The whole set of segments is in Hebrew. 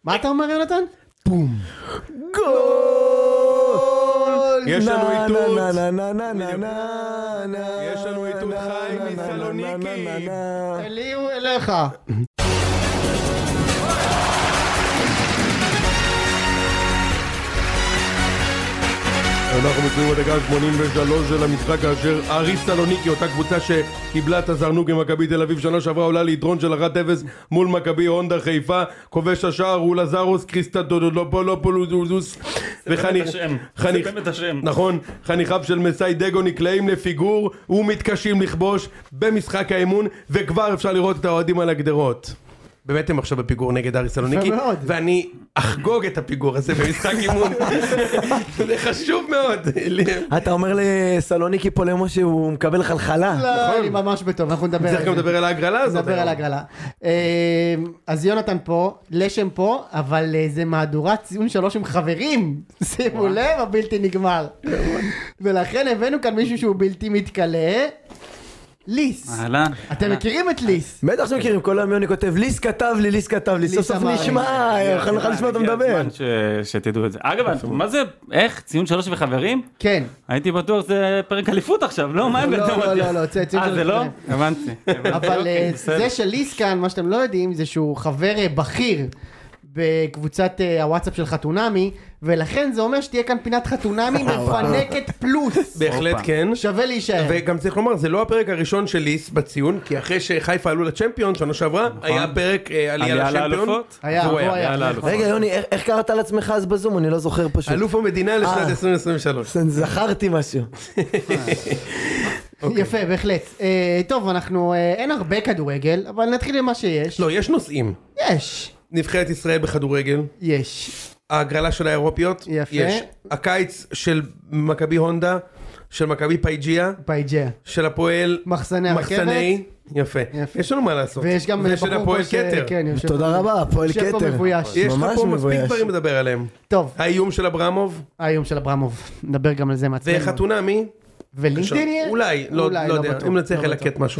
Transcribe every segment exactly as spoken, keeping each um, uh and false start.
מה אתה אומר, יונתן? בום. גול! יש לנו איתות. יש לנו איתות חי מסלוניקי. אלי הוא אליך. אנחנו מצויים בדקה שמונים ושלוש של המשחק, כאשר אריס סלוניקי, אותה קבוצה שקיבלה את הזרנוג עם מכבי תל אביב שנה שעברה, עולה ליתרון של אחת אפס מול מכבי הונדה חיפה. כובש השער הוא לזרוס קריסטודולופולופולודוס, נכון, חניכיו של מסי דגו נקלעים לפיגור ומתקשים לכבוש במשחק האימון, וכבר אפשר לראות את האוהדים על הגדרות. באמת הם עכשיו בפיגור נגד אריס סלוניקי, ואני אחגוג את הפיגור הזה במשחק אימון. זה חשוב מאוד. אתה אומר לסלוניקי פה למו שהוא מקבל חלחלה. לא, אני ממש בטוב, אנחנו נדבר על זה. צריך גם לדבר על ההגרלה הזאת. נדבר על ההגרלה. אז יונתן פה, לשם פה, אבל זה מהדורת ציון שלוש עם חברים. שימו לב, הבלתי נגמר. ולכן הבאנו כאן מישהו שהוא בלתי מתקלה. ליס. אהלן. אתם מכירים את ליס? בטח שמכירים, כל היום יוני כותב, ליס כתב לי, ליס כתב לי, סוף סוף נשמע, יכול לך לשמוע אתה מדבר. שתדעו את זה. אגב, מה זה, איך? ציון שלוש וחברים? כן. הייתי בטוח, זה פרק אליפות עכשיו, לא? מה הבאתם? לא, לא, לא, ציון שלוש אה, זה לא? הבנתי. אבל זה של ליס כאן, מה שאתם לא יודעים, זה שהוא חבר בכיר בקבוצת הוואטסאפ של חתונמי, ולכן זה אומר שתהיה כאן פינת חתונמי מפנקת פלוס. בהחלט כן. שווה להישאר. וגם צריך לומר, זה לא הפרק הראשון של ליס בציון, כי אחרי שחיפה עלו לצ'מפיון, שנה שעברה, היה פרק עלייה לצ'מפיון. היה, הוא היה. רגע יוני, איך קראת על עצמך אז בזום? אני לא זוכר פשוט. אלוף המדינה לשנת עשרים עשרים ושלוש. זכרתי משהו. יפה, בהחלט. טוב, אנחנו, אין הרבה כדורגל, אבל נתחיל עם מה שיש. לא, יש נושאים. יש. נבחרת ישראל בכדורגל. יש. ההגרלה של האירופיות. יפה. יש. הקיץ של מכבי הונדה, של מכבי פייג'יה. פייג'יה. של הפועל. מחסני הרכבת. יפה. יש לנו מה לעשות. ויש גם של הפועל כתר. תודה רבה, הפועל כתר. יש לך פה מספיק דברים לדבר עליהם. טוב. האיום של אברמוב. האיום של אברמוב. נדבר גם על זה מעצמנו. וחתונמי. ולינקדין יהיה? אולי, לא יודע. אם נצליח ללקט משהו.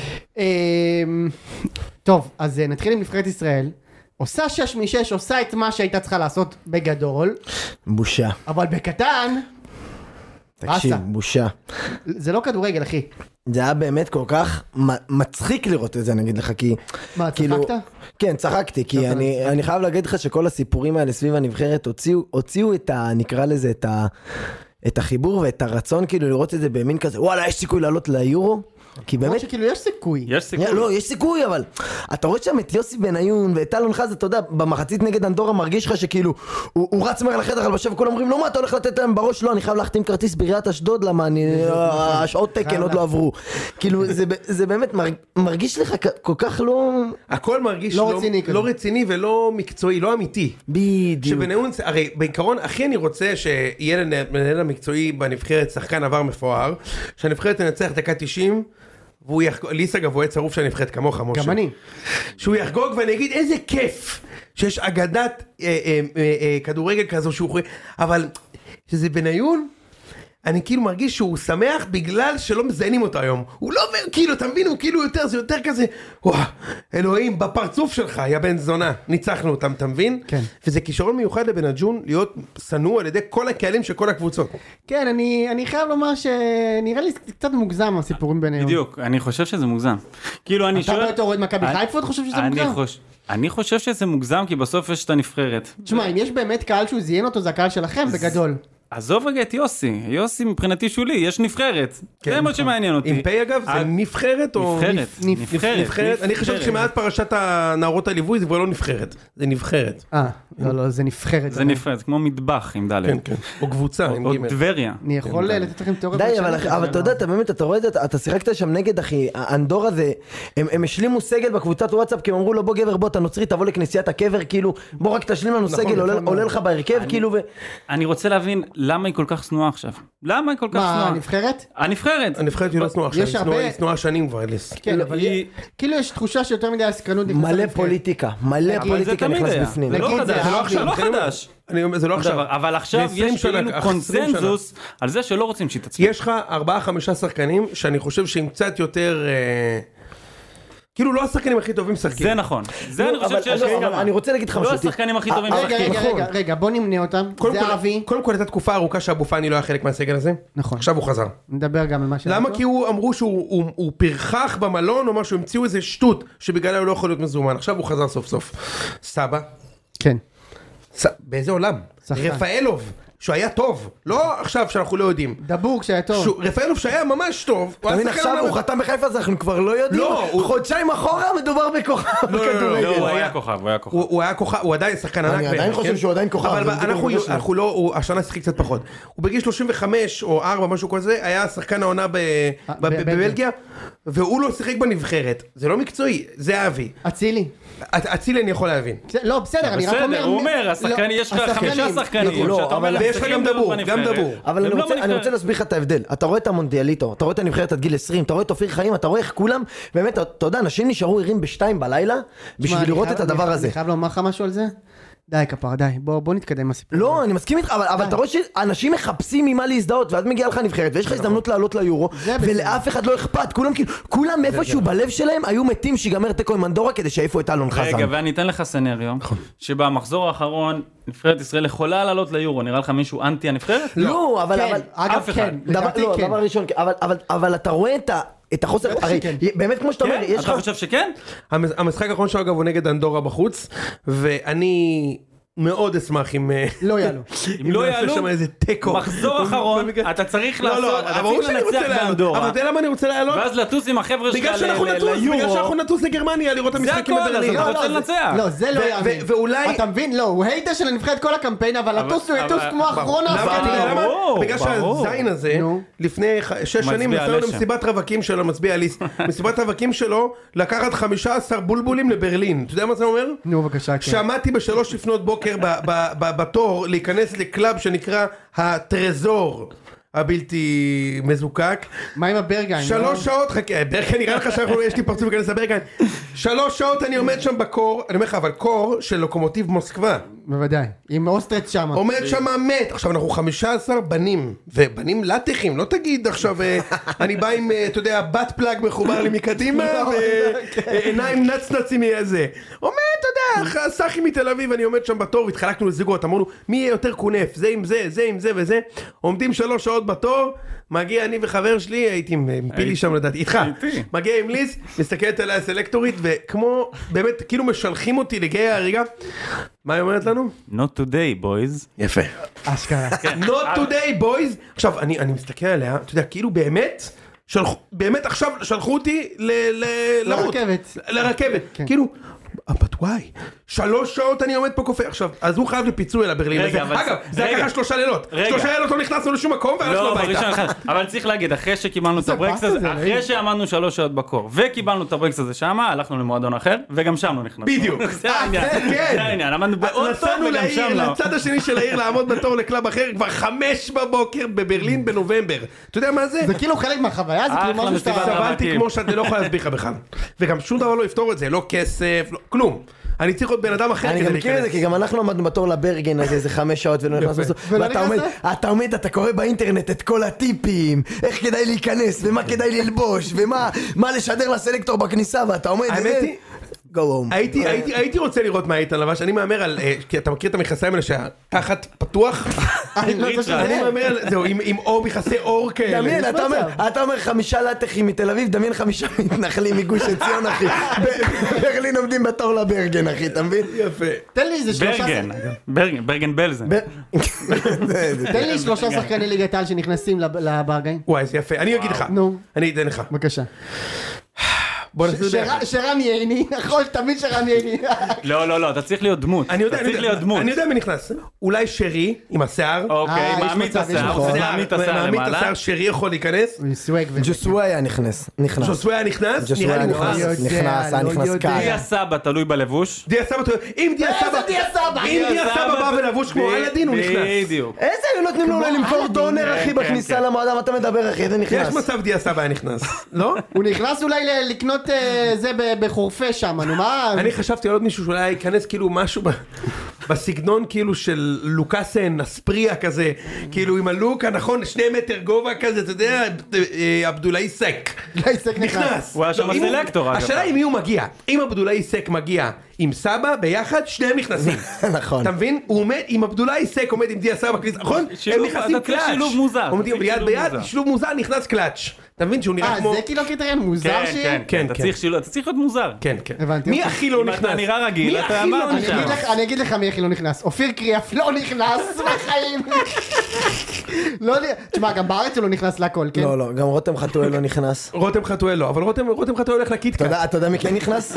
טוב, אז נתחיל עם נבחרת ישראל. עושה שש משש, עושה את מה שהייתה צריכה לעשות בגדול. בושה. אבל בקטן... תקשיב, בושה. זה לא כדורגל, אחי. זה היה באמת כל כך מצחיק לראות את זה, נגיד לך, כי... מה, צחקת? כן, צחקתי, כי אני חייב להגיד לך שכל הסיפורים האלה סביב הנבחרת הוציאו את ה... נקרא לזה את ה... את החיבור ואת הרצון, כאילו לראות את זה במין כזה, וואלה, יש סיכוי לעלות ליורו. כי באמת שכאילו יש סיכוי. יש סיכוי. לא, יש סיכוי, אבל אתה רואה שם את יוסי בניון ואת אלון חז, אתה יודע, במחצית נגד אנדורה מרגיש לך שכאילו הוא רץ מהר לחדר הלבשה וכולם אומרים, לא מה, אתה הולך לתת להם בראש? לא, אני חייב להחתים כרטיס בעיריית אשדוד, למה השעות תקן עוד לא עברו. כאילו, זה באמת מרגיש לך כל כך לא... הכל מרגיש לא רציני ולא מקצועי, לא אמיתי. בדיוק. שבניון, הרי בעיקרון, הכי אני רוצה שיהיה למנהל המקצועי בנבחרת שחקן עבר מפואר, שהנבחרת תנצח דקה תשעים והוא יחגוג, ליסה גבוה צרוף של נבחרת כמוך, משה. גם אני. שהוא יחגוג ואני אגיד איזה כיף שיש אגדת אה, אה, אה, אה, כדורגל כזו שהוא חוי, אבל שזה בניון, אני כאילו מרגיש שהוא שמח בגלל שלא מזיינים אותו היום. הוא לא אומר, כאילו, אתה מבין, הוא כאילו יותר, זה יותר כזה, וואו, אלוהים, בפרצוף שלך, יא בן זונה, ניצחנו אותם, אתה מבין? כן. וזה כישרון מיוחד לבנג'ון להיות סנוע על ידי כל הקהלים של כל הקבוצות. כן, אני, אני חייב לומר שנראה לי קצת מוגזם הסיפורים ביניהם. בדיוק, אני חושב שזה מוגזם. כאילו, אני שואל... אתה בתור אוהד מכבי חיפה, אתה חושב שזה מוגזם? אני חושב שזה מוגזם, כי בסוף יש את הנבחרת. תשמע, אם יש באמת קהל שהוא זיין אותו, זה הקהל שלכם בגדול. עזוב רגע את יוסי, יוסי מבחינתי שולי, יש נבחרת, זה מה שמעניין אותי. עם פי אגב, זה נבחרת או... נבחרת, נבחרת. אני חושב שמעט פרשת הנערות הליווי זה כבר לא נבחרת, זה נבחרת. אה, לא, לא, זה נבחרת. זה נבחרת, כמו מטבח עם ד'. כן, כן, או קבוצה, עם או ג'. דבריה. אני יכול לתת לכם תיאוריה. די, אבל אתה יודע, אתה באמת, אתה רואה, אתה שיחקת שם נגד, אחי, האנדורה זה, הם השלימו סגל בקבוצת וואטסאפ, כי הם אמרו לו, בוא גבר, בוא, אתה נוצרי, תבוא לכנסיית הקבר, כאילו, בוא רק תשלים לנו סגל, עולה לך בהרכב, כאילו, ו... אני רוצה להבין למה היא כל כך שנואה עכשיו. למה היא כל כך שנואה? מה, הנבחרת? הנבחרת. הנבחרת היא לא שנואה עכשיו, היא שנואה שנים כבר, אליס. כן, אבל כאילו יש תחושה שיותר מדי הסקרנות. מלא פוליטיקה, מלא פוליטיקה נכנס בפנים. זה לא חדש, זה לא חדש. אני אומר, זה לא עכשיו. אבל עכשיו יש כאילו קונסנזוס על זה שלא רוצים שהיא תצליח. יש לך ארבעה חמישה שחקנים שאני חושב שהם קצת יותר... כאילו לא השחקנים הכי טובים משחקים. זה נכון. זה אני חושב שיש הסכמה. אני רוצה להגיד לך לא משהו. השחקנים הכי טובים רגע, משחקים. רגע, רגע, רגע, בוא נמנה אותם. זה אבי. קודם כל הייתה תקופה ארוכה שאבו פאני לא היה חלק מהסגל הזה. נכון. עכשיו הוא חזר. נדבר גם על מה שהיה. למה? כי הוא אמרו שהוא פרחח במלון, או משהו, המציאו איזה שטות, שבגללה הוא לא יכול להיות מזומן. עכשיו הוא חזר סוף סוף. סבא. כן. באיזה עולם? רפאלוב. שהוא היה טוב, לא עכשיו שאנחנו לא יודעים. דבור כשהיה טוב. רפאלוב שהיה ממש טוב. תמיד עכשיו הוא חתם בחיפה אז אנחנו כבר לא יודעים. חודשיים אחורה מדובר בכוכב בכדורגל. לא, הוא היה כוכב, הוא היה כוכב. הוא היה כוכב, הוא עדיין שחקן ענק. אני עדיין חושב שהוא עדיין כוכב. אבל אנחנו לא, הוא השנה שיחק קצת פחות. הוא בגיל שלושים וחמש או ארבע, משהו כזה, היה שחקן העונה בבלגיה, והוא לא שיחק בנבחרת. זה לא מקצועי, זה אבי. אצילי. אצילי אני יכול להבין. לא, בסדר, אני רק אומר... בסדר, הוא אומר, השחקנים, יש לך חמישה שחקנים. ויש לך גם דבור, גם דבור. אבל אני רוצה להסביר לך את ההבדל. אתה רואה את המונדיאליטו, אתה רואה את הנבחרת עד גיל עשרים, אתה רואה את אופיר חיים, אתה רואה איך כולם, באמת, אתה יודע, אנשים נשארו ערים בשתיים בלילה, בשביל לראות את הדבר הזה. אני חייב לומר לך משהו על זה? די כפר, די, בוא נתקדם מהסיפור. לא, אני מסכים איתך, אבל אתה רואה שאנשים מחפשים ממה להזדהות, ואז מגיע לך נבחרת, ויש לך הזדמנות לעלות ליורו, ולאף אחד לא אכפת, כולם כאילו, כולם איפשהו בלב שלהם היו מתים שיגמר תיקו עם אנדורה כדי שיעיפו את אלון חזן. רגע, ואני אתן לך סנריו, שבמחזור האחרון, נבחרת ישראל יכולה לעלות ליורו, נראה לך מישהו אנטי הנבחרת? לא, אבל... אגב כן, לדעתי כן. דבר ראשון, אבל אתה רואה את ה... את החוסר, הרי באמת כמו שאתה אומר, יש לך... אתה חושב שכן? המשחק האחרון שלו אגב הוא נגד אנדורה בחוץ, ואני מאוד אשמח אם... לא יעלו. אם לא יעלו, מחזור אחרון, אתה צריך לעשות, אתה צריך לנצח באנדורה. אבל אתה יודע למה אני רוצה לעלות? ואז לטוס עם החבר'ה שלך בגלל שאנחנו נטוס, בגלל שאנחנו נטוס לגרמניה, לראות את המשחקים בברלין. זה הכל, אז אתה רוצה לנצח. לא, זה לא יאמין. ואולי... אתה מבין? לא, הוא הייתה של הנבחרת כל הקמפיין, אבל לטוס הוא יטוס כמו אחרון האפגנים. בגלל שהזין הזה, לפני שש שנים, נסענו למסיבת רווקים שלו, מצביע ליס, מסיבת רווקים שלו, לקחת חמישה עשר בולבולים לברלין. אתה יודע מה זה אומר? נו, בבקשה, כן. שעמדתי בשלוש לפנות בוקר בתור להיכנס לקלאב שנקרא הטרזור הבלתי מזוקק. מה עם הברגן? שלוש שעות, חכה, ברגן נראה לך שיש לי פרצוף להיכנס לברגן. שלוש שעות אני עומד שם בקור, אני אומר לך, אבל קור של לוקומוטיב מוסקבה. בוודאי, עם אוסטרץ שם. עומד שם מת, עכשיו אנחנו חמישה עשר בנים, ובנים לטחים, לא תגיד עכשיו, אני בא עם, אתה יודע, בת פלאג מחובר לי מקדימה, ועיניים נצנצים מאיזה. עומד, אתה יודע, סחי מתל אביב, אני עומד שם בתור, והתחלקנו לזוגות, אמרנו, מי יהיה יותר קונף, זה עם זה, זה עם זה וזה, עומדים שלוש שעות בתור, מגיע אני וחבר שלי, הייתי עם פילי שם לדעתי, איתך, מגיע עם ליז, מסתכלת עליה הסלקטורית, וכמו, באמת, כאילו משלחים אותי לגיא הרגע, מה היא אומרת לנו? Not today, boys. יפה. אשכרה. Not today, boys. עכשיו, אני, אני מסתכל עליה, אתה יודע, כאילו באמת, שלחו, באמת עכשיו שלחו אותי ל... ל... לרכבת. לרכבת. כאילו, but why? שלוש שעות אני עומד פה קופא. עכשיו, אז הוא חייב לפיצוי על הברלין הזה. אגב, זה היה ככה שלושה לילות. שלושה לילות לא נכנסנו לשום מקום והלכנו הביתה. אבל צריך להגיד, אחרי שקיבלנו את הברקס הזה, אחרי שעמדנו שלוש שעות בקור, וקיבלנו את הברקס הזה שמה, הלכנו למועדון אחר, וגם שם לא נכנסנו. בדיוק. זה העניין. זה העניין. עמדנו באוטו וגם שם לא. לצד השני של העיר לעמוד בתור לקלאב אחר, כבר חמש בבוקר בברלין בנובמבר. אתה יודע מה זה? זה כאילו חלק מהחוויה, זה כאילו משהו שאתה... סבלתי כמו שאתה לא יכול להסביר לך בכלל. וגם שום דבר לא יפתור את זה, לא כסף, לא, כלום. אני צריך עוד בן אדם אחר כדי להיכנס. אני גם מכיר את זה, כי גם אנחנו עמדנו בתור לברגן הזה איזה חמש שעות ולא נכנס בסוף. ואתה עומד, אתה קורא באינטרנט את כל הטיפים, איך כדאי להיכנס, ומה כדאי ללבוש, ומה לשדר לסלקטור בכניסה, ואתה עומד... האמת היא... הייתי, הייתי, הייתי רוצה לראות מה איתן לבש, אני מאמר על, כי אתה מכיר את המכסיים האלה שהתחת פתוח? אני מאמר על, זהו, עם אור, מכסי אור כאלה. דמיין, אתה אומר חמישה לטחים מתל אביב, דמיין חמישה מתנחלים מגוש עציון, אחי. ברלין עומדים בתור לברגן, אחי, אתה מבין? יפה. תן לי איזה שלושה... ברגן, ברגן בלזן. תן לי שלושה שחקני ליגת העל שנכנסים לברגן. וואי, זה יפה, אני אגיד לך. נו. אני אתן לך. בבקשה. ש- שרן ייני, נכון, תמיד שרן ייני. לא, לא, לא, אתה צריך להיות דמות. אני יודע, אתה צריך להיות דמות. אני יודע מי נכנס. אולי שרי עם השיער. אוקיי, יש מעמיד את מצב, יש השיער. מצב. מעמיד את השיער מעמיד את למעלה. השיער, שרי יכול להיכנס. סוואג וזה. ג'וסוויה נכנס, נכנס. ג'וסוויה נכנס? נראה ג'וסוויה לי נכנס, מוכן. נכנס, היה נכנס קל. דיה סבא תלוי בלבוש. דיה סבא, אם דיה סבא, דיה סבא? אם דיה סבא בא ולבוש כמו אלאדין הוא נכנס. בדיוק. איזה היו נותנים לו אולי למכור דונר אחי בכניסה למועדון, אתה מדבר אחי, זה יש נכנס. מצב דיה סבא היה נכנס, לא? הוא נכנס אולי ל- לקנות אה, זה ב- בחורפה שם, נו מה? אני חשבתי על עוד מישהו שאולי ייכנס כאילו משהו ב... בסגנון כאילו של לוקאסן, אספריה כזה, כאילו עם הלוק הנכון, שני מטר גובה כזה, אתה יודע, עבדולאי סק. עבדולאי סק נכנס. הוא היה שם הסלקטור, אגב. השאלה היא מי הוא מגיע. אם עבדולאי סק מגיע עם סבא ביחד, שניהם נכנסים. נכון. אתה מבין? הוא עומד, אם עבדולאי סק עומד עם דיה סבא, נכון? הם נכנסים קלאץ'. שילוב מוזר. עומדים ביד ביד, שילוב מוזר, נכנס קלאץ'. אתה מבין שהוא נראה כמו... אה, זה כאילו קריטריון מוזר שיהיה? כן, כן, אתה צריך שילוב, אתה צריך להיות מוזר. כן, כן. הבנתי, מי אוקיי. הכי לא אם נכנס? אתה נראה רגיל, מי אתה הכי לא אמרת נכנס? אני אגיד לך- אני אגיד לך מי הכי לא נכנס, אופיר קריאף לא נכנס בחיים. לא נ- תשמע, גם בארץ הוא לא נכנס להכל, כן? לא, לא, גם רותם חתואל לא נכנס. רותם חתואל לא, אבל רותם רותם חתואל הולך לקיטקאט. אתה יודע- אתה יודע מי כן נכנס?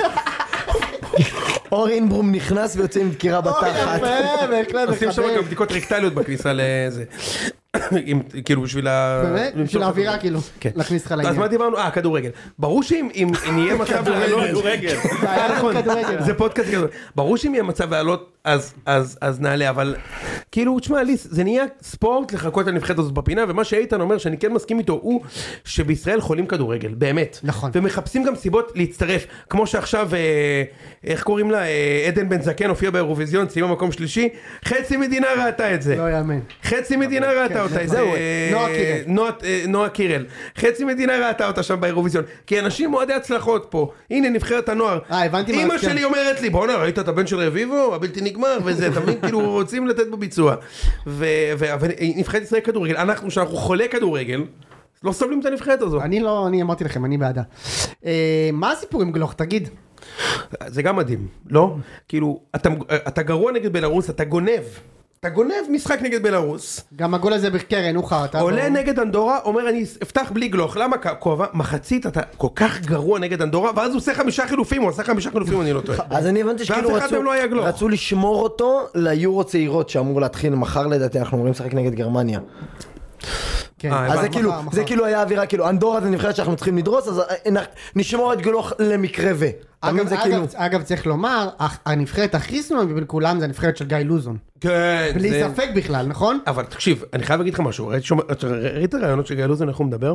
אור אינברום נכנס ויוצא עם דקירה אוי, בתחת. יפה, בהחלט עושים שם מכבד. גם בדיקות רקטליות בכניסה לזה. עם- כאילו בשביל ה... באמת? בשביל האווירה כאילו, כן. להכניס לך אז לעניין. מה דיברנו? אה, כדורגל. ברור שאם אם- אם יהיה מצב לעלות... כדורגל. זה היה נכון, כדורגל. זה פודקאסט כזה. ברור שאם יהיה מצב לעלות, אז- אז אז נעלה, אבל כאילו, תשמע, ליס, זה נהיה ספורט לחכות לנבחרת הזאת בפינה, ומה שאיתן אומר, שאני כן מסכים איתו, הוא שבישראל חולים כדורגל, באמת. נכון. ומחפשים גם סיבות להצטרף, כמו שעכשיו, אה, איך קוראים לה, אה, עדן בן זקן הופיע באירוויזיון, סיימה מקום שלישי, חצי מדינה ראתה את זה. לא יאמן. חצי מדינה ראתה אותה, את זהו, אה, נועה קירל. נועה- אה, נועה קירל. חצי מדינה ראתה אותה שם באירוויזיון. כי אנשים מועדי הצלחות פה. הנה, נבחרת הנוער. אה, הבנתי מה אמא הסכם. שלי אומרת לי, בוא'נה, ראית את הבן של רביבו? הבלתי נגמר, וזה, תמיד כאילו רוצים לתת בו ביצוע. ו- ו- אבל נבחרת ישראל כדורגל, אנחנו, שאנחנו חולי כדורגל, לא סובלים את הנבחרת הזו. אני לא, אני אמרתי לכם, אני בעדה. אה, מה הסיפור עם גלוך, תגיד? זה גם מדהים, לא? כאילו, אתה- אתה גרוע נגד בלרוס, אתה גונב. אתה גונב משחק נגד בלרוס. גם הגול הזה בקרן, הוא חרטה. עולה נגד אנדורה, אומר אני אפתח בלי גלוך, למה כואבה? מחצית אתה כל כך גרוע נגד אנדורה, ואז הוא עושה חמישה חילופים, הוא עושה חמישה חילופים, אני לא טועה. אז אני הבנתי שכאילו ואף אחד רצו, מהם לא היה גלוך. רצו לשמור אותו ליורו צעירות שאמור להתחיל מחר לדעתי, אנחנו אמורים לשחק נגד גרמניה. כן. אה, אז זה מחר, כאילו, מחר. זה כאילו היה אווירה, כאילו אנדורה זה נבחרת שאנחנו צריכים לדרוס, אז אה, נ- נשמור את גלוך למקרה ו. אתה מבין, אגב, זה אגב, כאילו, אגב, צריך לומר, הח- הנבחרת הכי שנואה מבין כולם זה הנבחרת של גיא לוזון. כן, בלי זה- ספק בכלל, נכון? אבל תקשיב, אני חייב להגיד לך משהו, ראית שומע- אתה ראית הרעיונות של גיא לוזון, איך הוא מדבר?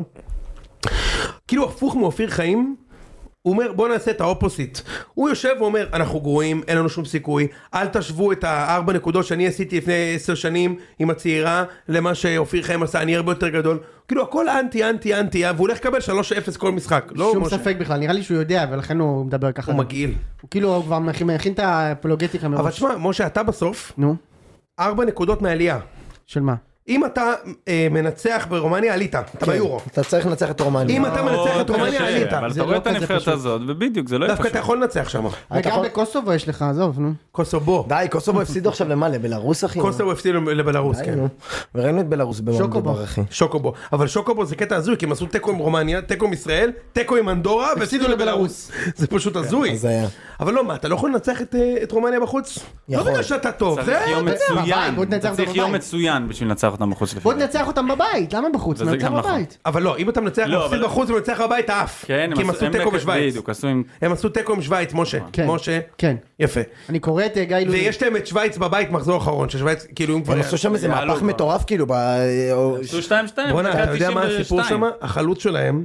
כאילו הפוך מאופיר חיים, הוא אומר בוא נעשה את האופוסיט, הוא יושב ואומר אנחנו גרועים, אין לנו שום סיכוי, אל תשוו את הארבע נקודות שאני עשיתי לפני עשר שנים עם הצעירה למה שאופיר חיים עשה, אני הרבה יותר גדול, כאילו הכל אנטי אנטי אנטי, והוא הולך לקבל שלוש אפס כל משחק, לא שום משה? ספק בכלל, נראה לי שהוא יודע, ולכן הוא מדבר ככה. הוא מגעיל. הוא כאילו הוא כבר מכין מכין את האפולוגטיקה אבל מראש. תשמע, משה, אתה בסוף, נו, ארבע נקודות מעלייה. של מה? אם אתה אה, מנצח ברומניה, עלית, אתה כן, ביורו. אתה צריך לנצח את רומניה. אם אתה מנצח את רומניה, קשה, עלית. אבל זה אתה רואה לא את כזה הנבחרת פשוט. הזאת, ובדיוק, זה לא יהיה דווקא אתה פשוט. יכול לנצח שם. וגם יכול- בקוסובו יש לך, עזוב, נו. קוסובו. די, קוסובו הפסידו עכשיו למה? לבלרוס אחי? קוסובו הפסיד לבלרוס, די, כן. נו. וראינו את בלרוס במה שוקובו. מדובר אחי. שוקובו. אבל שוקובו זה קטע הזוי, כי הם עשו תיקו עם רומניה, תיקו עם ישראל, תיקו עם אנדורה, והפסידו לבלרוס. זה פשוט הזוי. אז היה. אבל לא, מה, אתה לא יכול לנצח את, אה, את רומניה בחוץ? לא יכול. בגלל שאתה טוב. צריך זה... יום אתה יודע, מצוין, בבית, בוא תנצח אתה צריך אותם יום בבית. מצוין בשביל לנצח אותם בחוץ. בוא תנצח אותם בבית, למה בחוץ? וזה ננצח גם נכון. בבית. אבל לא, אם אתה מנצח, לא, מפסיד אבל- בחוץ ומנצח בבית, אתה עף. כן, כי הם עשו תיקו בק- בשוויץ. בדיוק, עשו עם... הם עשו תיקו עם שוויץ, משה. כן. משה. כן. יפה. אני קורא את אה, גיא לוזון. ויש להם את שוויץ בבית, מחזור אחרון, ששוויץ, כאילו, אם כבר... הם עשו שם איזה יעלו מהפך כבר. מטורף כאילו. ב- או- עשו שתיים שתיים. בוא'נה, דקה אתה יודע מה תשעים הסיפור ושתיים. שם? החלוץ שלהם,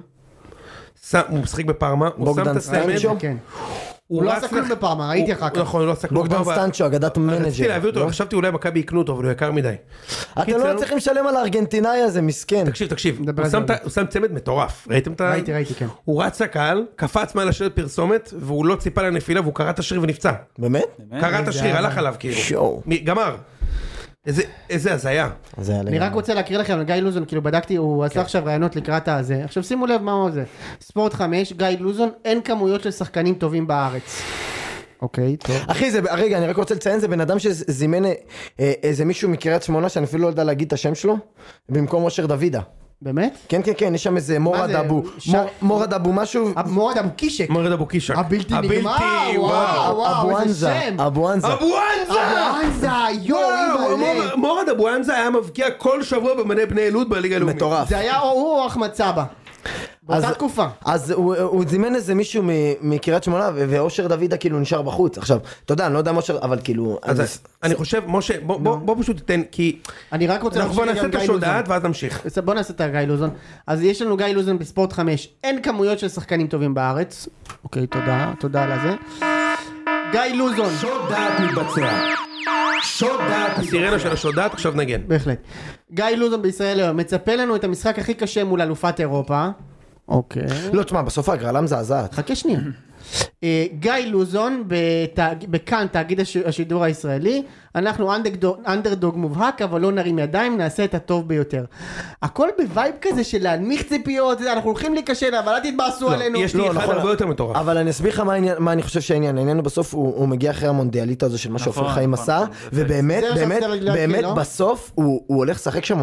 שם- הוא משחק בפארמה, הוא שם בוגדן את הסמל, סטנצ'ו? כן. הוא לא רץ עשה כלום לח- בפארמה, ראיתי הוא- אחר כך. נכון, הוא לא עשה כלום. בוגדן בפארמה. סטנצ'ו, אגדת מנג'ר. רציתי להביא אותו, לא? חשבתי אולי מכבי יקנו אותו, אבל הוא יקר מדי. אתם קיצר, לא צריכים לשלם על הארגנטינאי הזה, מסכן. תקשיב, תקשיב, נדבר הוא על זה שם את ה- עוד. הוא שם צמד מטורף, ראיתם את ה... ראיתי, ראיתי, כן. הוא רץ לקהל, קפץ מעל השלט פרסומת, והוא לא ציפה לנפילה, והוא קרע את השריר ונפצע. באמת? קרע את איזה השריר, אהבה. הלך עליו כאילו. שואו. מ- גמר. איזה- איזה הזיה. זה היה אני לגמרי. רק רוצה להקריא לכם, גיא לוזון, כאילו בדקתי, הוא עשה עכשיו רעיונות לקראת הזה. עכשיו שימו לב מה הוא זה. ספורט חמש, גיא לוזון, אין כמויות של שחקנים טובים בארץ. אוקיי, טוב. אחי, זה, רגע, אני רק רוצה לציין, זה בן אדם שזימן אה, איזה מישהו מקריית שמונה, שאני אפילו לא יודע להגיד את השם שלו, במקום אושר דוידה. באמת? כן, כן, כן, יש שם איזה מורד זה? אבו, ש- מור- מורד אבו משהו, מורד אבו קישק. מורד אבו קישק. הבלתי נגמר, הבלתי, וואו, וואו, אבו איזה אנזה, שם. אבו אנזה. אבו אנזה! אבו אנזה, יואו, וואו, אימא'לה. מור- מורד אבו אנזה היה מבקיע כל שבוע במנה בני אלוד בליגה הלאומית. מטורף. זה היה או הוא או אחמד סבא. באותה אז- תקופה. אז הוא, הוא זימן איזה מישהו מ- מקריית שמונה, ו- ואושר דוידה כאילו נשאר בחוץ. עכשיו, אתה יודע, אני לא יודע מה אושר, אבל כאילו... אז אז- אני חושב, משה, בוא- בוא בוא פשוט תיתן, כי אני רק רוצה אנחנו בוא להמשיך נעשה גם את גיא לוזון. השודעת ואז נמשיך. בסדר, בוא נעשה את גיא לוזון. אז יש לנו גיא לוזון בספורט חמש. אין כמויות של שחקנים טובים בארץ. אוקיי, תודה, תודה על הזה. גיא לוזון. שודעת מתבצע. שודעת, הסירנה של השודעת, עכשיו נגן. בהחלט. גיא לוזון בישראל היום, מצפה לנו את המשחק הכי קשה מול אלופת אירופה. אוקיי. לא, תשמע, בסוף ההגרלה מזעזעת. חכה שנייה. גיא לוזון בכאן תאגיד השידור הישראלי, אנחנו אנדרדוג מובהק אבל לא נרים ידיים, נעשה את הטוב ביותר. הכל בווייב כזה של להנמיך ציפיות, אנחנו הולכים להיכשל אבל אל תתבאסו עלינו. יש לי אחד הרבה יותר מטורף. אבל אני אסביר לך מה אני חושב שהעניין, העניין בסוף הוא מגיע אחרי המונדיאלית הזו של מה שאופיר חיים עשה, ובאמת, באמת, באמת בסוף הוא הולך לשחק שם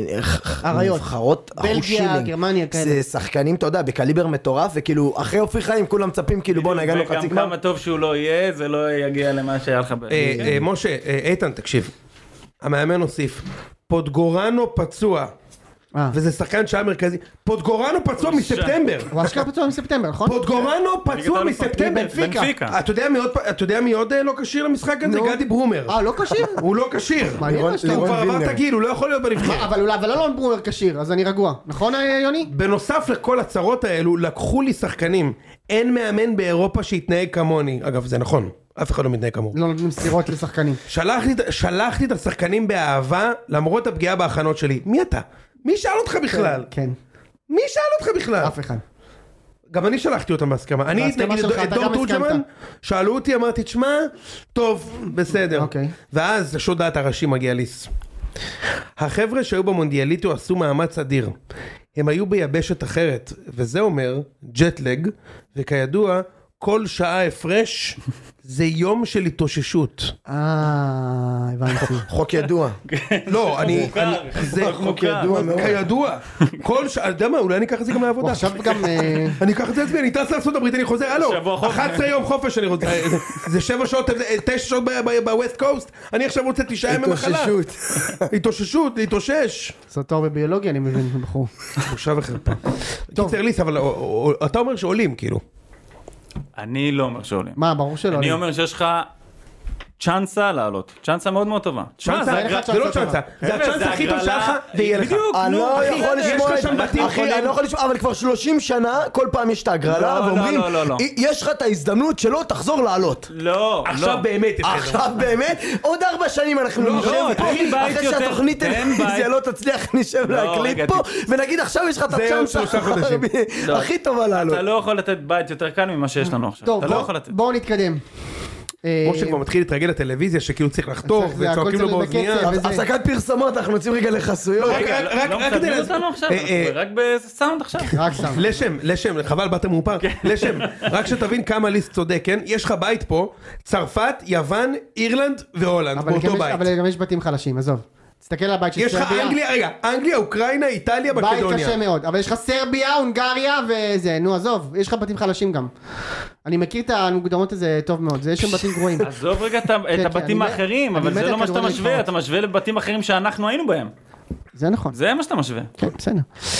נבחרות בלגיה, גרמניה כאלה. זה שחקנים, אתה יודע, בקליבר מטורף, וכאילו אחרי אופיר חיים כולם מצפים כאילו בוא נגענו חצי גמר. וגם כמה טוב שהוא לא יהיה, זה לא יגיע למה שהיה לך. משה, איתן, תקשיב, המאמן הוסיף, פוטגורנו פצוע, וזה שחקן שעה מרכזי, פוטגורנו פצוע מספטמבר. הוא אשכרה פצוע מספטמבר, נכון? פוטגורנו פצוע מספטמבר. בנפיקה. אתה יודע מי עוד לא קשיר למשחק הזה? גדי ברומר. אה, לא קשיר? הוא לא קשיר. הוא כבר עבר את הגיל, הוא לא יכול להיות בנבחרת. אבל אלון ברומר קשיר, אז אני רגוע. נכון, יוני? בנוסף לכל הצרות האלו, לקחו לי שחקנים. אין מאמן באירופה שהתנהג כמוני. אגב, זה נכון. אף אחד לא מתנהג כמוהו. לא נותנים סתירות לשחקנים. שלחתי, שלחתי את השחקנים באהבה, למרות הפגיעה בהכנות שלי. מי אתה? מי שאל אותך בכלל? כן. מי שאל אותך בכלל? אף אחד. גם אני שלחתי אותם בהסכמה. אני, נגיד, את דור תורג'מן, שאלו אותי, אמרתי, תשמע, טוב, בסדר. אוקיי. ואז שודעת הראשי מגיע ליס. החבר'ה שהיו במונדיאליטו עשו מאמץ אדיר. הם היו ביבשת אחרת, וזה אומר ג'טלג, וכידוע, כל שעה הפרש זה יום של התאוששות. אה, הבנתי. חוק ידוע. לא, אני... זה חוק ידוע מאוד. כידוע. כל שעה, אתה יודע מה, אולי אני אקח את זה גם לעבודה. עכשיו גם... אני אקח את זה עצמי, אני טס לארצות הברית, אני חוזר, הלו, אחת עשרה יום חופש אני רוצה, זה שבע שעות, תשע שעות בווסט קוסט, אני עכשיו רוצה תשעה ימי מחלה. התאוששות. התאוששות, להתאושש. זה תואר בביולוגיה, אני מבין, בחור. בושה וחרפה. קיצר ליס, אבל אתה אומר שעולים, כאילו. אני לא אומר שעולים. מה, ברור שלא. אני אומר שיש לך צ'אנסה לעלות. צ'אנסה מאוד מאוד טובה. צ'אנסה? זה לא צ'אנסה. זה הצ'אנסה הכי טוב שלך ויהיה לך. בדיוק. אני לא יכול לשמוע את זה. אחי, אני לא יכול לשמוע, אבל כבר שלושים שנה, כל פעם יש את ההגרלה, ואומרים, יש לך את ההזדמנות שלא תחזור לעלות. לא. עכשיו באמת. עכשיו באמת, עוד ארבע שנים אנחנו נשב פה, אחרי שהתוכנית טלוויזיה לא תצליח נשב להקליט פה, ונגיד עכשיו יש לך את הצ'אנסה הכי טובה לעלות. אתה לא יכול לתת בית יותר קל ממה שיש לנו עכשיו. טוב, בואו נתקדם. משה כבר מתחיל להתרגל לטלוויזיה שכאילו צריך לחתוך וצועקים לו באוזנייה. הפסקת פרסומות, אנחנו נוצאים רגע לחסויות. רק כדי אותנו עכשיו, רק בסאונד עכשיו. רק סאונד. לשם, לשם, חבל באת מאופר. לשם, רק שתבין כמה ליסט צודק, כן? יש לך בית פה, צרפת, יוון, אירלנד והולנד, באותו בית. אבל גם יש בתים חלשים, עזוב. תסתכל על הבית של סרביה. יש לך אנגליה, רגע, אנגליה, אוקראינה, איטליה, מקדוניה. בית קשה מאוד, אבל יש לך סרביה, הונגריה וזה, נו עזוב, יש לך בתים חלשים גם. אני מכיר את המוקדמות הזה טוב מאוד, זה יש שם בתים גרועים. עזוב רגע את הבתים האחרים, אבל זה לא מה שאתה משווה, אתה משווה לבתים אחרים שאנחנו היינו בהם. זה נכון. זה מה שאתה משווה. כן, בסדר.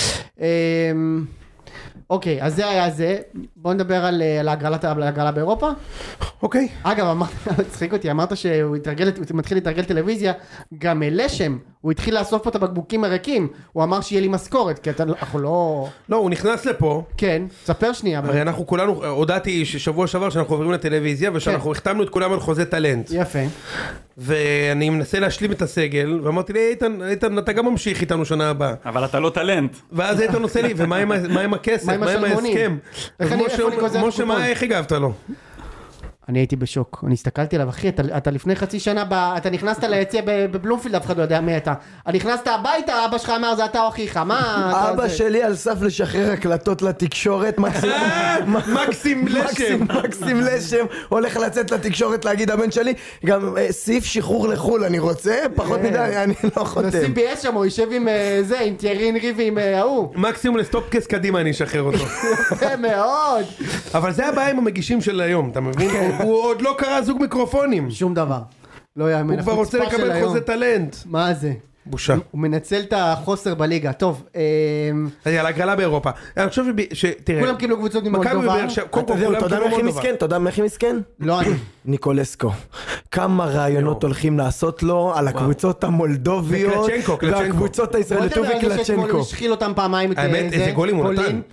אוקיי, אז זה היה זה. בוא נדבר על ההגרלה באירופה. אוקיי. אגב, צחיק אותי, אמרת שהוא מתחיל להתרגל טלוויזיה, גם לשם, הוא התחיל לאסוף פה את הבקבוקים הריקים, הוא אמר שיהיה לי משכורת, כי אנחנו לא... לא, הוא נכנס לפה. כן, ספר שנייה. הרי אנחנו כולנו, הודעתי שבוע שעבר שאנחנו עוברים לטלוויזיה, ושאנחנו החתמנו את כולם על חוזה טלנט. יפה. ואני מנסה להשלים את הסגל, ואמרתי לי, איתן, איתן, אתה גם ממשיך איתנו שנה הבאה. אבל אתה לא טלנט. ואז איתן עושה לי, ומה עם הכסף? מה עם ההסכם? משה, מה, איך הגבת לו? אני הייתי בשוק, אני הסתכלתי עליו, אחי, אתה, אתה לפני חצי שנה, ב, אתה נכנסת ליציע בבלומפילד, אף אחד לא יודע מי אתה. נכנסת הביתה, אבא שלך אמר, זה אתה או אחיך, מה... אבא שלי על סף לשחרר הקלטות לתקשורת, מקסים לשם. מקסים לשם, הולך לצאת לתקשורת להגיד הבן שלי, גם סעיף שחרור לחול אני רוצה, פחות מדי, אני לא חותם. נשים בי אס שם, הוא יישב עם זה, עם תיארין ריבי, עם ההוא. מקסימום לסטופקס קדימה אני אשחרר אותו. יפה מאוד. אבל זה הבעיה עם המגישים של היום, אתה מבין? הוא עוד לא קרא זוג מיקרופונים. שום דבר. לא יאמן. הוא כבר רוצה לקבל חוזה טלנט. מה זה? בושה. הוא מנצל את החוסר בליגה. טוב. אז יאללה, הגרלה באירופה. אני חושב שתראה. כולם קיבלו קבוצות ממולדובה. אתה יודע מכי מסכן? אתה יודע מכי מסכן? לא אני. ניקולסקו. כמה רעיונות הולכים לעשות לו על הקבוצות המולדוביות. והקבוצות הישראליות. בוא תדבר על זה שאתמול הוא השחיל אותם פעמיים. האמת, איזה גולים הוא נתן.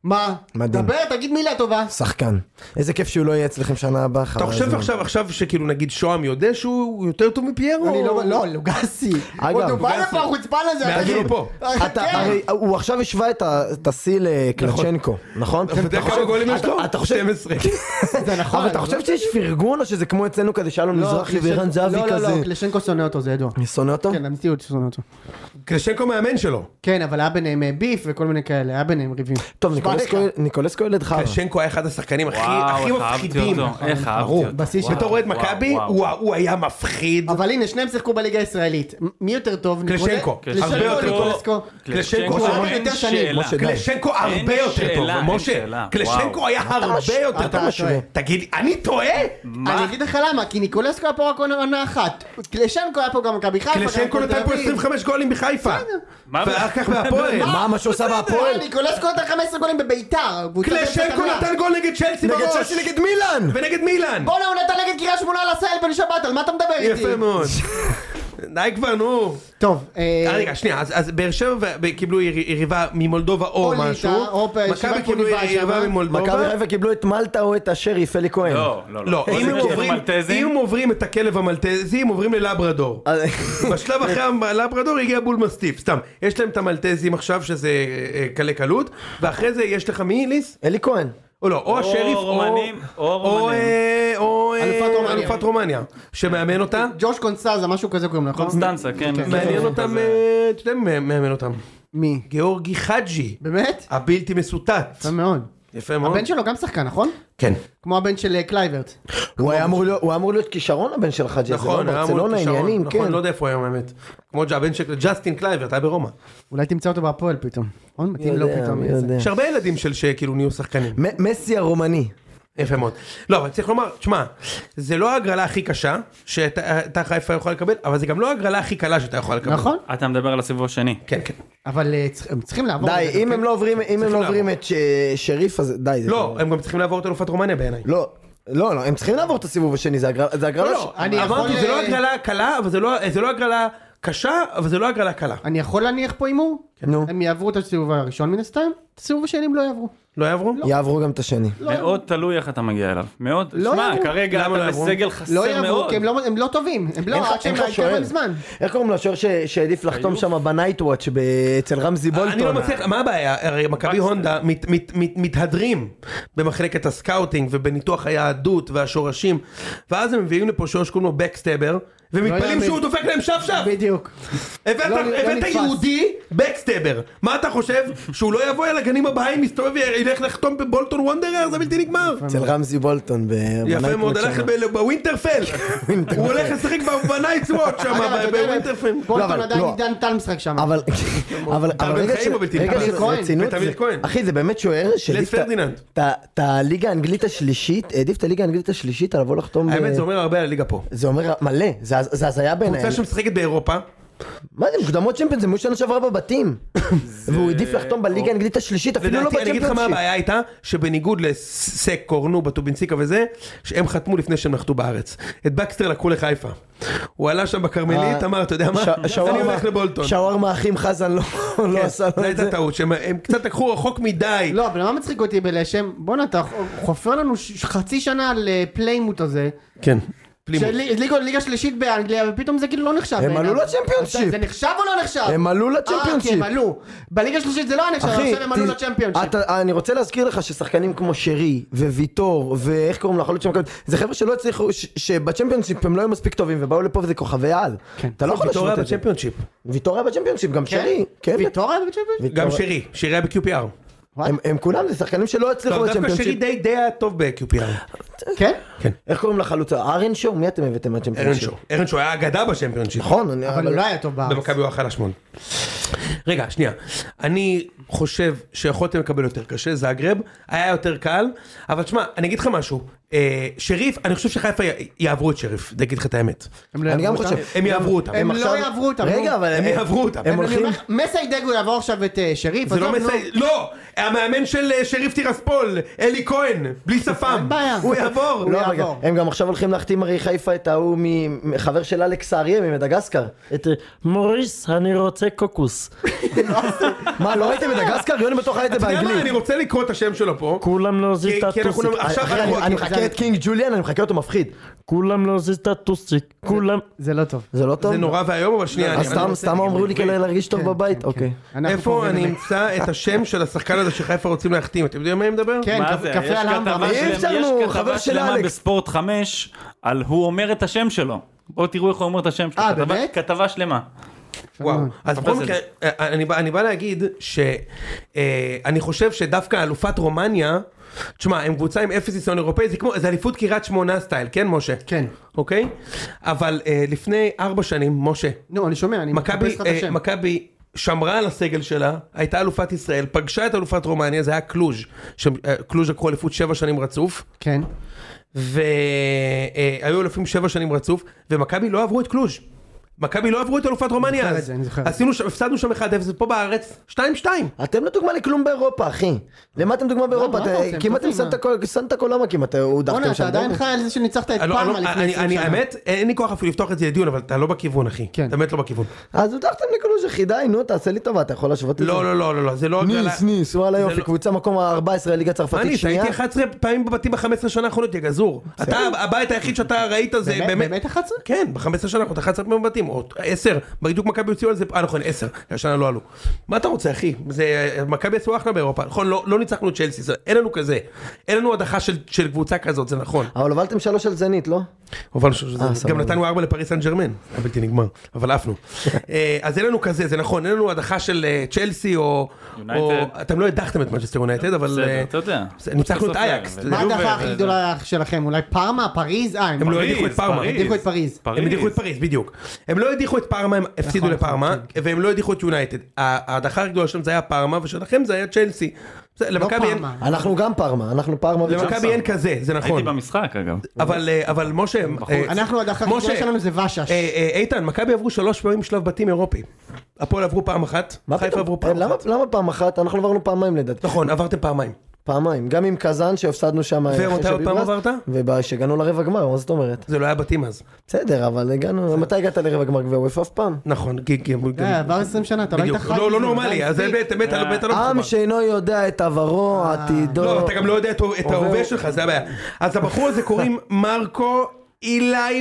מה? מדהים. דבר, תגיד מילה טובה. שחקן. איזה כיף שהוא לא יהיה אצלכם שנה הבאה. אתה חושב עכשיו, עכשיו שכאילו נגיד שוהם יודע שהוא יותר טוב מפיירו? אני לא, לא, לוגסי. אגב, עוד הוא בא לוגסי. לפה, החוצפן הזה. מאז תגיד. הוא פה. אתה, כן. הרי הוא עכשיו השווה את ה- את השיא לקלצ'נקו, נכון? אתה יודע כמה גולים יש לו? אתה חושב- שתים עשרה. זה נכון. אבל אתה חושב שיש פרגון או שזה כמו אצלנו כזה שאלון לא, מזרחי קלשנקו- ואירן זהבי לא, לא, כזה? לא, קלשנקו שונא אותו, זה ידוע. אני שונא אותו? כן, המציאות שונא אותו. קלשנקו מאמן שלו. כן, אבל היה ביניהם אה, ביף וכל מיני כאלה, היה ביניהם ריבים. טוב, נשבע לך. ניקולסקו- ניקולסקו ילד חרא. קלשנקו היה אחד השחקנים הכי וואו, הכי איך אהבתי מפחידים. אותו, איך אהבתי ברור. אותו. בשיא שלו. בתור אוהד וואו, מכבי, וואו. הוא- הוא היה מפחיד. אבל הנה, שניהם שיחקו בליגה הישראלית. מ- מי יותר טוב? קלשנקו. קלשנקו הרבה או יותר טוב. ניקולסקו? קלשנקו הוא אין עבר יותר שנים. שאלה. משה, די. קלשנקו אין הרבה יותר טוב, שאלה, אין משה. שאלה. קלשנקו וואו. היה הרבה יותר אתה טוב. משווה. תגיד, אני טועה? אני אגיד לך למה, כי ניקולסקו היה פה רק עונה אחת. קלשנקו היה פה גם מכבי חיפה. קלשנקו גם נתן פה תל אביב. עשרים וחמש גולים בחיפה. מה- ואחר כך בהפועל. מה מה שהוא עושה בהפועל? אה, ניקולסקו נתן חמש עשרה גולים בביתר. קבוצה קלשנקו באמצע נתן גול נגד צ'לסי נגד בראש. צ'לסי נגד מילאן! ונגד מילאן. בואנה, הוא נתן נגד קריית שמונה על הסייל בן שבת, על מה אתה מדבר איתי? יפה מאוד. די כבר, נו. טוב, אה, אה, רגע, שנייה, אז- אז באר שבע ו- קיבלו יר- יריבה ממולדובה או או ליטא, משהו. או פ- מכבי שבע קיבלו קוניבה יריבה שמה. ממולדובה. מכבי חיפה קיבלו את מלטה או את השריף אלי כהן. לא, לא, לא, פה אם זה הם כלב עוברים- מלטזי. אם הם עוברים את הכלב המלטזי, הם עוברים ללברדור. אז- בשלב אחרי הלברדור הגיע בול מסטיף, סתם. יש להם את המלטזים עכשיו שזה אה, קלי קלות, ואחרי זה יש לך מי, ליס? אלי כהן. או לא, או השריף, או... רומנים, או או... רומנים. אה, או... אה, אלופת רומניה. אלופת רומניה. שמאמן אותה. ג'וש קונסטזה, משהו כזה קוראים לו, נכון? קונסטנצה, כן. מעניין זה- אותם, זה- אה, אתה יודע מי מאמן אותם. מי? גיאורגי חג'י. באמת? הבלתי מסוטט. יפה מאוד. יפה מאוד. הבן שלו גם שחקן, נכון? כן. כמו הבן של אה, קלייברט. הוא היה אמור להיות- הוא היה אמור להיות כישרון הבן של חג'י. נכון, היה אמור ברצלונה להיות כישרון. עניינים, נכון, כן. לא יודע איפה הוא היום האמת. כמו הבן של ג'סטין קלייברט, היה ברומא. אולי תמצא אותו בהפועל פתאום. נכון? מתאים מי לו יודע, פתאום. מי יודע. יש הרבה ילדים של שכאילו נהיו שחקנים. מ- מסי הרומני. יפה מאוד. לא, אבל צריך לומר, תשמע, זה לא ההגרלה הכי קשה שאתה חיפה יכול לקבל, אבל זה גם לא ההגרלה הכי קלה שאתה יכול לקבל. נכון? אתה מדבר על הסיבוב השני. כן, כן. אבל אה, צרי- הם צריכים לעבור. די, את זה, אם כן? הם לא עוברים, אם הם לא לעבור. עוברים את ש- שריף, אז די. זה לא, כבר- הם גם צריכים לעבור את אלופת רומניה בעיניי. לא, לא, לא, הם צריכים לעבור את הסיבוב השני, זה הגרלה... זה הגרלה לא, ש- לא, אני אמרתי, יכול, זה לא אה, הגרלה קלה, אבל זה לא- זה לא הגרלה קשה, אבל זה לא הגרלה קלה. אני יכול להניח פה הימור? נו. הם יעברו את הסיבוב הראשון מן הסתם, את הסיבוב השני הם לא יעברו. לא יעברו? יעברו גם את השני. מאוד תלוי איך אתה מגיע אליו. מאוד, לא שמע, יעברו. כרגע למה לא אתה יעברו? בסגל לא חסר יעברו, מאוד. כי הם לא- הם לא טובים. הם אין לא, לך- עד שהם אין לך יקרה שואל. מזמן. איך קוראים לשוער ש- שהעדיף לחתום איוף? שם בנייט וואץ' אצל רמזי אני לא בולטון? מצליח, מה הבעיה? הרי מכבי הונדה מת- מת- מת- מתהדרים במחלקת הסקאוטינג ובניתוח היהדות והשורשים, ואז הם מביאים לפה שורש שקוראים לו בקסטבר, ומתפלאים יאמין. שהוא דופק להם שפשף. בדיוק. הבאת לא- לא הבאת נתפס. יהודי בקסטבר. מה אתה חושב? שהוא לא יבוא אל הגנים הבאים, מסתובב וילך לחתום בבולטון וונדרר? זה בלתי נגמר. אצל רמזי בולטון בנייט יפה מאוד, וואץ' הלך שם. ב- בווינטרפל. הוא הולך לשחק בנייטס וואט שם, אגב, אתה יודע, בווינטרפל. לא, בולטון אבל עדיין לא. עידן טל משחק שם. אבל אבל טל אבל בן רגע חיים של- או בלתי רגע נגמר? של כהן. רצינות, ותמיר זה- כהן. אחי זה באמת שוער שהעדיף את ה- פרדיננד. את ה- את הליגה האנגלית השלישית, העדיף את הליגה האנגלית השלישית על לבוא לחתום. ב- האמת זה אומר הרבה על הליגה פה. זה אומר מלא, זה זה הזיה בעיניי. קבוצה שמשחקת באירופה, מה זה מוקדמות צ'מפיונס, זה מול שנה שעברה בבתים. והוא העדיף לחתום בליגה האנגלית השלישית, אפילו לא לדעתי, אני אגיד לך מה בצ'מפיונשיפ. הבעיה הייתה, שבניגוד לסק, קורנו, בטובינסיקה וזה, שהם חתמו לפני שהם נחתו בארץ. את בקסטר לקחו לחיפה. הוא עלה שם בכרמלית, אמר, אתה יודע מה? ש- אני שווארמה- הולך לבולטון. שווארמה אחים חזן לא לא כן, עשה זו לו את הייתה זה. טעות, שהם הם קצת לקחו רחוק מדי. לא, אבל מה מצחיק אותי בלשם? בואנה, אתה חופר לנו ש- חצי שנה על אה, פליימוט הזה. כן. פלימות. של ליגה- ליגה שלישית באנגליה, ופתאום זה כאילו לא נחשב. הם בעיניו. עלו לצ'מפיונשיפ. זה נחשב או לא נחשב? הם עלו אה, כי לצ'מפיונשיפ. הם עלו. בליגה השלישית זה לא היה נחשב, אחי, עכשיו הם עלו ת- לצ'מפיונשיפ. אתה- אני רוצה להזכיר לך ששחקנים כמו שרי וויטור ואיך קוראים לו, יכול להיות שם, זה חבר'ה שלא הצליחו, ש- שבצ'מפיונשיפ הם לא היו מספיק טובים ובאו לפה וזה כוכבי על. אתה לא יכול ויטור היה להשוות את זה. בצ'מפיונשיפ. ויטור היה בצ'מפיונשיפ, גם שרי. כן, ויטור היה בצ'מפיונשיפ? גם ויטור- שרי, שרי היה ב-קיו פי אר. הם- הם כולם, זה שחקנים שלא הצליחו לא, דווקא שרי בצ'מפיונשיפ. די די היה טוב ב-קיו פי אר. כן? איך קוראים לחלוץ? ארנשו? מי אתם הבאתם מהצ'מפיונשיפ? ארנשו. ארנשו היה אגדה בצ'מפיונשיפ. נכון, אני- אבל הוא לא היה טוב בארץ. במכבי הוא היה חלש מאוד. רגע, שנייה. אני חושב שיכולתם לקבל יותר קשה, זאגרב, היה יותר קל, אבל תשמע, אני אגיד לך משהו. אה, שריף, אני חושב שחיפה י- יעברו את שריף, אני אגיד לך את האמת. הם לא אני גם יעברו חושב. אותם. הם יעברו אותם. הם עכשיו- לא יעברו אותם. רגע, נו. אבל הם יעברו אותם. הם אני הולכים... אומר לך, מסיידגו יעבור עכשיו את אה, שריף. זה לא עזוב, נו. מסי... לא! המאמן של אה, שריף טירספול, אלי כהן, בלי שפם. אין בעיה. הוא יעבור. הוא לא, רגע, יעבור. הם גם עכשיו הולכים להחתים הרי חיפה את ההוא מחבר של אלכס האריה ממדגסקר. את אה, מוריס, אני רוצה קוקוס. סטטוס. מה, לא ראיתם בדגסקר? יוני בטוח ראיתם אתה יודע מה, באנגלית. אני רוצה לקרוא את השם שלו פה. כולם לא עושים כי- כי אנחנו סטטוסיק. עכשיו אחי, אנחנו- אני- אני מחכה את קינג ג'וליאן, אני מחכה אותו מפחיד. כולם לא עושים סטטוסיק. כולם... זה לא טוב. זה לא טוב? זה נורא והיום, אבל שנייה. אז אני- סתם, אני רוצה סתם להגיד אמרו לי בעברית. כאלה להרגיש טוב כן, בבית? כן, אוקיי. כן. אנחנו איפה פה אני באמת. אמצא את השם של השחקן הזה שחיפה רוצים להחתים? אתם יודעים מה אני מדבר? כן, מה קפ- זה? קפה יש על כתבה המבה. אי שלמה- אפשר, יש נו, כתבה חבר של שלמה אלכס. בספורט חמש על הוא אומר את השם שלו. בואו תראו איך הוא אומר את השם שלו. אה, כתבה- באמת? כתבה שלמה. וואו. אז בכל תחפש את מקרה, אני בא- אני בא להגיד שאני חושב שדווקא אלופת רומניה, תשמע, הם קבוצה עם אפס ניסיון אירופאי, זה כמו, זה אליפות קריית שמונה סטייל, כן משה? כן. אוקיי? אבל אה, לפני ארבע שנים, משה, נו, אני שומע, אני מכבי, מחפש לך את אה, השם. מכבי שמרה על הסגל שלה, הייתה אלופת ישראל, פגשה את אלופת רומניה, זה היה קלוז', שקלוז' לקחו אליפות שבע שנים רצוף, כן. והיו אלופים שבע שנים רצוף, ומכבי לא עברו את קלוז'. מכבי לא עברו את אלופת רומניה זוכר את אז. זה, אני זוכר את זה. עשינו, שם- הפסדנו שם אחד אפס, פה בארץ שתיים שתיים. אתם לא דוגמה לכלום באירופה, אחי. למה אתם דוגמה באירופה? מה אתה אתה- רוצה? כמעט עם טובים, סנטה קול- סנטה קולמה כמעט הודחתם בוא'נה, שם. אתה עדיין בוא'נה. חי על זה שניצחת את אני לא- פארמה אני- לפני אני- עשרים אני- שנה. האמת, אין לי כוח אפילו לפתוח את זה לדיון, אבל אתה לא בכיוון, אחי. כן. אתה באמת לא בכיוון. אז הודחתם לקלוז' אחי, די, נו, תעשה לי טובה, אתה יכול להשוות את זה? לא, לא, לא, לא, לא, זה לא... הגרלה- ניס, ניס, וואלה זה יופי, לא- קבוצה מקום ה-ארבע עשרה ליגה מה צרפתית אני, שנייה. הייתי אחת עשרה פעמים בבתים ב-חמש עשרה שנה האחרונות, יא גזור. אתה, הבית היחיד שאתה ראית זה באמת- באמת... באמת אחת עשרה? כן, ב-חמש עשרה שנה אנחנו אחת עשרה פעמים בבתים, או עשר, בדיוק מכבי הוציאו על זה, אה נכון, עשר, השנה לא עלו. מה אתה רוצה אחי? זה, מכבי עשו אחלה באירופה, נכון, לא, לא ניצחנו את צ'לסי, זה- אין לנו כזה, אין לנו הדחה של, של קבוצה כזאת, זה נכון. אבל הובלתם שלוש על זנית, לא? אבל ש- זה- אה, גם סבבה. נתנו ארבע לפריס סן ג'רמן, היה בלתי נגמר, אבל עפנו. אה, אז אין לנו כזה, זה נכון, אין לנו הדחה של אה, צ'לסי או... או- יונייטד. אתם לא הדחתם את מנצ'סטר יונייטד, אבל... בסדר, אה, אתה יודע. זה- ניצחנו את בסוף אייקס. זה- זה מה לא- הדחה ו- הכי גדולה שלכם? אולי פארמה? פריז? אה, הם לא הדיחו את פארמה. הדיחו את פריז. הם הדיחו את פריז, בדיוק. הם לא הדיחו את פארמה, הם הפסידו נכון, לפארמה, כן, והם לא הדיחו את יונייטד. ההדחה הגדולה שלהם זה היה פארמה, ושלכם זה היה צ'לסי. זה- לא למכבי אין- פארמה. אנחנו גם פארמה, אנחנו פארמה למכבי אין כזה, זה הייתי נכון. במשחק אגב. אבל אה, אבל משה, אה, אנחנו, הדחה הכי משה, גדולה שלנו זה ושש. אה, אה, איתן, מכבי עברו שלוש פעמים שלב בתים אירופי. הפועל עברו פעם אחת, מה חיפה פתאום? עברו פעם למה- אחת. למה פעם אחת? אנחנו עברנו פעמיים לדעתי. נכון, עברתם פעמיים. פעמיים, גם עם קזאן שהפסדנו שם. אחרי ומתי עוד פעם שביברס, עברת? ושהגענו לרבע גמר, מה זאת אומרת? זה לא היה בתים אז. בסדר, אבל הגענו, מתי הגעת לרבע גמר גביע וופא אף פעם? נכון, כי- כי- אה, עבר עשרים שנה, אתה לא היית בדיוק. חי. לא לא בזה, נורמלי, די, אז זה מספיק. באמת, באמת, אתה לא- באמת, אתה לא עם מחובר. שאינו יודע את עברו, עתידו. לא, אתה גם לא יודע את את עובר- ההווה שלך, זה הבעיה. אז הבחור הזה קוראים מרקו אילי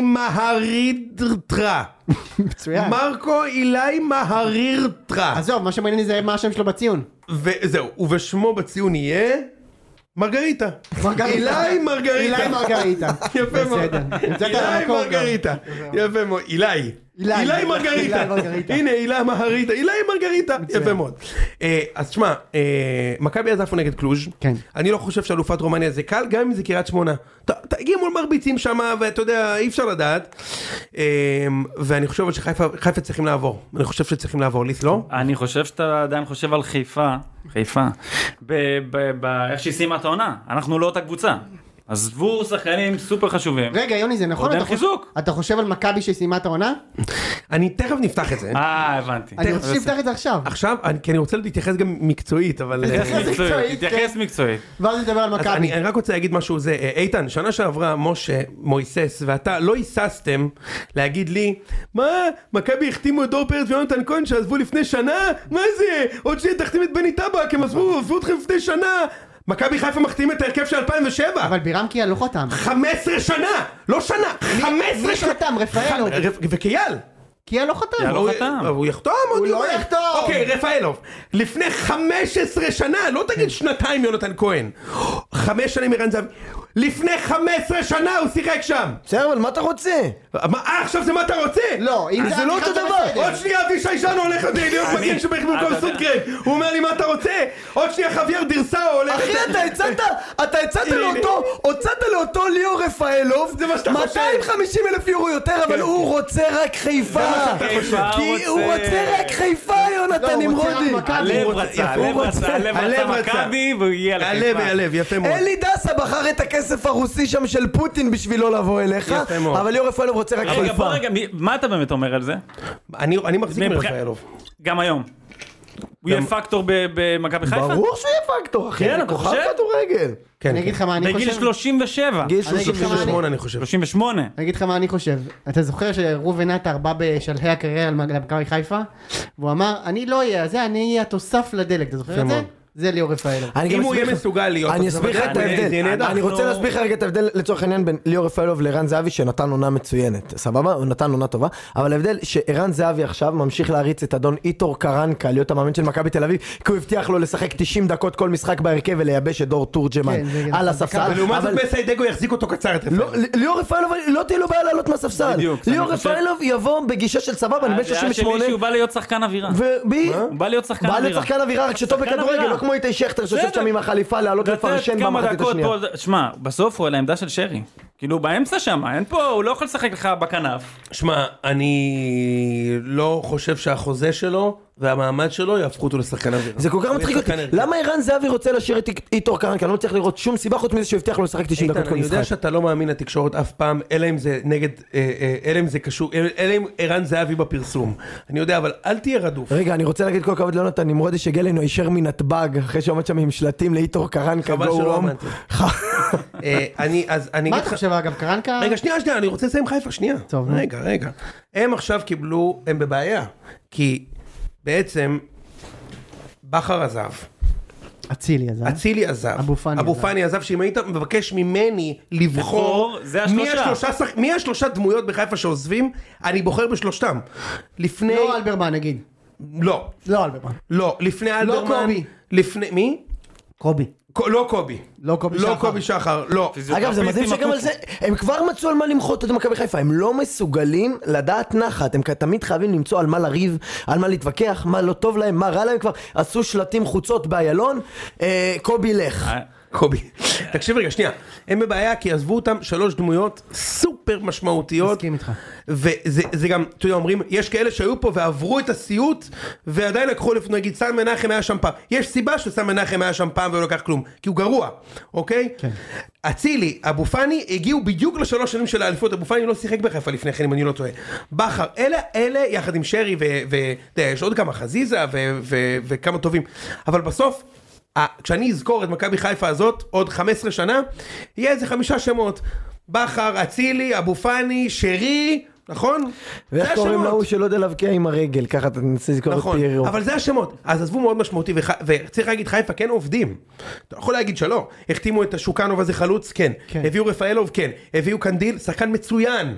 מהרירטרה. מצוין. מרקו אילי מהרירטרה. עזוב, מה שמעניין לי זה מה השם שלו בציון. וזהו, ובשמו בציון יהיה... מרגריטה. מרגריטה. אילי מרגריטה. אילי מרגריטה. יפה מאוד. בסדר. המצאת על אילי המקור גם. מרגריטה. יפה מאוד. אילי. אילי. אילי מרגריטה. אילי מרגריטה. הנה אילי מרגריטה. אילי מרגריטה. יפה מאוד. אה, אז תשמע, אה, מכבי אז עפו נגד קלוז'. כן. אני לא חושב שאלופת רומניה זה קל, גם אם זה קריית שמונה. ת- תגיעו מול מרביצים שם, ואתה יודע, אי אפשר לדעת. אה, ואני חושב שחיפה חיפה צריכים לעבור. אני חושב שצריכים לעבור. ליס לא? אני חושב שאתה עדיין חושב על חיפה, חיפה, ב- ב- ב- איך שהיא סיימה את העונה, אנחנו לא אותה קבוצה. עזבו שחקנים סופר חשובים. רגע, יוני, זה נכון? עוד אין אתה חושב- חיזוק. אתה חושב על מכבי שסיימה את העונה? אני תכף נפתח את זה. אה, הבנתי. אני רוצה שתפתח את זה עכשיו. עכשיו, אני- כי אני רוצה להתייחס גם מקצועית, אבל... אה, תתייחס מקצועית, מקצועית, תתייחס כן. מקצועית. ואז נדבר על אז מכבי. אני, אני רק רוצה להגיד משהו זה, אה, איתן, שנה שעברה משה, מויסס ואתה לא היססתם להגיד לי, מה, מכבי החתימו את דור פרץ ויונתן כהן שעזבו לפני שנה? מה זה? עוד שניה תחתים את בני טבק, הם עזבו, עזבו אתכם לפני שנה. מכבי חיפה מחתים את ההרכב של אלפיים ושבע. אבל בירמקיה לא חתם. חמש עשרה שנה, לא שנה, חמש עשרה מי שנה. חתם? רפאלוב. ח- וקייל. קיה לא חתם. קיאל לא הוא- חתם. הוא יחתום עוד הוא לא יומיים. יחתום. אוקיי, רפאלוב. לפני חמש עשרה שנה, לא תגיד שנתיים יונתן כהן. חמש שנים ערן זהבי. לפני חמש עשרה שנה הוא שיחק שם. בסדר, אבל מה אתה רוצה? מה, אה, עכשיו זה מה אתה רוצה? לא, אם אז זה זה לא היה אותו בכלל דבר. בסדר. עוד שנייה אבישי ז'אנו הולך להיות מגן שבח במקום אתה יודע- סונגרן. הוא אומר לי מה אתה רוצה? עוד שנייה חוויאר דירסאו הולך... אחי, אתה הצעת, אתה הצעת הנה, לאותו, הוצאת לאותו ליאור רפאלוב, זה מה שאתה חושב. מאתיים וחמישים אלף יורו יותר, אבל הוא רוצה רק חיפה. חיפה כי הוא רוצה. רוצה רק חיפה, יונתן לא, הוא רוצה נמרודי. רק מכבי. הלב הוא רוצה- רצה, יפה, הלב הוא רצה, רוצה. הלב הלב רצה רצה. מכבי והוא הגיע הלב, לחיפה. הלב, יפה מאוד. אלי דסה בחר את הכסף הרוסי שם של פוטין בשביל לא לבוא אליך, יפה מאוד. אבל ליאור רפאלוב רוצה רק רגע, בוא חיפה. רגע, מי- מה אתה באמת אומר על זה? אני אני מחזיק מבח- מרפאלוב. גם היום. הוא יהיה פקטור במכבי חיפה? ברור שהוא יהיה פקטור, אחי. כן, אתה כוכב חושב? כדורגל. אני אגיד לך מה אני בגיל חושב. שלושים ושבע. גיל אני אגיד לך שלושים מה שמונה אני חושב. שלושים ושמונה. אני אגיד לך מה אני חושב. אתה זוכר שראובן עטר בא בשלהי הקריירה למכבי חיפה, והוא אמר, אני לא אהיה, זה אני אהיה התוסף לדלק, אתה זוכר את זה? מאוד. זה ליאור רפאלוב. אני גם אם הוא אסביר יהיה לך- מסוגל להיות... אני אותו אסביר לך דבר, את זה ההבדל. יהיה נהדר. אני רוצה אנחנו- להסביר לך רגע את ההבדל לצורך העניין בין ליאור רפאלוב לערן זהבי שנתן עונה מצוינת, סבבה? הוא נתן עונה טובה, אבל ההבדל שערן זהבי עכשיו ממשיך להריץ את אדון איתור קרנקה להיות המאמן של מכבי תל אביב, כי הוא הבטיח לו לשחק תשעים דקות כל משחק בהרכב ולייבש את דור תורג'מן כן, זה- על זה- הספסל. ולעומת זאת אבל- בסיידגו יחזיק אותו קצר את לא, רפאלוב. ליאור רפאלוב לא תהיה לו בעיה לעלות מהספסל. בדיוק, ליאור אני חושב- רפאלוב יבוא בגישה של סבבה, אני בן שלושים הדעה ושמונה. שלי שהוא בא להיות שחקן אווירה. ובי... הוא בא להיות שחקן בא להיות אווירה. שחקן אווירה, רק שטוב שחקן בכדורגל, אווירה. לא כמו איתי שכטר שיושב בסדר. שם עם החליפה לעלות לתת לפרשן כמה במחצית דקות השנייה. פה, שמע, בסוף הוא על העמדה של שרי. כאילו באמצע שם, אין פה, הוא לא יכול לשחק לך בכנף. שמע, אני לא חושב שהחוזה שלו והמעמד שלו יהפכו אותו לשחקן אוויר. זה כל כך מצחיק אותי, למה ערן זהבי רוצה לשיר את איתור קרנקה? אני לא מצליח לראות שום סיבה חוץ מזה שהוא הבטיח לו לשחק תשעים דקות איתן, כל אני יודע משחק. שאתה לא מאמין לתקשורת אף פעם, אלא אם זה נגד, אה, אה, אלא אם זה קשור, אלא אם ערן זהבי בפרסום. אני יודע, אבל אל תהיה רדוף. רגע, אני רוצה להגיד כל הכבוד ליונתן נמרודי שהגיע אלינו הישר מנתב"ג, אחרי שעומד שם עם שלטים לאיתור קרנקה. חבל go שלא home. אמנתי. אה, אני, אז אני מה אגיד אתה לך... חושב אגב, קרנקה? רגע, שנייה, שנייה, אני רוצה לסיים חיפה, שנייה. טוב, נו. רגע, רגע. הם עכשיו קיבלו, הם בבעיה. כי בעצם, בכר עזב. אצילי עזב. אצילי עזב. אבו פאני אבו עזב. פאני עזב, שאם היית מבקש ממני לבחור, לבחור, זה מי השלושה. השלושה שח- מי השלושה דמויות בחיפה שעוזבים, אני בוחר בשלושתם. לפני... לא אלברמן נגיד. לא. לא אלברמן. לא, לפני אלברמן. קובי. לפני... מי? קובי. ק- לא קובי. לא קובי לא שחר. קובי שחר, לא. אגב, זה מדהים שגם על זה, הם כבר מצאו על מה למחות את מכבי חיפה, הם לא מסוגלים לדעת נחת, הם תמיד חייבים למצוא על מה לריב, על מה להתווכח, מה לא טוב להם, מה רע להם, כבר עשו שלטים חוצות באיילון, אה, קובי לך. קובי. תקשיב רגע, שנייה. הם בבעיה כי עזבו אותם שלוש דמויות סופר משמעותיות. מסכים איתך. וזה זה גם, אתה יודע, אומרים, יש כאלה שהיו פה ועברו את הסיוט, ועדיין לקחו לפני, נגיד, סן מנחם היה שם פעם. יש סיבה שסן מנחם היה שם פעם ולא לקח כלום, כי הוא גרוע, אוקיי? כן. אצילי, אבו פאני, הגיעו בדיוק לשלוש שנים של האליפות, אבו פאני לא שיחק בחיפה לפני כן, אם אני לא טועה. בכר, אלה, אלה, יחד עם שרי, ויש עוד כמה, חזיזה, ו- ו- וכמה טובים. אבל בסוף, כשאני אזכור את מכבי חיפה הזאת, עוד חמש עשרה שנה, יהיה איזה חמישה שמות. בכר, אצילי, אבו פאני, שרי, נכון? ואיך זה קוראים השמות. להוא שלא יודע להבקיע עם הרגל, ככה אתה ננסה לזכור את נכון, פיירו. אבל זה השמות. אז עזבו מאוד משמעותי, וח... וצריך להגיד חיפה כן עובדים. אתה יכול להגיד שלא. החתימו את השוקנוב הזה חלוץ, כן. כן. הביאו רפאלוב, כן. הביאו קנדיל, שחקן מצוין.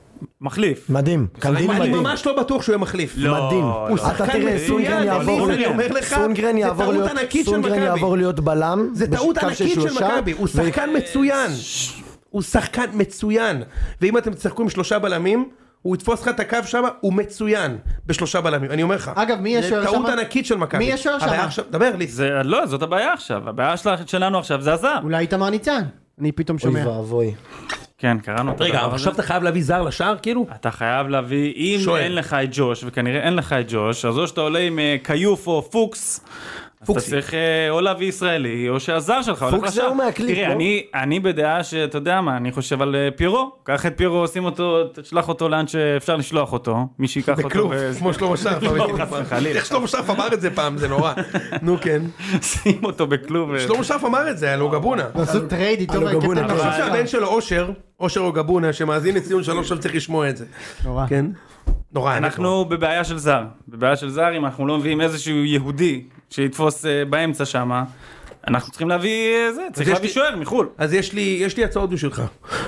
מחליף. מדהים, קנדיל אני מדהים. ממש לא בטוח שהוא יהיה מחליף. לא, מדהים. הוא אתה שחקן תראה, מצוין, סונגרן יעבור אני להיות- אומר לך, סונגרן זה יעבור טעות להיות- ענקית של סונגרן מכבי. יעבור להיות בלם. זה טעות בקו ענקית של שלושה, מכבי, הוא ו- שחקן מצוין. הוא שחקן מצוין. ואם אתם תשחקו עם שלושה בלמים, הוא יתפוס לך את הקו שם, הוא מצוין. בשלושה בלמים, אני אומר לך. אגב, מי השוער זה טעות שמה? ענקית של מכבי. מי השוער הבעיה שמה? עכשיו- דבר לי. זה, לא, זאת הבעיה עכשיו. הבעיה של- שלנו עכשיו זה הזר. אולי איתמר ניצן. אני פתאום אוי שומע. ואבוי. כן, קראנו את רגע, הדבר אבל עכשיו הזה. אתה חייב להביא זר לשער, כאילו? אתה חייב להביא, אם שוער. אין לך את ג'וש, וכנראה אין לך את ג'וש, אז או שאתה עולה עם אה, קיוף או פוקס, אז אתה פוקסי. צריך אה, או להביא ישראלי, או שהזר שלך הולך פוקס לשער. זהו מהקליפ, תראה, לא? אני, אני בדעה שאתה יודע מה, אני חושב על אה, פירו, קח את פירו, שים אותו, תשלח אותו לאן שאפשר לשלוח אותו, מי שיקח אותו, בכלוב, ו- כמו שלמה שרף. לא, אבל- חס וחלילה. איך שלמה שרף אמר את זה פעם, זה נורא. נו כן. שים אותו בכלוב. ו- שלמה שרף אמר את זה, על אוגבונה. לעשות טרייד איתו. אלו וקפטן גבונה, אני אבל- חושב שהבן שלו אושר, אושר אוגבונה, שמאזין לציון שלוש, עכשיו צריך לשמוע את זה. נורא. כן? נורא. אנחנו בבעיה של זר, בבעיה של זר, אם אנחנו לא מביאים איזשהו יהודי שיתפוס אה, באמצע שמה, אנחנו צריכים להביא אה, זה, צריך יש להביא לי- שוער מחול. אז יש לי, יש לי הצעות בשבילך.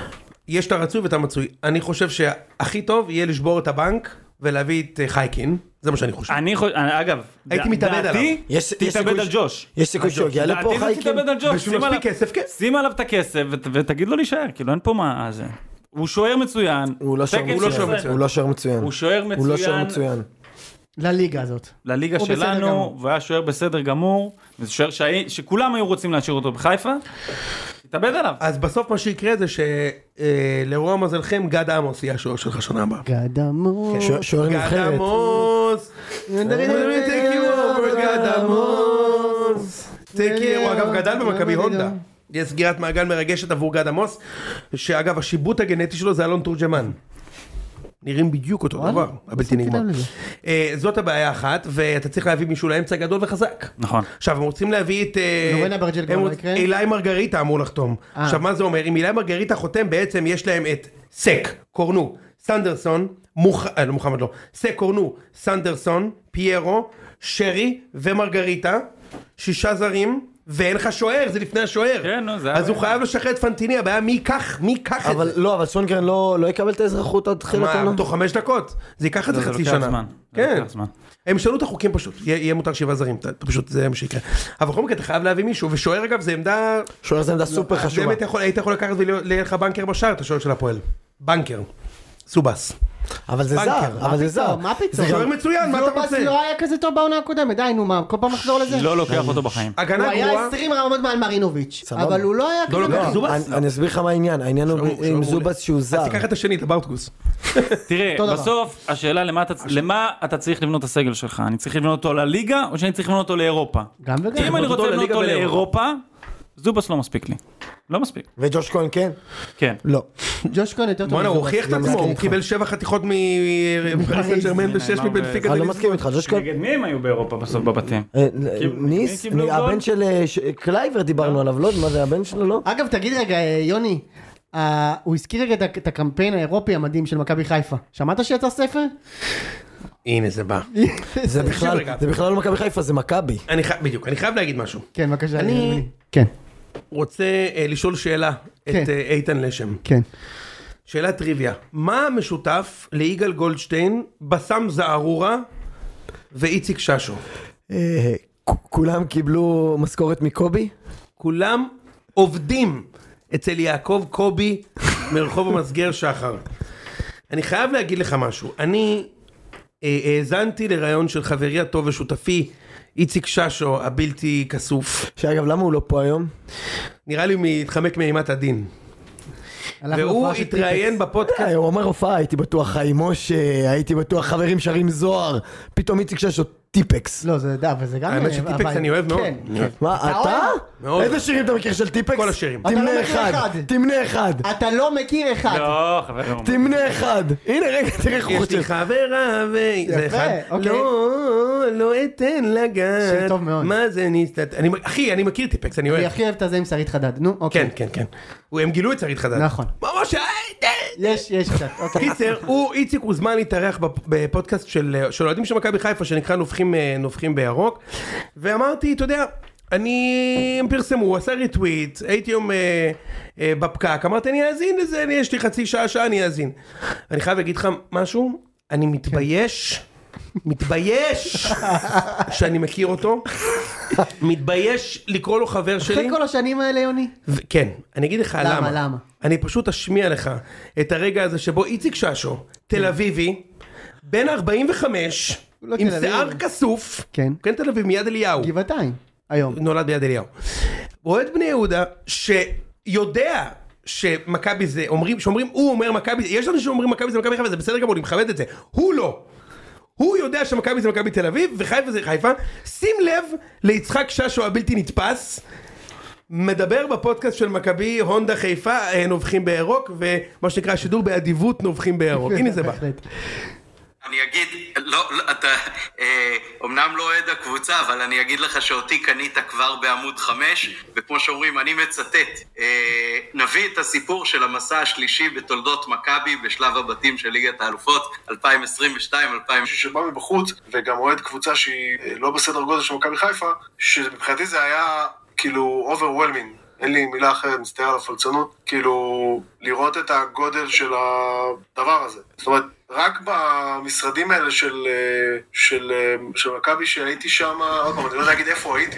יש את הרצוי ואת המצוי. אני חושב שהכי טוב יהיה לשבור את הבנק ולהביא את אה, חייקין. זה מה שאני חושב. אני חושב, אגב, הייתי ד- מתאבד דעתי, עליו. יש- יש תתאבד סיכוי על ש- ג'וש. יש סיכוי שהוא יגיע לפה דעתי זה חייקין. תתאבד על ג'וש, בשביל שים עליו- מספיק כסף, כן. שים עליו את הכסף ות- ותגיד לו להישאר, כאילו אין פה מה זה. הוא שוער מצוין. הוא לא שוער תקן הוא לא של שוער זה. מצוין. הוא לא שוער מצוין. הוא שוער הוא לא שוער מצוין מצוין. לליגה הזאת. לליגה הוא בסדר שלנו, גמור. והוא היה שוער בסדר גמור, וזה שוער שהי- שכולם היו רוצים להשאיר אותו בחיפה, תתאבד עליו. אז בסוף מה שיקרה זה שלרוע מזלכם גד עמוס יהיה השוער שלך שנה הבאה. גד עמוס. שוער- שוער גד נבחרת. עמוס. Let me take you over, גד עמוס. take you, הוא אגב גדל במכבי הונדה. יש סגירת מעגל מרגשת עבור גד עמוס, שאגב השיבוט הגנטי שלו זה אלון תורג'מן. נראים בדיוק אותו דבר, הבלתי נגמר. זאת הבעיה אחת, ואתה צריך להביא מישהו לאמצע גדול וחזק. נכון. עכשיו, הם רוצים להביא את... לורן אברג'ל כבר לא יקרה? אילי מרגריטה אמור לחתום. עכשיו, מה זה אומר? אם אילי מרגריטה חותם, בעצם יש להם את סק, קורנו, סנדרסון, לא מוחמד לא, סק, קורנו, סנדרסון, פיירו, שרי ומרגריטה, שישה זרים, ואין לך שוער, זה לפני השוער. כן, נו, זה... אז הוא חייב לשחרר את פנטיני, הבעיה מי ייקח, מי ייקח את זה? אבל לא, אבל סונגרן לא יקבל את האזרחות עד תחילת העונה. מה, תוך חמש דקות. זה ייקח את זה חצי שנה. כן. הם שאלו את החוקים פשוט, יהיה מותר שבעה זרים, פשוט זה מה שיקרה. אבל בכל מקרה אתה חייב להביא מישהו, ושוער אגב זה עמדה... שוער זה עמדה סופר חשובה. באמת היית יכול לקחת ולהיה לך בנקר בשער, את השוער של הפועל. בנקר. סובס. אבל זה זר, אבל זה זר. מה פתאום? זה שוער מצוין, מה אתה רוצה? סובס לא היה כזה טוב בעונה הקודמת, די נו מה, כל פעם לחזור לזה? לא לוקח אותו בחיים. הגנה הוא גרועה. היה עשרים רמות מעל מרינוביץ', אבל הוא לא היה כזה לוקח טוב. זובס? אני אסביר לך מה העניין, העניין הוא עם זובס שהוא זר. אז תיקח את השני, את הברטקוס. תראה, בסוף השאלה למה אתה צריך לבנות את הסגל שלך, אני צריך לבנות אותו לליגה או שאני צריך לבנות אותו לאירופה? גם וגם. אם אני רוצה לבנות אותו לאירופה, זובס לא מספיק לי. לא מספיק. וג'וש כהן כן? כן. לא. ג'וש כהן יותר טוב. בוא'נה, הוא הוכיח את עצמו, הוא קיבל שבע חתיכות מפריס סן ז'רמן ושש מבנפיקה. אני לא מסכים איתך, ג'וש כהן... נגד מי הם היו באירופה בסוף בבתים? ניס, הבן של קלייבר דיברנו עליו, לא? מה זה הבן שלו, לא? אגב, תגיד רגע, יוני, הוא הזכיר רגע את הקמפיין האירופי המדהים של מכבי חיפה. שמעת שיצא ספר? הנה זה בא. זה בכלל לא מכבי חיפה, זה מכבי. בדיוק, אני חייב להגיד משהו. כן, בבקשה. אני כן. רוצה לשאול שאלה את איתן לשם. כן. שאלה טריוויה. מה משותף ליגאל גולדשטיין, בסם זערורה ואיציק ששו? כולם קיבלו משכורת מקובי? כולם עובדים אצל יעקב קובי מרחוב המסגר שחר. אני חייב להגיד לך משהו. אני האזנתי לרעיון של חברי הטוב ושותפי איציק ששו הבלתי כסוף. שאגב, למה הוא לא פה היום? נראה לי הוא מתחמק מאימת הדין. והוא התראיין בפודקאסט. הוא אומר הופעה, הייתי בטוח חיים משה, הייתי בטוח חברים שרים זוהר, פתאום איציק ששו טיפקס. לא, זה דה, וזה גם... האמת שטיפקס אני אוהב מאוד. מה, אתה? מאוד. איזה שירים אתה מכיר של טיפקס? כל השירים. תמנה אחד, תמנה אחד. אתה לא מכיר אחד. לא, חבר. תמנה אחד. הנה רגע, תראה איך הוא חושב. יש לי חברה ו... זה אחד. אוקיי. לא, לא אתן לגעת. שיר טוב מאוד. מה זה נסתת? אחי, אני מכיר טיפקס, אני אני אוהב. הכי אוהב את הזה עם שרית חדד. נו, אוקיי. כן, כן, כן. הם גילו את שרית חדד. נכון. ממש... יש, יש קצת. אוקיי. קיצר, הוא, איציק הוזמן להתארח בפודקאסט של אוהדים של מכבי חיפה, שנקרא נובחים בירוק, ואמרתי, אתה יודע, אני, הם פרסמו, הוא עשה ריטוויט, הייתי יום אה, אה, בפקק, אמרתי, אני אאזין לזה, אני, יש לי חצי שעה, שעה, אני אאזין. אני חייב להגיד לך משהו, אני מתבייש, מתבייש שאני מכיר אותו, מתבייש לקרוא לו חבר שלי. אחרי כל השנים האלה, יוני? כן, אני אגיד לך למה. למה, למה? אני פשוט אשמיע לך את הרגע הזה שבו איציק ששו, תל אביבי, בן ארבעים וחמש, עם שיער כסוף, כן. כן תל אביב, מיד אליהו. גבעתיים, היום. נולד ביד אליהו. אוהד בני יהודה, שיודע שמכבי זה, אומרים, שאומרים, הוא אומר מכבי, יש לנו שאומרים מכבי זה מכבי חיפה, זה בסדר גמור, אני מכבד את זה. הוא לא. הוא יודע שמכבי זה מכבי תל אביב, וחיפה זה חיפה. שים לב ליצחק ששו הבלתי נתפס, מדבר בפודקאסט של מכבי, הונדה חיפה, נובחים בירוק, ומה שנקרא שידור באדיבות נובחים בירוק. הנה זה בא. אני אגיד, לא, לא, אתה, אה, אומנם לא אוהד הקבוצה, אבל אני אגיד לך שאותי קנית כבר בעמוד חמש, וכמו שאומרים, אני מצטט, אה, נביא את הסיפור של המסע השלישי בתולדות מכבי, בשלב הבתים של ליגת האלופות, אלפיים עשרים ושתיים אלפיים... מישהו שבא מבחוץ, וגם אוהד קבוצה שהיא לא בסדר גודל של מכבי חיפה, שמבחינתי זה היה כאילו overwhelming. אין לי מילה אחרת, מסתכל על הפלצנות, כאילו לראות את הגודל של הדבר הזה. זאת אומרת, רק במשרדים האלה של, של, של מכבי שהייתי שם, עוד פעם, אני לא יודע להגיד איפה הייתי.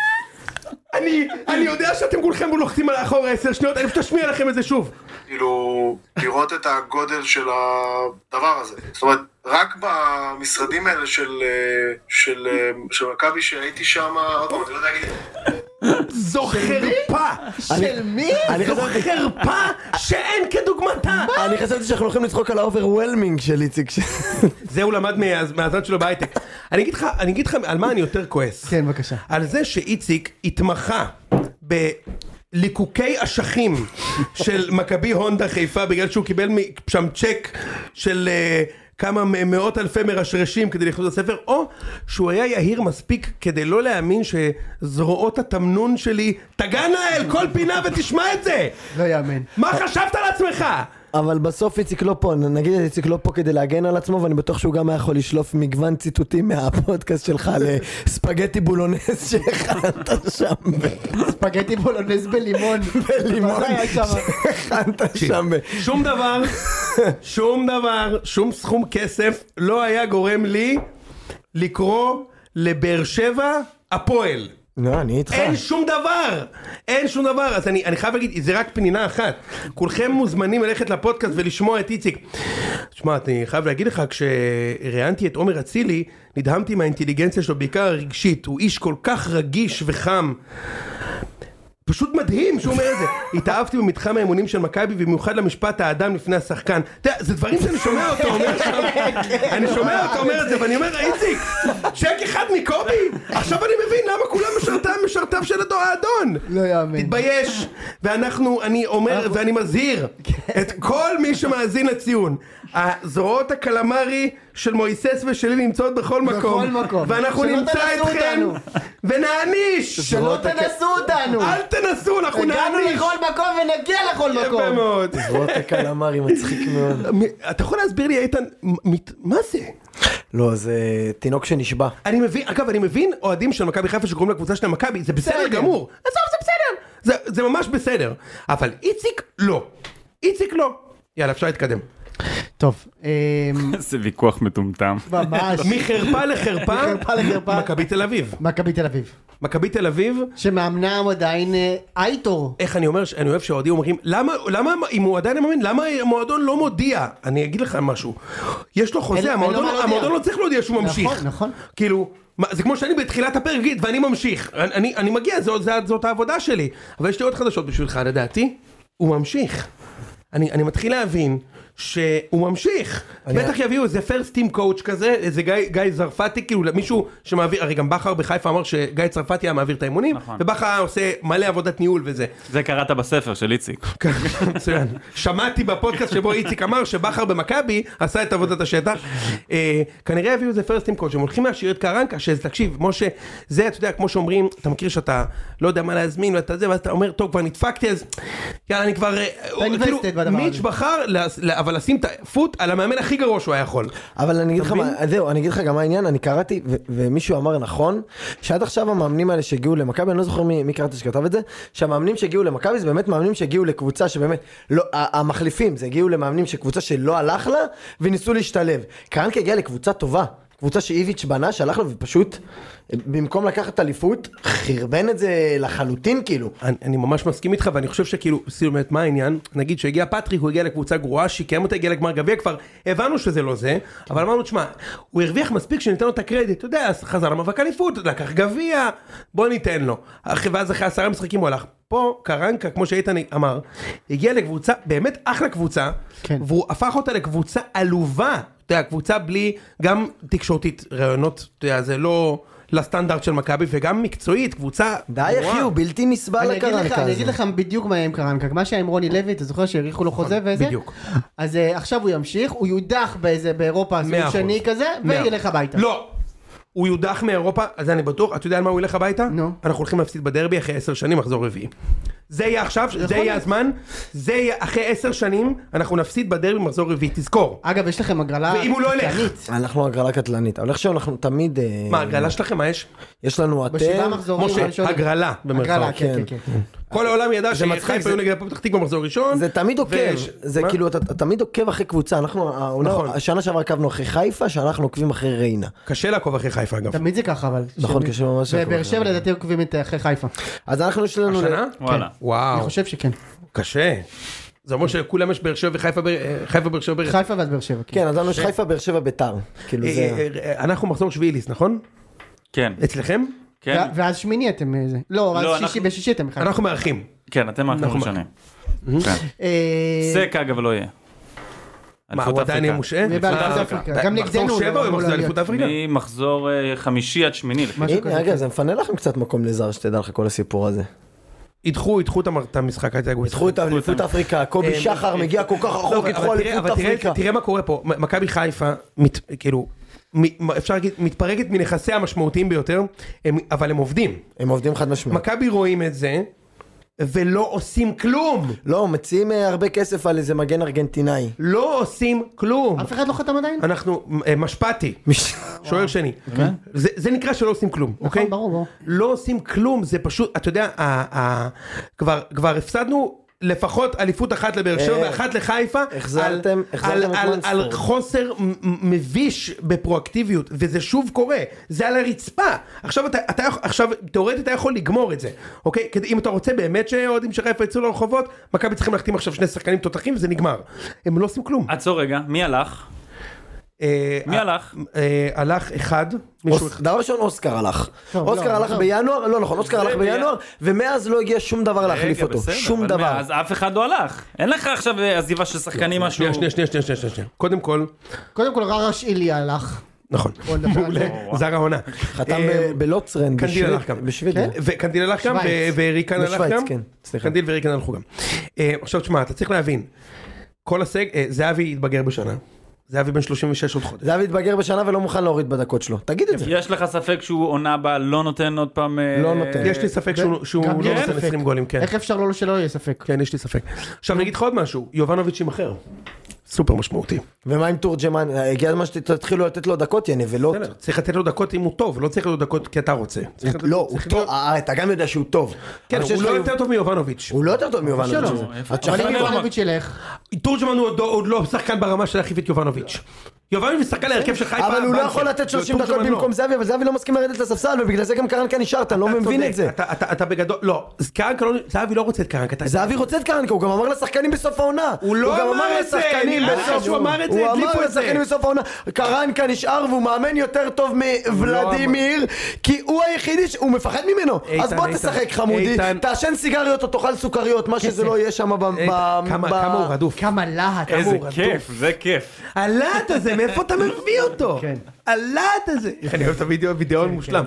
אני, אני יודע שאתם כולכם לוחצים על האחור עשר שניות, אני תשמיע לכם את זה שוב. כאילו, לראות את הגודל של הדבר הזה. זאת אומרת, רק במשרדים האלה של, של, של מכבי שהייתי שם, עוד פעם, אני לא יודע להגיד... זו חרפה! של מי? זו חרפה שאין כדוגמתה! אני חשבתי שאנחנו הולכים לצחוק על האוברוולמינג של איציק. זה הוא למד מהזמן שלו בהייטק. אני אגיד לך, אני אגיד לך על מה אני יותר כועס. כן, בבקשה. על זה שאיציק התמחה ליקוקי אשכים של מכבי הונדה חיפה, בגלל שהוא קיבל שם צ'ק של כמה מאות אלפי מרשרשים כדי לכתוב את הספר, או שהוא היה יהיר מספיק כדי לא להאמין שזרועות התמנון שלי תגענה אל כל פינה ותשמע את זה. לא יאמן. מה חשבת על עצמך? אבל בסוף איציק לא פה, נגיד איציק לא פה כדי להגן על עצמו, ואני בטוח שהוא גם היה יכול לשלוף מגוון ציטוטים מהפודקאסט שלך לספגטי בולונס שהכנת שם. ספגטי בולונס בלימון. בלימון. הכנת שם. שום דבר, שום דבר, שום סכום כסף לא היה גורם לי לקרוא לבאר שבע הפועל. לא, אני איתך. אין שום דבר, אין שום דבר, אז אני, אני חייב להגיד, זה רק פנינה אחת, כולכם מוזמנים ללכת לפודקאסט ולשמוע את איציק. תשמע, אני חייב להגיד לך, כשראיינתי את עומר אצילי, נדהמתי מהאינטליגנציה שלו, בעיקר הרגשית, הוא איש כל כך רגיש וחם, פשוט מדהים שהוא אומר את זה. התאהבתי במתחם האמונים של מכבי, במיוחד למשפט האדם לפני השחקן. אתה יודע, זה דברים שאני שומע אותו אומר שם, אני שומע אותו אומר את זה, ואני אומר, איציק, צ'ק אחד מקובי, עכשיו אני מבין למה כולם משרתם משרתיו של האדון. לא יאמן. תתבייש, ואנחנו, אני אומר, ואני מזהיר את כל מי שמאזין לציון, הזרועות הקלמרי של מויסס ושלי נמצאות בכל מקום, ואנחנו נמצא אתכם ונעניש. שלא תנסו אותנו. אל תנסו, אנחנו נעניש. הגענו לכל מקום ונגיע לכל מקום. יפה מאוד. זרועות הקלמרי מצחיק מאוד. אתה יכול להסביר לי, איתן, מה זה? לא, זה תינוק שנשבע. אני מבין, אגב, אני מבין אוהדים של מכבי חיפה שקוראים לקבוצה של מכבי, זה בסדר גמור. עזוב, זה בסדר. זה ממש בסדר. אבל איציק לא. איציק לא. יאללה, אפשר להתקדם. טוב. זה ויכוח מטומטם. ממש. מחרפה לחרפה. מחרפה לחרפה. מכבי תל אביב. מכבי תל אביב. מכבי תל אביב. שמאמנם עדיין אייטור. איך אני אומר, אני אוהב שהאוהדים אומרים, למה, למה, אם הוא עדיין מאמין, למה המועדון לא מודיע? אני אגיד לך משהו. יש לו חוזה, המועדון, המועדון לא צריך להודיע שהוא ממשיך. נכון, נכון. כאילו, זה כמו שאני בתחילת הפרק גיד, ואני ממשיך. אני, אני מגיע, זאת, זאת, זאת העבודה שלי. אבל יש לי עוד חדשות בשבילך, לדעתי. הוא ממשיך. אני, אני מתחיל להבין שהוא ממשיך. בטח יביאו איזה first team coach כזה, איזה גיא, גיא צרפתי, כאילו מישהו שמעביר, הרי גם בכר בחיפה אמר שגיא צרפתי היה מעביר את האימונים, ובכר עושה מלא עבודת ניהול וזה. זה קראת בספר של איציק. מצוין. שמעתי בפודקאסט שבו איציק אמר שבכר במכבי עשה את עבודת השטח. כנראה יביאו איזה first team coach, הם הולכים להשאיר את קרנקה, שתקשיב, משה, זה אתה יודע, כמו שאומרים, אתה מכיר שאתה לא יודע מה להזמין, ואתה זה, ואז אתה אומר, טוב, כבר נדפקתי, אז יאללה, אני כבר, מיץ' בחר אבל לשים את הפוט על המאמן הכי גרוע שהוא היה יכול. אבל אני אגיד לך מה, זהו, אני אגיד לך גם מה העניין, אני קראתי, ומישהו אמר נכון, שעד עכשיו המאמנים האלה שהגיעו למכבי, אני לא זוכר מי קראתי שכתב את זה, שהמאמנים שהגיעו למכבי זה באמת מאמנים שהגיעו לקבוצה שבאמת, המחליפים, זה הגיעו למאמנים שקבוצה שלא הלך לה, וניסו להשתלב. קרנקה הגיע לקבוצה טובה, קבוצה שאיביץ' בנה, שהלך לו ופשוט, במקום לקחת אליפות, חרבן את זה לחלוטין כאילו. אני, אני ממש מסכים איתך, ואני חושב שכאילו, סיומת, מה העניין? נגיד שהגיע פטריק, הוא הגיע לקבוצה גרועה, שיקם אותה, הגיע לגמר גביע, כבר הבנו שזה לא זה, אבל אמרנו, תשמע, הוא הרוויח מספיק שניתן לו את הקרדיט, אתה יודע, חזר למאבק אליפות, לקח גביע, בוא ניתן לו. ואז אחרי עשרה משחקים הוא הלך. פה קרנקה, כמו שאיתן אמר, הגיע לקבוצה, באמת אחלה קבוצה, כן. והוא הפך אותה לקבוצה עלובה, אתה יודע, קבוצה בלי, גם תקשורתית, רעיונות, אתה יודע, זה לא לסטנדרט של מכבי, וגם מקצועית, קבוצה... די אחי, הוא בלתי נסבל לקרנקה. אני אגיד לך בדיוק מה עם קרנקה, מה שהיה עם רוני לוי, אתה זוכר שהעריכו לו חוזה וזה? בדיוק. אז עכשיו הוא ימשיך, הוא יודח באיזה, באירופה, סיבוב שני כזה, וילך הביתה. לא! הוא יודח מאירופה, אז אני בטוח, אתה יודע על מה הוא ילך הביתה? נו. אנחנו הולכים להפסיד בדרבי אחרי עשר שנים, מחזור רביעי. זה יהיה עכשיו, זה יהיה הזמן, זה יהיה אחרי עשר שנים, אנחנו נפסיד בדרבי מחזור רביעי, תזכור. אגב, יש לכם הגרלה ואם הוא לא ילך? אנחנו הגרלה קטלנית, אבל איך שאנחנו תמיד... מה, הגרלה שלכם, מה יש? יש לנו בשבעה מחזורים משה, הגרלה, במרכאות. כן, כן, כן. כל העולם ידע שחיפה היו נגד הפועל פתח תקווה במחזור ראשון. זה תמיד עוקב, זה כאילו, אתה תמיד עוקב אחרי קבוצה, אנחנו, השנה שעברה עקבנו אחרי חיפה, שאנחנו עוקבים אחרי ריינה. קשה לעקוב אחרי חיפה אגב. תמיד זה ככה אבל. נכון, קשה ממש. ובאר שבע לדעתי עוקבים את אחרי חיפה. אז אנחנו יש לנו... השנה? וואלה. וואו. אני חושב שכן. קשה. זה אומר שכולם יש באר שבע וחיפה, חיפה באר שבע. חיפה ועד באר שבע. כן, אז לנו יש חיפה באר שבע ביתר. אנחנו מחזור שביעי ליס, נכון? כן. אצלכם? כן. ואז שמיני אתם זה. לא, אז שישי בשישי אתם. אנחנו מארחים. כן, אתם מארחים ראשונים. סק אגב לא יהיה. מה, הוא עדיין יהיה מושעה? גם נגדנו. מחזור שבע או מחזור אליפות אפריקה? ממחזור חמישי עד שמיני. הנה, רגע, זה מפנה לכם קצת מקום לזר, שתדע לך כל הסיפור הזה. ידחו, ידחו את המשחק. ידחו את אליפות אפריקה, קובי שחר מגיע כל כך רחוק, ידחו אליפות אפריקה. תראה מה קורה פה, מכבי חיפה, כאילו, אפשר להגיד, מתפרקת מנכסי המשמעותיים ביותר, אבל הם עובדים. הם עובדים חד משמעית. מכבי רואים את זה, ולא עושים כלום. לא, מציעים הרבה כסף על איזה מגן ארגנטינאי. לא עושים כלום. אף אחד לא חתם עדיין? אנחנו, משפטי, שוער שני. זה נקרא שלא עושים כלום, אוקיי? נכון, ברור, ברור. לא עושים כלום, זה פשוט, אתה יודע, כבר הפסדנו לפחות אליפות אחת לבאר שבע ואחת לחיפה, החזרתם, החזרתם את מנספורד. על חוסר מביש בפרואקטיביות, וזה שוב קורה, זה על הרצפה. עכשיו, אתה, אתה, עכשיו, תיאורטית אתה יכול לגמור את זה, אוקיי? אם אתה רוצה באמת שהאוהדים של חיפה יצאו לרחובות, מכבי צריכים להחתים עכשיו שני שחקנים תותחים, וזה נגמר. הם לא עושים כלום. עצור רגע, מי הלך? מי הלך? הלך אחד. דבר ראשון אוסקר הלך. אוסקר הלך בינואר, לא נכון, אוסקר הלך בינואר, ומאז לא הגיע שום דבר להחליף אותו. שום דבר. אז אף אחד לא הלך. אין לך עכשיו עזיבה של שחקנים משהו. שנייה, שנייה, שנייה, שנייה, שנייה. קודם כל. קודם כל ררש איליה הלך. נכון. מעולה. זר העונה. חתם בלוצרן. קנדיל הלך גם. בשוודיה. וקנדיל הלך גם, וריקן הלך גם. בשוויץ, קנדיל וריקן הלכו גם. עכשיו תשמע, אתה צריך להבין. כל הסג, זהבי התבגר בשנה. זהבי בן שלושים ושש עוד חודש. זהבי התבגר בשנה ולא מוכן להוריד בדקות שלו. תגיד את זה. יש לך ספק שהוא עונה בה, לא נותן עוד פעם... לא נותן. יש לי ספק שהוא לא נותן עשרים גולים, כן. איך אפשר לא שלא יהיה ספק? כן, יש לי ספק. עכשיו נגיד לך עוד משהו, יובנוביץ' עם אחר. סופר משמעותי. ומה עם תורג'מן? הגיע הזמן שתתחילו לתת לו דקות, יא נבלות. צריך לתת לו דקות אם הוא טוב, לא צריך לו דקות כי אתה רוצה. לא, הוא טוב, אתה גם יודע שהוא טוב. כן, הוא לא יותר טוב מיובנוביץ'. הוא לא יותר טוב מיובנוביץ'. אבל אם יובנוביץ' ילך. תורג'מן הוא עוד לא שחקן ברמה של להחליף את יובנוביץ'. יובנוביץ' שחקן להרכב של חיפה. אבל הוא לא יכול לתת שלושים דקות במקום זהבי, אבל זהבי לא מסכים לרדת לספסל, ובגלל זה גם קרנקה נשארת, אני לא מבין את זה. אתה בגדול, לא, זהבי לא רוצה את קרנקה. זהבי רוצה את קרנקה, הוא גם אמר לשחקנים בסוף העונה. הוא לא אמר את זה, הוא אמר את זה, הוא אמר לשחקנים בסוף העונה, קרנקה נשאר והוא מאמן יותר טוב מוולדימיר, כי הוא היחידי, הוא מפחד ממנו. אז בוא תשחק חמודי, תעשן סיגריות או תאכל סוכריות, מה שזה לא יהיה שם כמה הוא רדוף. כמה להט. איזה כיף, זה כיף. הלהט הזה, מאיפה אתה מביא אותו? הלהט הזה. אני אוהב את הוידאו, וידאו מושלם.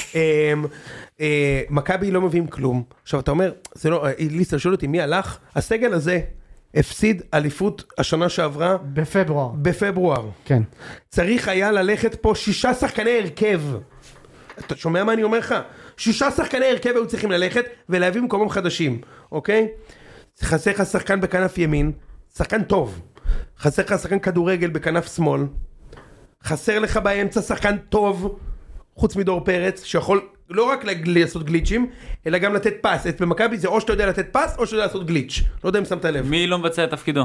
מכבי לא מביאים כלום. עכשיו אתה אומר, זה לא, ליסטר שואל אותי מי הלך? הסגל הזה הפסיד אליפות השנה שעברה. בפברואר. בפברואר. כן. צריך היה ללכת פה שישה שחקני הרכב. אתה שומע מה אני אומר לך? שישה שחקני הרכב היו צריכים ללכת ולהביא מקומם חדשים, אוקיי? חסר לך שחקן בכנף ימין, שחקן טוב. חסר לך שחקן כדורגל בכנף שמאל. חסר לך באמצע שחקן טוב, חוץ מדור פרץ, שיכול לא רק לעשות גליצ'ים, אלא גם לתת פס. את במכבי זה או שאתה יודע לתת פס, או שאתה יודע לעשות גליץ'. לא יודע אם שמת לב. מי לא מבצע את תפקידו?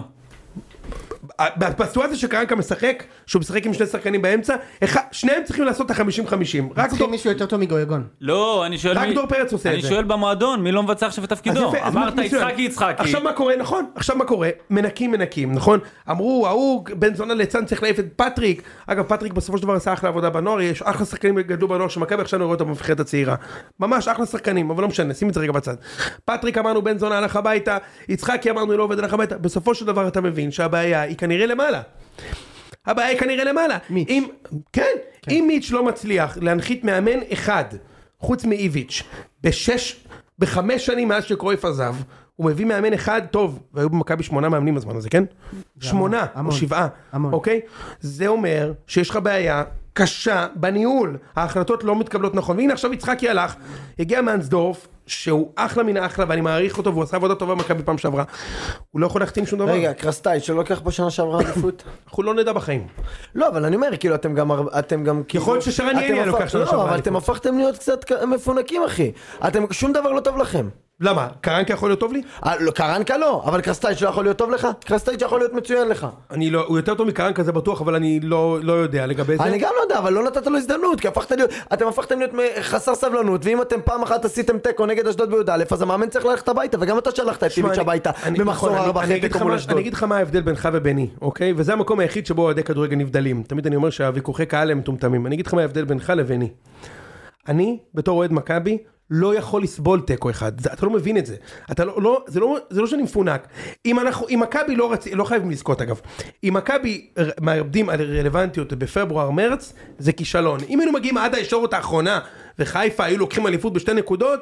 בסיטואציה שקרנקה משחק, שהוא משחק עם שני שחקנים באמצע, שניהם צריכים לעשות את ה-חמישים חמישים. צריכים מישהו יותר טוב מגויגון. לא, אני שואל... רק דור פרץ עושה את זה. אני שואל במועדון, מי לא מבצע עכשיו את תפקידו? אמרת יצחקי יצחקי. עכשיו מה קורה, נכון? עכשיו מה קורה? מנקים מנקים, נכון? אמרו, ההוא בן זונה ליצן צריך להעיף את פטריק. אגב, פטריק בסופו של דבר עשה אחלה עבודה בנוער, יש אחלה שחקנים גדלו בנוער שמכבי עכשיו נראה אותם בנבחרת הצעירה. ממש אחלה שחקנים, אבל לא משנה, שים את זה רגע בצד. פטריק אמרנו בן זונה הלך הביתה, יצחקי אמרנו לא עובד הלך הביתה. בסופו של דבר אתה מבין שהבעיה היא כנראה למעלה. הבעיה היא כנראה למעלה. מיץ'. אם, כן, כן. אם מיץ' לא מצליח להנחית מאמן אחד, חוץ מאיביץ', בשש, בחמש שנים מאז שקרויף עזב, הוא מביא מאמן אחד טוב, והיו במכבי שמונה מאמנים בזמן הזה, כן? שמונה המון, או שבעה, המון. אוקיי? זה אומר שיש לך בעיה קשה בניהול, ההחלטות לא מתקבלות נכון, והנה עכשיו יצחקי הלך, הגיע מאנסדורף, שהוא אחלה מן האחלה, ואני מעריך אותו, והוא עשה עבודה טובה במכבי פעם שעברה, הוא לא יכול להחתים שום דבר. רגע, קרסטאי, שלא לקח בשנה שעברה עדיפות? אנחנו לא נדע בחיים. לא, אבל אני אומר, כאילו, אתם גם, אתם גם, יכול להיות ששרן יהיה לוקח שנה שעברה. לא, אבל אתם הפכתם להיות קצת מפונקים, אחי. אתם, שום דבר לא טוב לכם. למה? קרנקה יכול להיות טוב לי? קרנקה לא, אבל קרסטייץ' לא יכול להיות טוב לך? קרסטייץ' יכול להיות מצוין לך. אני לא, הוא יותר טוב מקרנקה זה בטוח, אבל אני לא, לא יודע לגבי זה. אני גם לא יודע, אבל לא נתת לו הזדמנות, כי הפכת להיות, אתם הפכתם להיות חסר סבלנות, ואם אתם פעם אחת עשיתם טקו נגד אשדוד בי"א, אז המאמן צריך ללכת הביתה, וגם אתה שלחת את טיביץ' הביתה במחזור ארבע אחרי טקו מול אשדוד. אני אגיד לך מה ההבדל בינך וביני, אוקיי? וזה המקום היחיד שבו אוהדי כדורגל נבדלים. תמיד אני אומר שהוויכוחי קהל הם מטומטמים. אני אגיד לך מה ההבדל בינך לביני. אני, בתור אוהד מכבי, לא יכול לסבול טקו אחד, אתה לא מבין את זה, אתה לא, לא, זה לא, זה לא שאני מפונק, אם אנחנו, אם מכבי לא רצי, לא חייבים לזכות אגב, אם מכבי מאבדים על רלוונטיות בפברואר מרץ, זה כישלון, אם היינו מגיעים עד הישורת האחרונה, וחיפה היו לוקחים אליפות בשתי נקודות,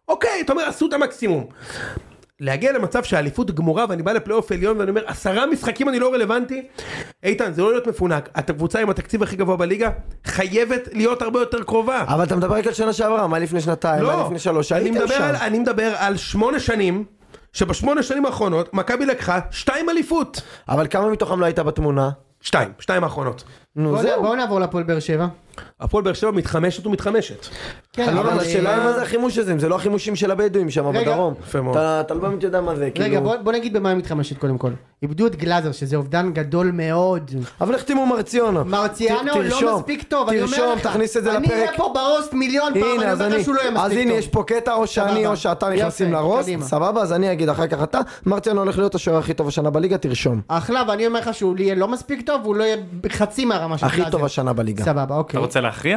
אוקיי, אתה אומר, עשו את המקסימום. להגיע למצב שהאליפות גמורה ואני בא לפלייאוף עליון ואני אומר עשרה משחקים אני לא רלוונטי, איתן זה לא להיות מפונק, אתה קבוצה עם התקציב הכי גבוה בליגה חייבת להיות הרבה יותר קרובה. אבל אתה מדבר רק על שנה שעברה, מה לפני שנתיים, מה לפני שלוש, אני מדבר על, אני מדבר על שמונה שנים, שבשמונה שנים האחרונות מכבי לקחה שתיים אליפות. אבל כמה מתוכם לא הייתה בתמונה? שתיים, שתיים האחרונות. נו זהו. בואו נעבור לפועל באר שבע. הפועל באר שבע מתחמשת ומתחמשת. כן, אבל השאלה היא מה זה החימוש הזה, זה לא החימושים של הבדואים שם בדרום. יפה מאוד. אתה לא באמת יודע מה זה, רגע, כאילו. בוא, בוא נגיד במה היא מתחמשת קודם כל. איבדו את גלאזר, שזה אובדן גדול מאוד. אבל החתימו מרציונו. מרציאנו ת- לא תרשום, מספיק טוב, אני אומר תרשום, לך. תכניס את זה אני לפרק. אהיה פה ברוסט מיליון פעם, הנה, אני אז אומר אני, לך שהוא לא יהיה מספיק אז טוב. הנה יש פה קטע או שאני סבבה. או שאתה נכנסים יפה, לראש, קדימה. סבבה, אז אני אגיד אחר כך אתה, מרציאנו הולך להיות השוער הכי טוב השנה בליגה, תרשום. אחלה, ואני אומר לך שהוא יהיה לא מספיק טוב, והוא לא יהיה חצי מהרמה של הכי גלאזר. טוב השנה בליגה. סבבה, אוקיי. אתה רוצה להכריע?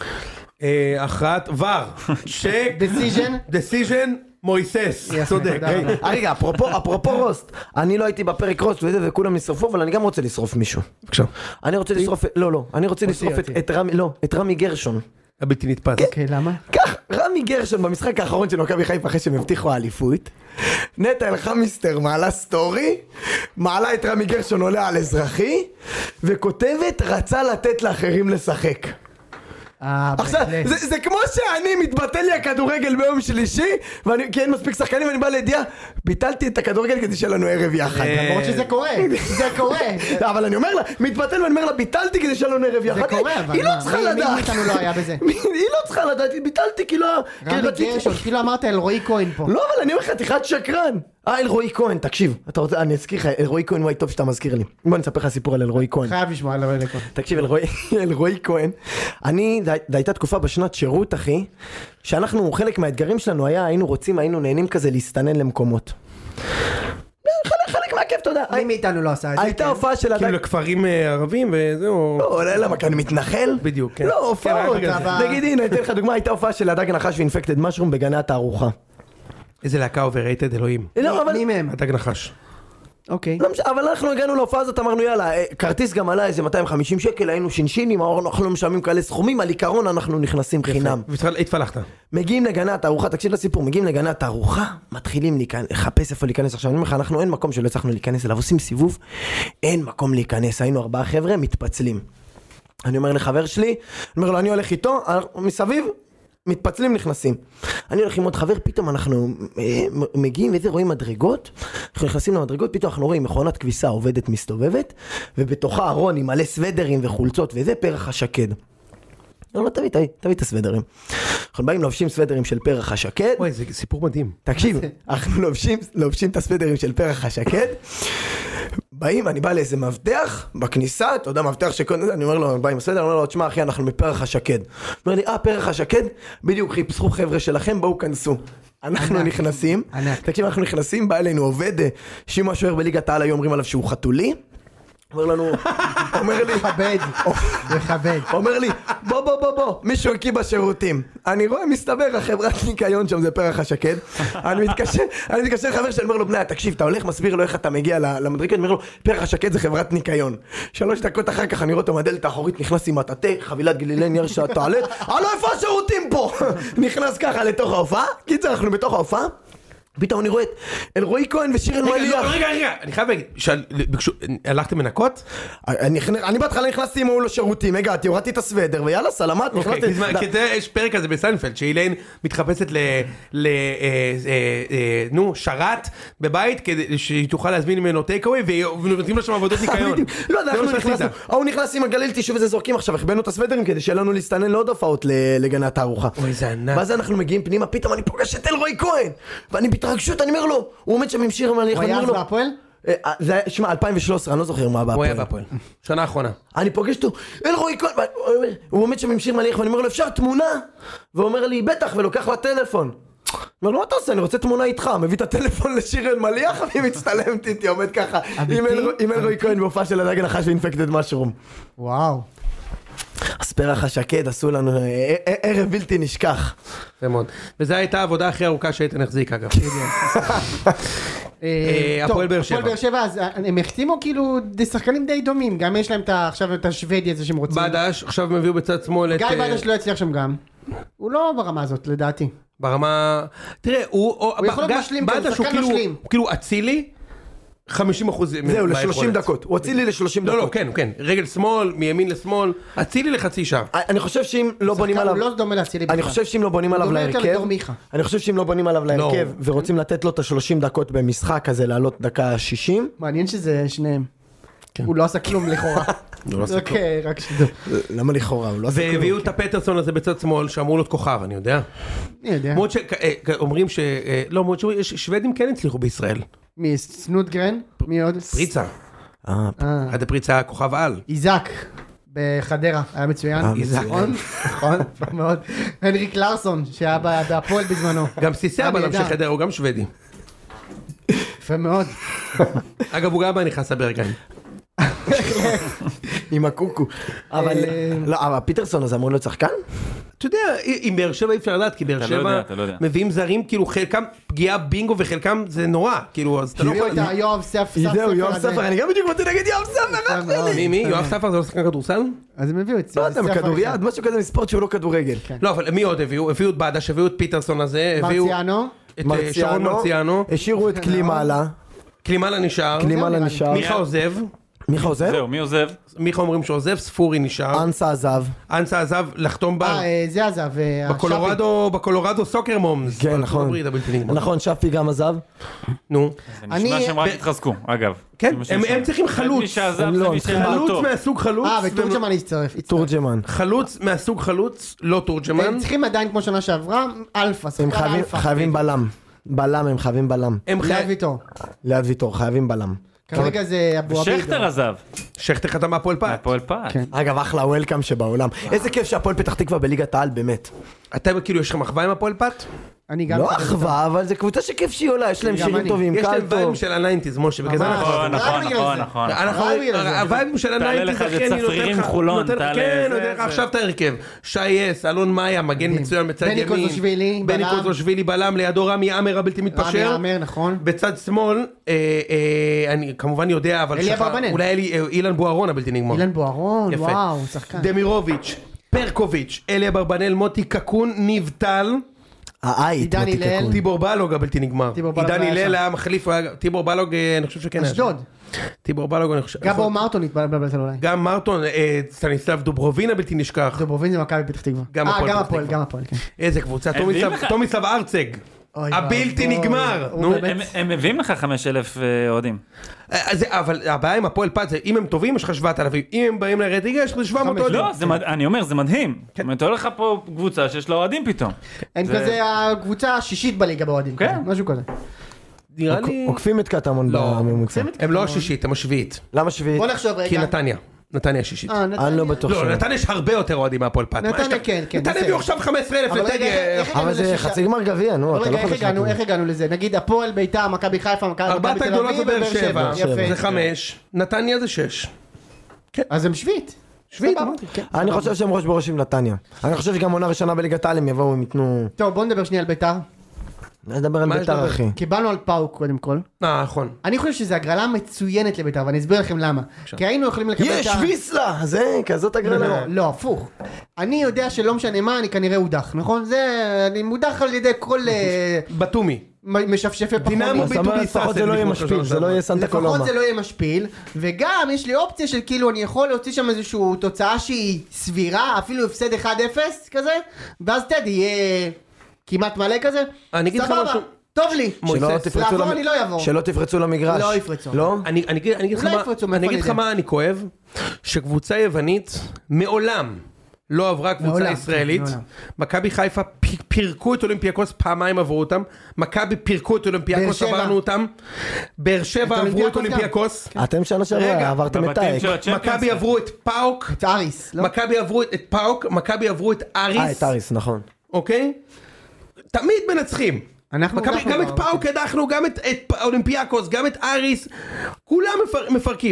אה, הכרעת ור. צ'ק. Decision? דסיז'ן. מויסס. יפה, צודק. תודה רבה. אה, רגע, אפרופו, אפרופו רוסט, אני לא הייתי בפרק רוסט וזה וכולם נשרפו, אבל אני גם רוצה לשרוף מישהו. בבקשה. אני רוצה לשרוף, לא, לא, אני רוצה לשרוף את- אותי. את רמי, לא, את רמי גרשון. הבלתי נתפס. אוקיי, למה? כך, רמי גרשון במשחק האחרון של מכבי חיפה אחרי שהם הבטיחו האליפות, נטע אלחמיסטר מעלה סטורי, מעלה את רמי גרשון עולה על אזרחי, וכותבת רצה לתת לאחרים לשחק. אה, עכשיו, בהחלט. זה, זה כמו שאני מתבטל לי הכדורגל ביום שלישי, ואני, כי אין מספיק שחקנים ואני בא לידיעה, ביטלתי את הכדורגל כדי שיהיה לנו ערב יחד. למרות שזה קורה, זה קורה. אבל אני אומר לה, מתבטל ואני אומר לה, ביטלתי כדי שיהיה לנו ערב יחד. זה קורה, אבל היא לא מה, צריכה מי- מי לדעת. מאיתנו לא היה בזה? היא לא צריכה לדעת, ביטלתי כי לא... כי רמי רציתי- גרשון, כאילו אמרת אלרועי כהן פה. לא, אבל אני אומר לך, חתיכת שקרן. אה, אלרועי כהן, תקשיב. אתה רוצה, אני אזכיר לך, אלרועי כהן, וואי, טוב שאתה מזכיר לי. בוא נספר לך סיפור על אלרועי כהן. חייב לשמוע על אלרועי כהן. תקשיב, אלרועי, אלרועי כהן, אני, זו הייתה תקופה בשנת שירות, אחי, שאנחנו, חלק מהאתגרים שלנו היה, היינו רוצים, היינו נהנים כזה להסתנן למקומות. חלק, חלק מהכיף, אתה יודע. מי מאיתנו לא עשה את זה? הייתה כן. הופעה של כאילו הדג... לכפרים אה, ערבים וזהו. לא, למה, כי אני מתנחל? בדיוק, כן. לא, הופעות. כן, אבל- נגיד, הנה, אתן לך דוגמה, הייתה הופעה של הדג נחש ואינפקטד משרום בגני התערוכה. איזה להקה אוברייטד אלוהים. לא, אבל... מי מהם? הדג נחש. אוקיי. לא משנה, אבל אנחנו הגענו להופעה הזאת, אמרנו יאללה, אה, כרטיס גם עלה איזה מאתיים וחמישים שקל, היינו שינשינים, אמרנו, אנחנו לא משלמים כאלה סכומים, על עיקרון אנחנו נכנסים חינם. והתפלחת. מגיעים לגני התערוכה, תקשיב לסיפור, מגיעים לגני התערוכה, מתחילים להיכנס, לחפש איפה להיכנס. עכשיו אני אומר לך, אנחנו אין מקום שלא הצלחנו להיכנס אליו, עושים סיבוב, אין מקום להיכנס, היינו ארבעה חבר'ה, מתפצלים. אני אומר לחבר שלי, אני אומר לו, אני הולך איתו, מסביב, מתפצלים, נכנסים. אני הולך עם עוד חבר, פתאום אנחנו אה, מגיעים וזה, רואים מדרגות, אנחנו נכנסים למדרגות, פתאום אנחנו רואים מכונת כביסה עובדת מסתובבת, ובתוכה ארון עם מלא סוודרים וחולצות וזה, פרח השקד. לא, לא, תביא, תביא, תביא את הסוודרים. אנחנו באים לובשים סוודרים של פרח השקד. וואי, זה סיפור מדהים. תקשיב, אנחנו לובשים, לובשים את הסוודרים של פרח השקד. באים, אני בא לאיזה מבטח בכניסה, אתה יודע, מבטח שקודם, אני אומר לו, בא עם הסוודר, אני אומר לו, תשמע אחי, אנחנו מפרח השקד. הוא אומר לי, אה, פרח השקד? בדיוק, חיפשו חבר'ה שלכם, בואו כנסו. אנחנו נכנסים, תקשיב, אנחנו נכנסים, בא אלינו עובד, שאם השוער בליגת העל היו אומרים עליו שהוא חתולי, אומר לנו, אומר לי, מכבד, מכבד. אומר לי, בוא בוא בוא בוא, מישהו הקיא בשירותים. אני רואה, מסתבר, החברת ניקיון שם זה פרח השקד. אני מתקשר, אני מתקשר לחבר שאני אומר לו, בניה, תקשיב, אתה הולך, מסביר לו איך אתה מגיע למדרגת, אני אומר לו, פרח השקד זה חברת ניקיון. שלוש דקות אחר כך אני רואה אותו מהדלת האחורית, נכנס עם מטאטא, חבילת גלילי נייר שהטואלט, הלו, איפה השירותים פה? נכנס ככה לתוך ההופעה, קיצר, אנחנו בתוך ההופעה. פתאום אני רואה את אלרועי כהן ושירן רגע, מליח. לא, רגע, רגע, אני חייב להגיד, שאל- ביקשו- הלכתם לנקות? אני אני בהתחלה נכנסתי עם ההוא לשירותים, הגעתי, הורדתי את הסוודר, ויאללה, סלמת, אוקיי, נכנסתי. כי זמן- כי זה- יש פרק כזה בסיינפלד, שאילן מתחפשת ל... ל- אה, אה, אה, נו, שרת בבית, כדי שהיא תוכל להזמין ממנו טייקאווי, ונותנים לו שם עבודות ניקיון. לא, אז זה אנחנו מה שעשית. נכנסנו, ההוא נכנס עם הגליל טישו וזה זורקים עכשיו, הכבאנו את הסוודרים כדי שיהיה לנו להסתנן לעוד הופעות ל- לגני התערוכה. אוי, זה ענק. ואז אנחנו מגיעים פנימה, פתאום אני פוגש את אלרועי כהן, ואני בהתרגשות, אני אומר לו, הוא עומד שם עם שיר מליח, הוא ואני היה אומר אז לו, בהפועל? אה, אה, זה היה, שמע, אלפיים ושלוש עשרה, אני לא זוכר מה הבא. הוא היה בהפועל. שנה האחרונה. אני פוגש אותו, אלרועי כהן, הוא אומר- הוא עומד שם עם שיר מליח, ואני אומר לו, אפשר תמונה? והוא אומר לי, בטח, ולוקח לה טלפון. אני אומר לו, מה אתה עושה? אני רוצה תמונה איתך, מביא את הטלפון לשירן מליח, והיא מצטלמת איתי, עומד ככה, עם אלרועי- עם אלרועי כהן בהופעה של הדג נחש ואינפקטד משרום. וואו. אז פרח השקד עשו לנו אה, אה, ערב בלתי נשכח. זה מאוד. וזו הייתה העבודה הכי ארוכה שאיתן החזיק אגב. אה, הפועל טוב, באר שבע. הפועל באר שבע, אז הם החתימו כאילו די שחקנים די דומים, גם יש להם את ה- עכשיו את השוודי הזה שהם רוצים. בדש, עכשיו הם הביאו בצד שמאל את... גיא אה, בדש לא הצליח שם גם. הוא לא ברמה הזאת לדעתי. ברמה... תראה, הוא... הוא יכול להיות משלים, הוא שחקן משלים. הוא כאילו אצילי, חמישים אחוז... זהו, ל-שלושים דקות. הוא הצילי ל-שלושים דקות. לא, לא, כן, כן. רגל שמאל, מימין לשמאל, אצילי לחצי שעה. אני חושב שאם לא בונים עליו... הוא לא דומה להצילי בכלל. אני חושב שאם לא בונים עליו להרכב... אני חושב שאם לא בונים עליו להרכב, ורוצים לתת לו את ה-שלושים דקות במשחק הזה, לעלות דקה שישים... מעניין שזה שניהם. הוא לא עשה כלום לכאורה. הוא לא עשה כלום. רק שתדעו. למה לכאורה? הוא לא עשה כלום. והביאו את הפטרסון הזה בצד שמאל, שאמור להיות כוכב, אני יודע. אני יודע. מאוד שאומרים ש... לא, מאוד ששוודים כן הצליחו בישראל. מי? סנודגרן? מי עוד? פריצה. עד הפריצה היה כוכב על. איזק. בחדרה, היה מצוין. נכון, נכון, מאוד. הנריק לארסון, שהיה בהפועל בזמנו. גם סיסי הבלם של חדרה, הוא גם שוודי. יפה מאוד. אגב, הוא גם נכנס לברגן. עם הקוקו. אבל לא, אבל פיטרסון הזה אמור להיות שחקן? אתה יודע, עם באר שבע אי אפשר לדעת, כי באר שבע מביאים זרים, כאילו חלקם פגיעה בינגו וחלקם זה נורא, כאילו, אז אתה לא יכול... הביאו את יואב ספר. זהו, יואב ספר, אני גם בדיוק רוצה להגיד יואב ספר. מי, מי? יואב ספר זה לא שחקן כדורסל? אז הם הביאו את ספר. לא יודע, מכדוריד, משהו כזה מספורט שהוא לא כדורגל. לא, אבל מי עוד הביאו? הביאו את בעדה, הביאו את פיטרסון הזה, הביאו... מרציאנו. את שרון מרציאנו. השאירו את קלימאלה. קלימאלה נשאר. קלימאלה נשאר. מיכה עוזב. מיכה עוזב? זהו, מי עוזב? מיכה אומרים שעוזב, ספורי נשאר. אנסה עזב. אנסה עזב לחתום ב... אה, זה עזב. בקולורדו, בקולורדו סוקר מומס. כן, נכון. נכון, שפי גם עזב. נו. זה נשמע שהם רק התחזקו, אגב. כן, הם צריכים חלוץ. חלוץ מהסוג חלוץ. אה, ותורג'מן יצטרף. תורג'מן. חלוץ מהסוג חלוץ, לא תורג'מן. הם צריכים עדיין כמו שנה שעברה, אלפא. הם חייבים בלם. בלם, הם חייבים בלם. ליד ויטור. ליד ויטור, חייבים בלם. כרגע זה אבו עביד. שכטר עזב. שכטר חתם מהפועל פת. מהפועל פת. אגב, אחלה וולקאם שבעולם. איזה כיף שהפועל פתח תקווה בליגת העל, באמת. אתה כאילו, יש לך מחווה עם הפועל פת? אני גם... לא אחווה, אבל זה קבוצה שכיף שהיא עולה, יש להם שירים טובים, קל טוב. יש להם וייבים של הניינטיז, משה, בגלל זה נכון, נכון, נכון, נכון. הווייבים של הניינטיז, תעלה לך את צפרירים חולון, תעלה כן, נותן לך עכשיו את ההרכב. שי אס, אלון מאיה, מגן מצוין בצד ימין. בני קוזושווילי, בני קוזושווילי בלם, לידו רמי אמר הבלתי מתפשר. רמי אמר, נכון. בצד שמאל, אני כמובן יודע, אבל אולי אילן בוארון הבלתי נגמר. אילן בוארון, וואו, שחקן. דמירוביץ', פרקוביץ', אליה ברבנאל, מוטי קקון, ניבטל. העית, עידן הלל. טיבור בלוג הבלתי נגמר. עידן הלל היה מחליף, טיבור בלוג, אני חושב שכן. אשדוד. טיבור בלוג, אני חושב. גם בו מרטון התבלבלת אולי. גם מרטון, סטניסלב דוברובין הבלתי נשכח. דוברובין זה מכבי פתח תקווה. גם הפועל, גם הפועל, גם הפועל, כן. איזה קבוצה, תומיסלב ארצג. הבלתי נגמר. הם מביאים לך חמשת אלפים אוהדים. אבל הבעיה עם הפועל פת זה, אם הם טובים יש לך שבעת אלפים, אם הם באים לרדיגה יש לך שבע מאות אוהדים. לא, אני אומר, זה מדהים. אתה הולך לך פה קבוצה שיש לה אוהדים פתאום. הם כזה הקבוצה השישית בליגה באוהדים, משהו כזה. נראה לי... עוקפים את קטמון בממוצע. הם לא השישית, הם השביעית. למה שביעית? בוא נחשוב רגע. כי נתניה. נתניה השישית. אני לא בטוח. לא, נתניה יש הרבה יותר אוהדים מהפועל פת. נתניה כן, כן. נתניה הביאו עכשיו חמש עשרה אלף לטגר. אבל זה חצי גמר גביע, נו, אתה לא יכול לשחק. איך הגענו לזה? נגיד הפועל ביתר, מכבי חיפה, מכבי תל אביב, ארבעת הגדולות זה באר שבע. זה חמש. נתניה זה שש. אז הם שביעית. שביעית. אני חושב שהם ראש בראש עם נתניה. אני חושב שגם עונה ראשונה בליגת העל הם יבואו, הם ייתנו... טוב, בוא נדבר שנייה על ביתר. נדבר על ביתר, אחי. קיבלנו על פאוק קודם כל. אה, נכון. אני חושב שזו הגרלה מצוינת לביתר, ואני אסביר לכם למה. כי היינו יכולים לקבל את ה... יש ויסלה! זה, כזאת הגרלה. לא, לא, הפוך. אני יודע שלא משנה מה, אני כנראה הודח, נכון? זה, אני מודח על ידי כל... בתומי. משפשפי פחונים. דינמו ביטובי לפחות זה לא יהיה משפיל, זה לא יהיה סנטה קולומה. לפחות זה לא יהיה משפיל, וגם יש לי אופציה של כאילו אני יכול להוציא שם איזושהי תוצאה שהיא סבירה, אפילו הפסד אחד אפס כזה, ואז תד יהיה כמעט מלא כזה. אני אגיד לך משהו. טוב לי. לעבור אני לא יבוא. שלא תפרצו למגרש. לא יפרצו. לא? אני אגיד לך מה אני כואב, שקבוצה יוונית מעולם לא עברה קבוצה ישראלית. מכבי חיפה פירקו את אולימפיאקוס, פעמיים עברו אותם. מכבי פירקו את אולימפיאקוס, עברנו אותם. באר שבע עברו את אולימפיאקוס. אתם שנה שעברה, עברתם את טייק. מכבי עברו את פאוק. את אריס. מכבי עברו את פאוק, מכבי עברו את אריס. אה, את אריס, נכון. אוקיי? תמיד מנצחים. גם את פאוק הדחנו, גם את אולימפיאקוס, גם את אריס. כולם מפרקים.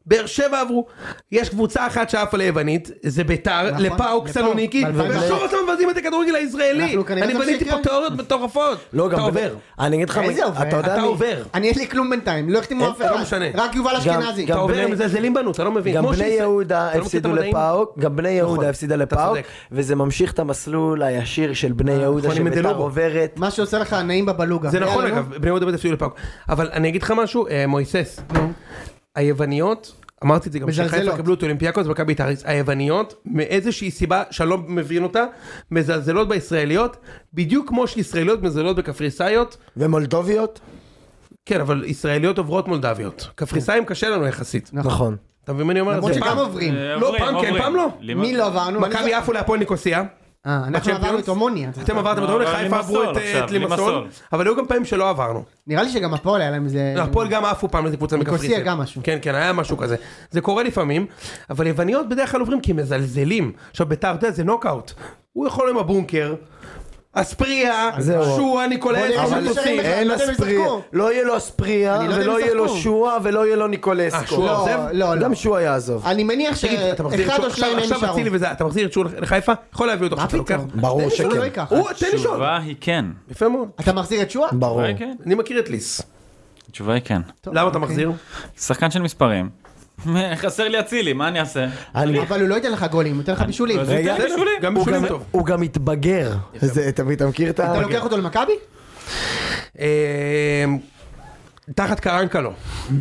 באר שבע עברו, יש קבוצה אחת שעפה ליוונית, זה ביתר, נכון, לפאוק לפאוק, סלוניקי, ב-אלפיים ושוב אותם מבזים את הכדורגל הישראלי, אנחנו כנראה אני זה בניתי שיקרה. פה תיאוריות מטורפות, לא, אתה גם עובר, אני אגיד לך, איזה עובר? אתה יודע אתה מי- עובר, אני אין לי כלום בינתיים, לא החתימו אף אחד. לא משנה. רק יובל אשכנזי. גם אתה עובר, בני- הם מזלזלים בנו, אתה לא מבין, גם כמו בני שישראל- יהודה אתה לא מכיר את הפסידו המדעים? לפאוק, גם בני יהודה נכון, הפסידה אתה לפאוק, צודק. וזה ממשיך את המסלול הישיר של בני יהודה נכון, עם שביתר מדלובו. עוברת. מה שעושה לך נעים בבלוגה. זה נכון יאללה, אגב, בני יהודה בית הפסידו לפאוק, אבל אני אגיד לך משהו, אה, מויסס, היווניות, אמרתי את זה גם מזלזלות. שחיפה קבלו את אולימפיאקוס ומכבי תאריס, היווניות מאיזושהי סיבה שאני לא מבין אותה, מזלזלות בישראליות, בדיוק כמו שישראליות מזלזלות בקפריסאיות, ומולדוביות? כן אבל ישראליות עוברות מולדביות, קפריסאים קשה לנו יחסית, נכון. אתה מבין מה אני אומר? למרות זה שגם פעם- עוברים. אה, לא, עוברים, פעם כן, עוברים. פעם לא. לימון. מי לא עברנו? מכבי עפו להפועל ניקוסיה, אה, אנחנו בצ'מפיונס. עברנו את אומוניה. אתם עברתם את לא, אומוניה, אבל חיפה עברו לימסול את עכשיו, את לימסול, לימסול. אבל היו גם פעמים שלא עברנו. נראה לי שגם הפועל היה להם איזה... הפועל גם עפו פעם לאיזה קבוצה ניקוסיה מקפריסין. גם משהו. כן, כן, היה משהו כזה. זה קורה לפעמים, אבל יווניות בדרך כלל עוברים כי הם מזלזלים. עכשיו ביתר, אתה יודע, זה נוקאוט. הוא יכול עם הבונקר, אספריה, זהו. שועה, ניקולסקו, בוא נראה אבל שהם נשארים נוסעים. בכלל. אין לא יודע אם אספריה, ישחקו. לא יהיה לו אספריה, אני לא יודע אם ולא יהיה לו ישחקו. שועה, ולא יהיה לו אה, ניקולסקו. שועה לא, עוזב? לא, לא. גם שועה יעזוב. אני מניח תגיד, אתה מחזיר את שאחד שועה, או שניים הם עכשיו נשארו. אצילי וזה, אתה מחזיר את שועה לחיפה? יכול להביא אותו מה עכשיו, אתה פתאום? לוקח? ברור תן לי שהוא שכן. לא ייקח. הוא, תן לי שואל. התשובה היא כן. יפה מאוד. אתה מחזיר את שועה? ברור. התשובה היא כן. אני מכיר את ליס. התשובה היא כן. טוב, למה אתה אוקיי. מחזיר? שחקן של מספרים. חסר לי אצילי, מה אני אעשה? אני- אבל הוא לא ייתן לך גולים, הוא ייתן לך בישולים. אז הוא רגע, ייתן בישולים. גם הוא בישולים גם- טוב. הוא גם מתבגר. זה- אתה אתה מכיר את ה... אתה לוקח אותו למכבי? אה, תחת קרנקה לא.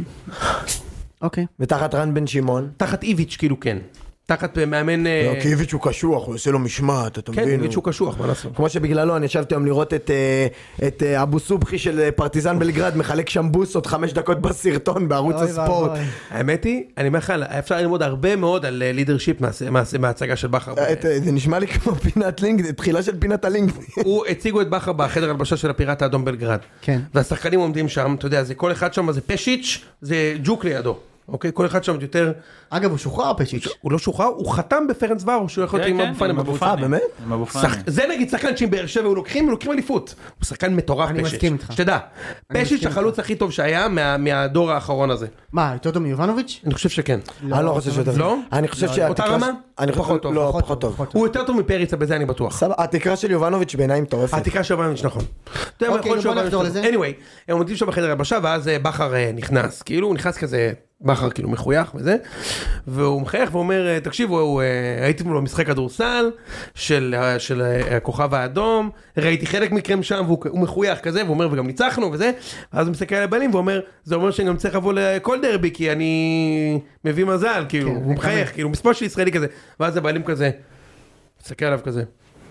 אוקיי. ותחת רן בן שמעון. תחת איביץ' כאילו כן. תחת מאמן... אה, לא, כי איביץ' הוא קשוח, הוא עושה לו משמעת, אתה כן, מבין? איביץ' הוא קשוח, מה לעשות? כמו שבגללו אני ישבתי היום לראות את, אה, את אה, אבו סובחי של אה, פרטיזן בלגרד מחלק שם בוסות חמש דקות בסרטון בערוץ אוי הספורט. ואבוי. האמת היא, אני אומר לך, אפשר ללמוד הרבה מאוד על לידרשיפ מההצגה של בכר. את, אה, זה נשמע לי כמו פינת לינק, תחילה של פינת הלינק. הוא הציגו את בכר בחדר הלבשה של הפיראט האדום בלגרד. כן. והשחקנים עומדים שם, אתה יודע, זה כל אחד שם, זה פשיץ', זה ג'וק לידו. אוקיי? כל אחד שם יותר... אגב, הוא שוחרר פשיץ'. הוא לא שוחרר, הוא חתם בפרנס וארו, שהוא יכול להיות עם אבו פאני עם אבו בקבוצה. פאני. באמת? עם אבו שח- פאני. זה נגיד שחקן שעם באר שבע הוא לוקחים, לוקחים אליפות. הוא שחקן מטורף אני פשיץ'. מסכים איתך. שתדע, אני פשיץ' מסכים החלוץ הכי טוב שהיה מה- מהדור האחרון הזה. מה, יותר טוב מיובנוביץ'? אני חושב שכן. אני לא חושב שאתה... לא? אני חושב לא, שהתקרה... אותה רמה? אני חושב... פחות טוב, לא, פחות פחות טוב, טוב. פחות הוא יותר טוב מפריצה, בזה אני בטוח. סבבה, התקרה של יובנוביץ' בעיניי מטורפת. העתיקה של יובנוביץ' נכון. אתה יודע מה, אוקיי, יכול נו, בוא להיות נחזור שיובנוביץ' לזה. טוב. anyway, הם עומדים שם בחדר הלבשה, ואז אה, בכר אה, נכנס. כאילו, הוא נכנס כזה, בכר כאילו מחוייך וזה, והוא מחייך ואומר, אה, תקשיבו, הוא, אה, הייתי מולו משחק כדורסל של אה, של, אה, הכוכב האדום, ראיתי חלק מכם שם, והוא הוא מחוייך כזה, והוא אומר, וגם ניצחנו וזה, ואז הוא מסתכל על הבעלים ואומר, זה אומר שאני גם צריך לבוא לכל דרבי, כי אני מביא מזל, כאילו, כן, הוא מחייך, כאילו, מספר של ישראלי כזה, ואז הבעלים כזה, מסתכל עליו כזה.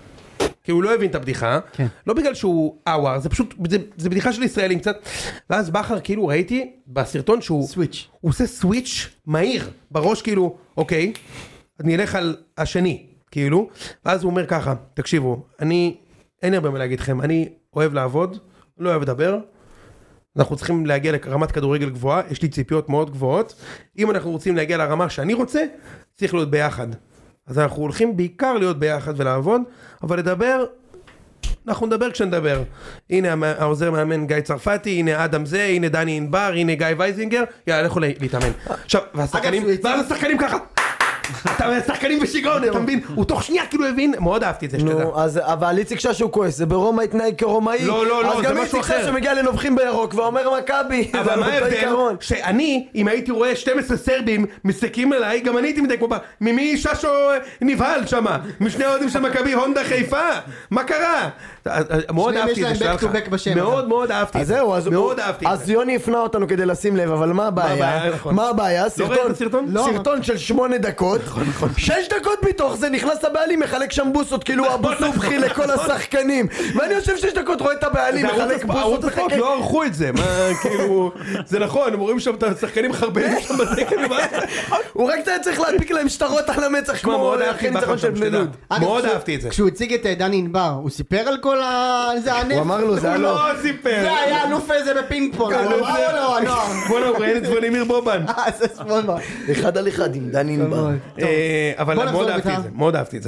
כי הוא לא הבין את הבדיחה, כן. לא בגלל שהוא אאוואר, זה פשוט, זה, זה בדיחה של ישראלים קצת, ואז בכר כאילו ראיתי בסרטון שהוא, סוויץ'. הוא עושה סוויץ' מהיר, בראש כאילו, אוקיי, אני אלך על השני, כאילו, ואז הוא אומר ככה, תקשיבו, אני, אין לי הרבה מה להגיד לכם, אני אוהב לעבוד, לא אוהב לדבר, אנחנו צריכים להגיע לרמת כדורגל גבוהה, יש לי ציפיות מאוד גבוהות, אם אנחנו רוצים להגיע לרמה שאני רוצה, צריך להיות ביחד. אז אנחנו הולכים בעיקר להיות ביחד ולעבוד, אבל לדבר, אנחנו נדבר כשנדבר. הנה העוזר מאמן גיא צרפתי, הנה אדם זה, הנה דני ענבר, הנה גיא וייזינגר, יאללה, לכו להתאמן. עכשיו, והשחקנים, ואז השחקנים ככה, אתה שחקנים בשיגעון, אתה מבין? הוא תוך שנייה כאילו הבין, מאוד אהבתי את זה, שתדע. נו, אז אבל איציק ששו כועס, זה ברומא התנהג כרומאי. לא, לא, לא, אז זה גם משהו איציק אחר. ששו מגיע לנובחים בירוק ואומר מכבי. אבל מה אותו ההבדל? עיקרון. שאני, אם הייתי רואה שנים עשר סרבים מסתכלים עליי, גם אני הייתי מדי כמו פעם, ממי ששו נבהל שם? משני האוהדים של מכבי הונדה חיפה? מה קרה? מאוד שניהם אהבתי את יש זה, להם שתדע back to לך. back בשם, מאוד אבל. מאוד אהבתי את אז זה. זהו, אז מאוד הוא- אהבתי את אז זה. יוני הפנה אותנו כדי לשים לב, אבל מה הבעיה? הבעיה, נכון. מה הבעיה? ראית את הסרטון? לא. סרטון של שמונה דקות, שש דקות מתוך זה נכנס הבעלים מחלק שם בוסות, כאילו אבו סובחי לכל השחקנים, ואני יושב שש דקות רואה את הבעלים זה מחלק בוסות, ערוץ הספורט מחכה- לא ערכו את זה, מה כאילו, זה נכון, הם רואים שם את השחקנים חרבנים שם בתקן, הוא רק היה צריך להדביק להם שטרות על המצח כמו מאוד אחרי אהבתי ניצחון בכר של שם, בני שתדע. לוד. אגב, מאוד כשהוא- אהבתי את זה. כשהוא הציג את אה, דני ענבר, הוא סיפר על כל ה... זה הנפט? הוא אמר לו, זה הוא היה לו... לא סיפר. זה היה אלוף איזה בפינג פונג. הוא אמר לו, הנוער. בוא'נה, הוא ראיין את זבונימיר בובן. אה, זה ספונדר. אחד על אחד עם דני ענבר. אה, אבל בוא נחזור מאוד אהבתי בית"ר. את זה, מאוד אהבתי את זה.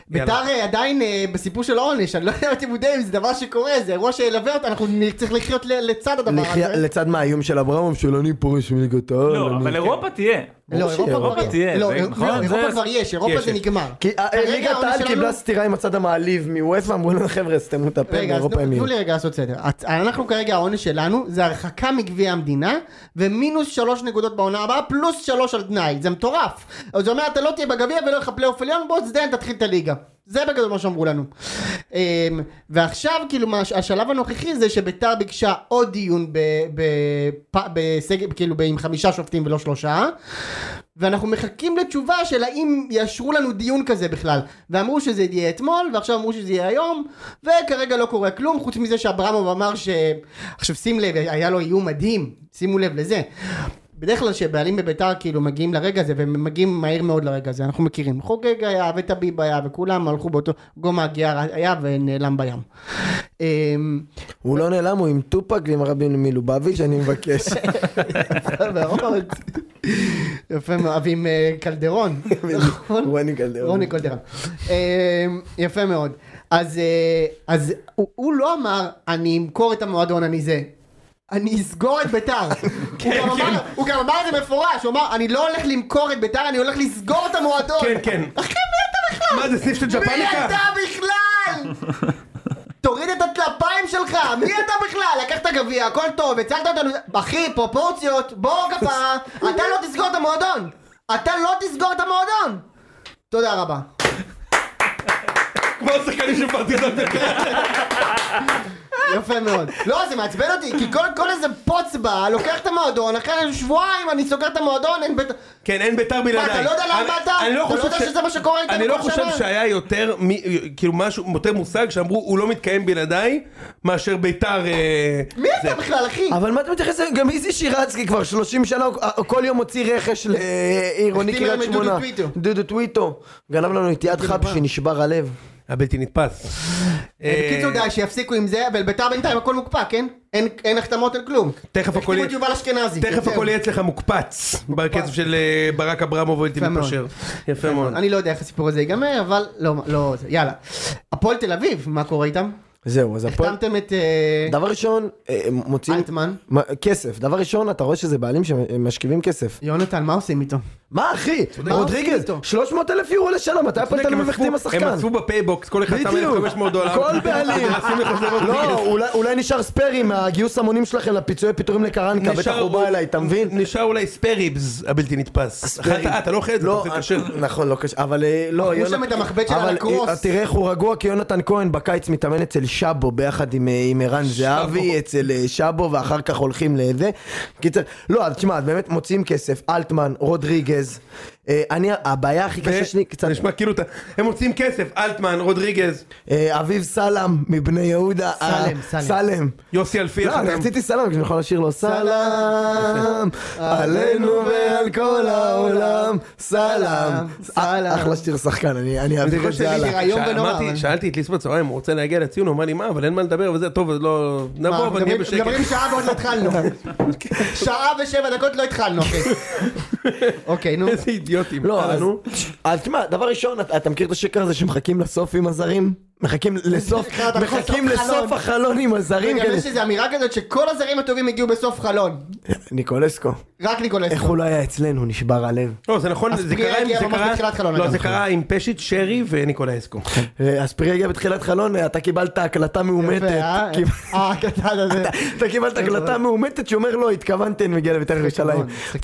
ביתר עדיין בסיפור של העונש, אני לא יודע אם אתם יודעים, זה דבר שקורה, זה אירוע שילווה אותה, אנחנו צריך לחיות לצד הדבר הזה. לצד מה, האיום של אברהם, של אני פורש מליגת העל. לא, אבל אירופה תהיה. לא, אירופה תהיה. לא, אירופה כבר יש, אירופה זה נגמר. כי ליגת העל קיבלה סתירה עם הצד המעליב מוופא, אמרו לנו חבר'ה, סתמו את הפה באירופה הם יהיו. תנו לי רגע לעשות סדר. אנחנו כרגע העונש שלנו, זה הרחקה מגביע המדינה, ומינוס שלוש נקודות בעונה הבאה, פלוס שלוש על תנאי, זה מטורף. זה אומר, אתה לא תהיה בגביע ולא לך פלייאוף עליון, בוא תזדיין, תתחיל את הליגה. זה בגדול מה שאמרו לנו. ועכשיו, כאילו, השלב הנוכחי זה שביתר ביקשה עוד דיון בסגל, כאילו, עם חמישה שופטים ולא שלושה, ואנחנו מחכים לתשובה של האם יאשרו לנו דיון כזה בכלל. ואמרו שזה יהיה אתמול, ועכשיו אמרו שזה יהיה היום, וכרגע לא קורה כלום, חוץ מזה שאברמוב אמר ש... עכשיו שים לב, היה לו איום מדהים, שימו לב לזה. בדרך כלל שבעלים בביתר כאילו מגיעים לרגע הזה, והם מגיעים מהר מאוד לרגע הזה, אנחנו מכירים. חוגג היה, וטביב היה, וכולם הלכו באותו, גומה הגיע היה ונעלם בים. הוא לא נעלם, הוא עם טופק ועם הרבי מלובביץ', אני מבקש. יפה מאוד. יפה מאוד, ועם קלדרון. רוני קלדרון. רוני קלדרון. יפה מאוד. אז הוא לא אמר, אני אמכור את המועדון, אני זה. אני אסגור את ביתר. הוא גם אמר את זה מפורש, הוא אמר, אני לא הולך למכור את ביתר, אני הולך לסגור את המועדון. כן, כן. אחי, מי אתה בכלל? מה זה, סניף של ג'פניקה? מי אתה בכלל? תוריד את הטלפיים שלך, מי אתה בכלל? לקחת גביע, הכל טוב, הצלת אותנו. אחי, פרופורציות, בוא כפרה, אתה לא תסגור את המועדון. אתה לא תסגור את המועדון. תודה רבה. כמו השחקנים של פרטיזן. יפה מאוד. לא, זה מעצבן אותי, כי כל, כל איזה פוץ בא, לוקח את המועדון, אחרי שבועיים אני סוגר את המועדון, אין ביתר... כן, אין ביתר בלעדיי. מה, אתה לא יודע למה אתה? אתה לא יודע שזה מה שקורה איתנו כל שנה? אני לא חושב שהיה יותר, כאילו משהו, יותר מושג שאמרו, הוא לא מתקיים בלעדיי, מאשר ביתר... מי אתה בכלל, אחי? אבל מה אתה מתייחס? גם איזי שירצקי כבר שלושים שנה, כל יום הוציא רכש לעירוני קריית שמונה. דודו טוויטו. גנב לנו את יד חב שנשבר הלב. הבלתי נתפס. בקיצור די, שיפסיקו עם זה, אבל ביתר בינתיים הכל מוקפא, כן? אין החתמות, אין כלום. תכף הכל החתימו את יובל אשכנזי. תכף הכל יהיה אצלך מוקפץ, בקצב של ברק אברמוב ובלתי מתפשר. יפה מאוד. אני לא יודע איך הסיפור הזה ייגמר, אבל לא, יאללה. הפועל תל אביב, מה קורה איתם? זהו, אז הפועל... החתמתם את... דבר ראשון, מוצאים... אלטמן. כסף. דבר ראשון, אתה רואה שזה בעלים שמשכיבים כסף. יונתן, מה עושים איתו? מה אחי? רודריגז, שלוש מאות אלף יורו לשנה, מתי הפועל תל אביב מחתים השחקן? הם עשו בפייבוקס, כל אחד שם אלף וחמש מאות דולר. כל בעלים. לא, אולי נשאר ספרי מהגיוס המונים שלכם לפיצויי פיטורים לקרנקה, בטח הוא בא אליי, אתה מבין? נשאר אולי ספריבס, הבלתי נתפס. אתה לא אוכל את זה, אתה עושה קשר. נכון, לא קשר, אבל לא, הוא שם את המחבט של הלקרוס. תראה איך הוא רגוע, כי יונתן כהן בקיץ מתאמן אצל שבו ביחד עם ערן זהבי, אצל שבו, ואחר כך הולכים לזה. קיצר, לא, אז תשמע, באמת מוציאים כסף, אלטמן, רודריגז. אני, הבעיה הכי קשה שלי קצת... נשמע כאילו, הם מוצאים כסף, אלטמן, רודריגז. אביב סלם, מבני יהודה. סלם, סלם. סלם. יוסי אלפי. לא, אני רציתי סלם, כי אני יכול לשיר לו סלם, עלינו ועל כל העולם, סלם. אחלה שיר שחקן, אני אעביר את זה הלאה. שאלתי את ליסבו צהריים, הוא רוצה להגיע לציון, הוא אמר לי מה, אבל אין מה לדבר וזה טוב, לא... נבוא, אבל נהיה בשקט. מדברים שעה ועוד לא התחלנו. שעה ושבע דקות לא התחלנו, אחי. אוקיי, נו. איזה אידיוטים. לא, אז תשמע, דבר ראשון, אתה מכיר את השקר הזה שמחכים לסוף עם הזרים? מחכים לסוף, מחכים לסוף החלון עם הזרים. וגם יש איזו אמירה כזאת שכל הזרים הטובים הגיעו בסוף חלון. ניקולסקו. רק ניקולסקו. איך הוא לא היה אצלנו, נשבר הלב. לא, זה נכון, זה קרה, לא, זה קרה עם פשיט, שרי וניקולסקו. אספרי הגיע בתחילת חלון, אתה קיבלת הקלטה מאומתת. אה, הקלטה הזה. אתה קיבלת הקלטה מאומתת שאומר לא, התכוונתן מגיע לבית"ר ירושלים.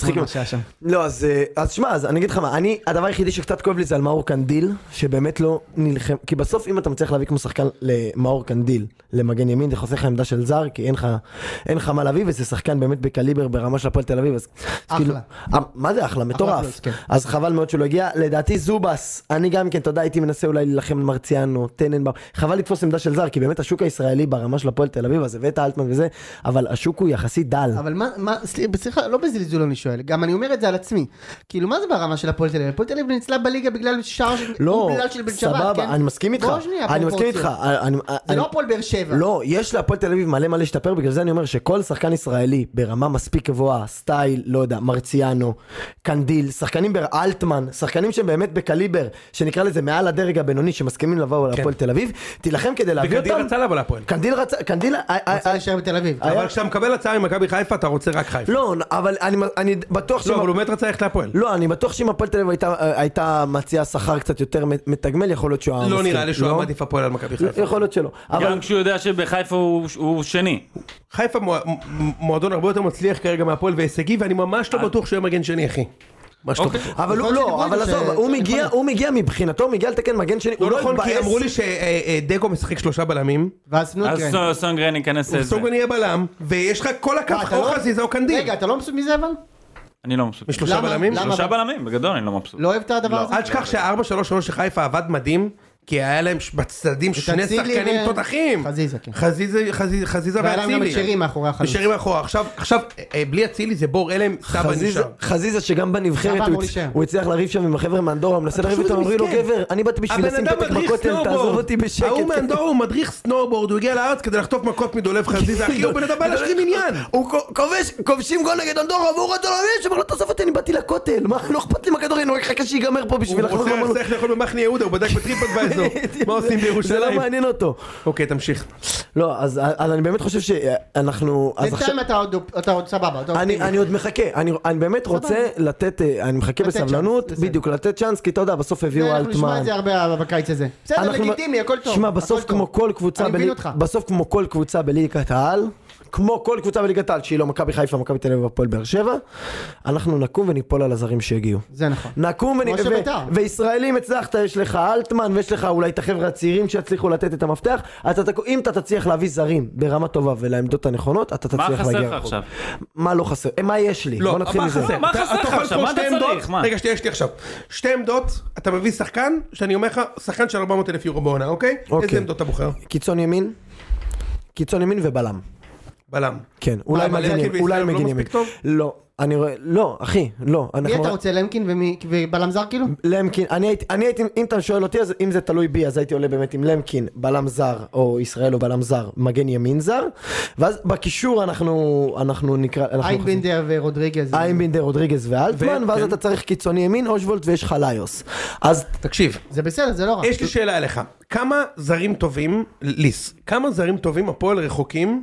לא, אז שמע, אז אני אגיד לך מה, אני, הדבר היחידי שקצת כואב לי זה על מאור קנדיל, שבאמת לא נלחם, כי בסוף אם אתה מצליח להביא כמו שחקן למאור קנדיל, למגן ימין, זה חוסך לך עמדה של זר, כי אין לך, אין לך מה להביא, וזה שחקן באמת בקליבר ברמה של הפועל תל אביב, אז אחלה. מה זה אחלה? מטורף. אז חבל מאוד שלא הגיע, לדעתי זובס, אני גם כן, תודה, הייתי מנסה אולי להילחם על מרציאנו, טננבאום, חבל לתפוס עמדה של זר, כי באמת השוק הישראלי ברמה של הפועל תל אביב, אז הבאת אלטמן וזה, אבל השוק הוא יחסית דל. אבל מה, מה, סליחה, לא בזלזול אני שואל, גם אני אומר את זה על עצמי. כאילו, מה זה ברמה של הפועל תל אביב? הפועל תל אביב ניצלה בליגה בגלל שער של... לא, סבבה, אני מסכים איתך. אני מסכים איתך. אני- זה אני- לא הפועל באר שבע. לא, יש להפועל תל אביב מלא מלא להשתפר, בגלל זה אני אומר שכל שחקן ישראלי ברמה מספיק גבוהה, סטייל, לא יודע, מרציאנו, קנדיל, שחקנים באלטמן, שחקנים שהם באמת בקליבר, שנקרא לזה מעל הדרג הבינוני, שמסכימים לבוא להפועל תל אביב, תילחם כדי להביא אותם. וקנדיל רצה לבוא להפועל. קנדיל רצה, קנדיל... רוצה להישאר בתל אביב. אבל כשאתה מקבל הצעה ממכבי חיפה, אתה רוצה רק חיפה. לא, אבל אני, אני בטוח לא, אבל הוא באמת רצה ללכת להפועל. לא, אני בטוח שאם הפועל תל אביב הייתה, הייתה מציעה שחר קצת יותר מתגמל, יכול להיות שהוא היה לא מסכים. נראה לי שהוא מעדיף הפועל על מכבי חיפה. יכול להיות שלא. אבל גם כשהוא יודע שבחיפה הוא הוא שני. חיפה מועדון הרבה יותר מצליח כרגע מהפועל והישגי, ואני ממש לא בטוח שהוא יהיה מגן שני, אחי. ממש לא אוקיי. בטוח. אבל הוא יכול לא, להיות אבל ש- עזוב, הוא מגיע, הוא מגיע מבחינתו, הוא מגיע לתקן מגן שני, הוא לא לא נכון, כי התבאס. אמרו לי שדגו משחק שלושה בלמים, ואז סנודגרן. אז סונגרן ייכנס לזה. וסוגן יהיה בלם, ויש לך כל הקו אה, אתה או לא- חזיזה או קנדיל. רגע, אתה לא מבסוט מזה אבל? אני לא מבסוט. משלושה למה? בלמים? למה? שלושה בלמים, בגדול אני לא מבסוט. לא אוהב את הדבר הזה? אל תשכח שה-ארבע שלוש שלוש של חיפה עבד מדהים, כי היה להם בצדדים שני אצילי שחקנים ו- תותחים. חזיזה, כן. חזיזה, חזיזה, חזיזה והיה להם גם את ואצילי. שרי מאחורי החלוץ. ושרי מאחורה. עכשיו, עכשיו, אה, בלי אצילי זה בור אלם, סבא חזיזה, נשאר. חזיזה שגם בנבחרת סבא הוא אמור הצ- להישאר. הוא הצליח לריב שם עם החבר'ה מאנדורה, הוא מנסה לריב איתם, אומרים לו מסכן. גבר, אני באתי בשביל הבן לשים אדם פתק מדריך בכותל, תעזוב סנואובורד. אותי בשקט. ההוא מאנדורה הוא מדריך סנואובורד, הוא הגיע לארץ כדי לחטוף מכות מדולב חזיזה, אחי, הוא בן אדם בא להשלים עניין. הוא כובש, כובשים גול נגד אנדורה, והוא רצה להבין, שאומר לו תעזוב אותי, אני באתי לכותל, מה, לא אכפת לי מהכדורגל, אני רק חכה שיגמר פה הוא בשביל לחזור רוצה למלון. ללכת לאכול במחנה יהודה, הוא בדק בטריפות באזור. מה עושים זה לא בירושלים? מעניין אותו. אוקיי, תמשיך. לא, אז אז אני באמת חושב שאנחנו... אז עכשיו- בינתיים אתה עוד- אתה עוד סבבה. אתה עוד אני, אופטימי. אני עוד מחכה, אני, אני באמת רוצה לתת, אה, אני מחכה לתת בסבלנות, צ'אנס, בסדר. בדיוק, לתת צ'אנס, כי אתה יודע, בסוף הביאו אנחנו נשמע אלטמן. את זה הרבה בקיץ הזה. בסדר, אנחנו- לגיטימי, הכל טוב. שמע, הכל בסוף טוב. כמו כל קבוצה, אני מבין בלי- אותך. בסוף כמו כל קבוצה בליגת העל, כמו כל קבוצה בליגת העל, שהיא לא מכבי חיפה, מכבי תל אביב והפועל באר שבע, אנחנו נקום וניפול על הזרים שהגיעו. זה נכון. נקום ונ... כמו שבית"ר. ו... וישראלים הצלחת, יש לך אלטמן ויש לך אולי את החבר'ה הצעירים שיצליחו לתת את המפתח, אתה תק... אם אתה תצליח להביא זרים ברמה טובה ולעמדות הנכונות, אתה מה תצליח חסר להגיע לך רחוק. עכשיו? מה לא חסר? אה, מה יש לי? לא, בוא נתחיל מה מזה. חסר? מה אתה- חסר אתה לך יכול עכשיו? לבחור מה אתה שתי צריך? עמדות? מה? רגע, שנייה, יש לי עכשיו. שתי עמדות, אתה מביא שחקן, שאני אומר לך, שחקן של ארבע מאות אלף יורו בעונה, אוקיי? אוקיי. איזה עמדות אתה בוחר? קיצון ימין, קיצון ימין ובלם. בלם. כן, אולי אבל מגן למקין ימין, אולי וישראל לא מגן מספיק ימין. טוב? לא, אני רואה, לא, אחי, לא. מי אנחנו- אתה רוצה, למקין ומי- ובלם זר כאילו? למקין, אני הייתי, אני הייתי, אם אתה שואל אותי, אז אם זה תלוי בי, אז הייתי עולה באמת עם למקין, בלם זר, או ישראל או בלם זר, מגן ימין זר, ואז בקישור אנחנו, אנחנו נקרא, אנחנו איינבינדר ורודריגז. איינבינדר, רודריגז ואלטמן, ו- ואז כן. אתה צריך קיצוני ימין, אושוולט ויש לך ליוס. אז תקשיב, זה בסדר, זה לא רע. יש לי שאלה אליך. כמה זרים טובים, ליס, כמה זרים טובים הפועל רחוקים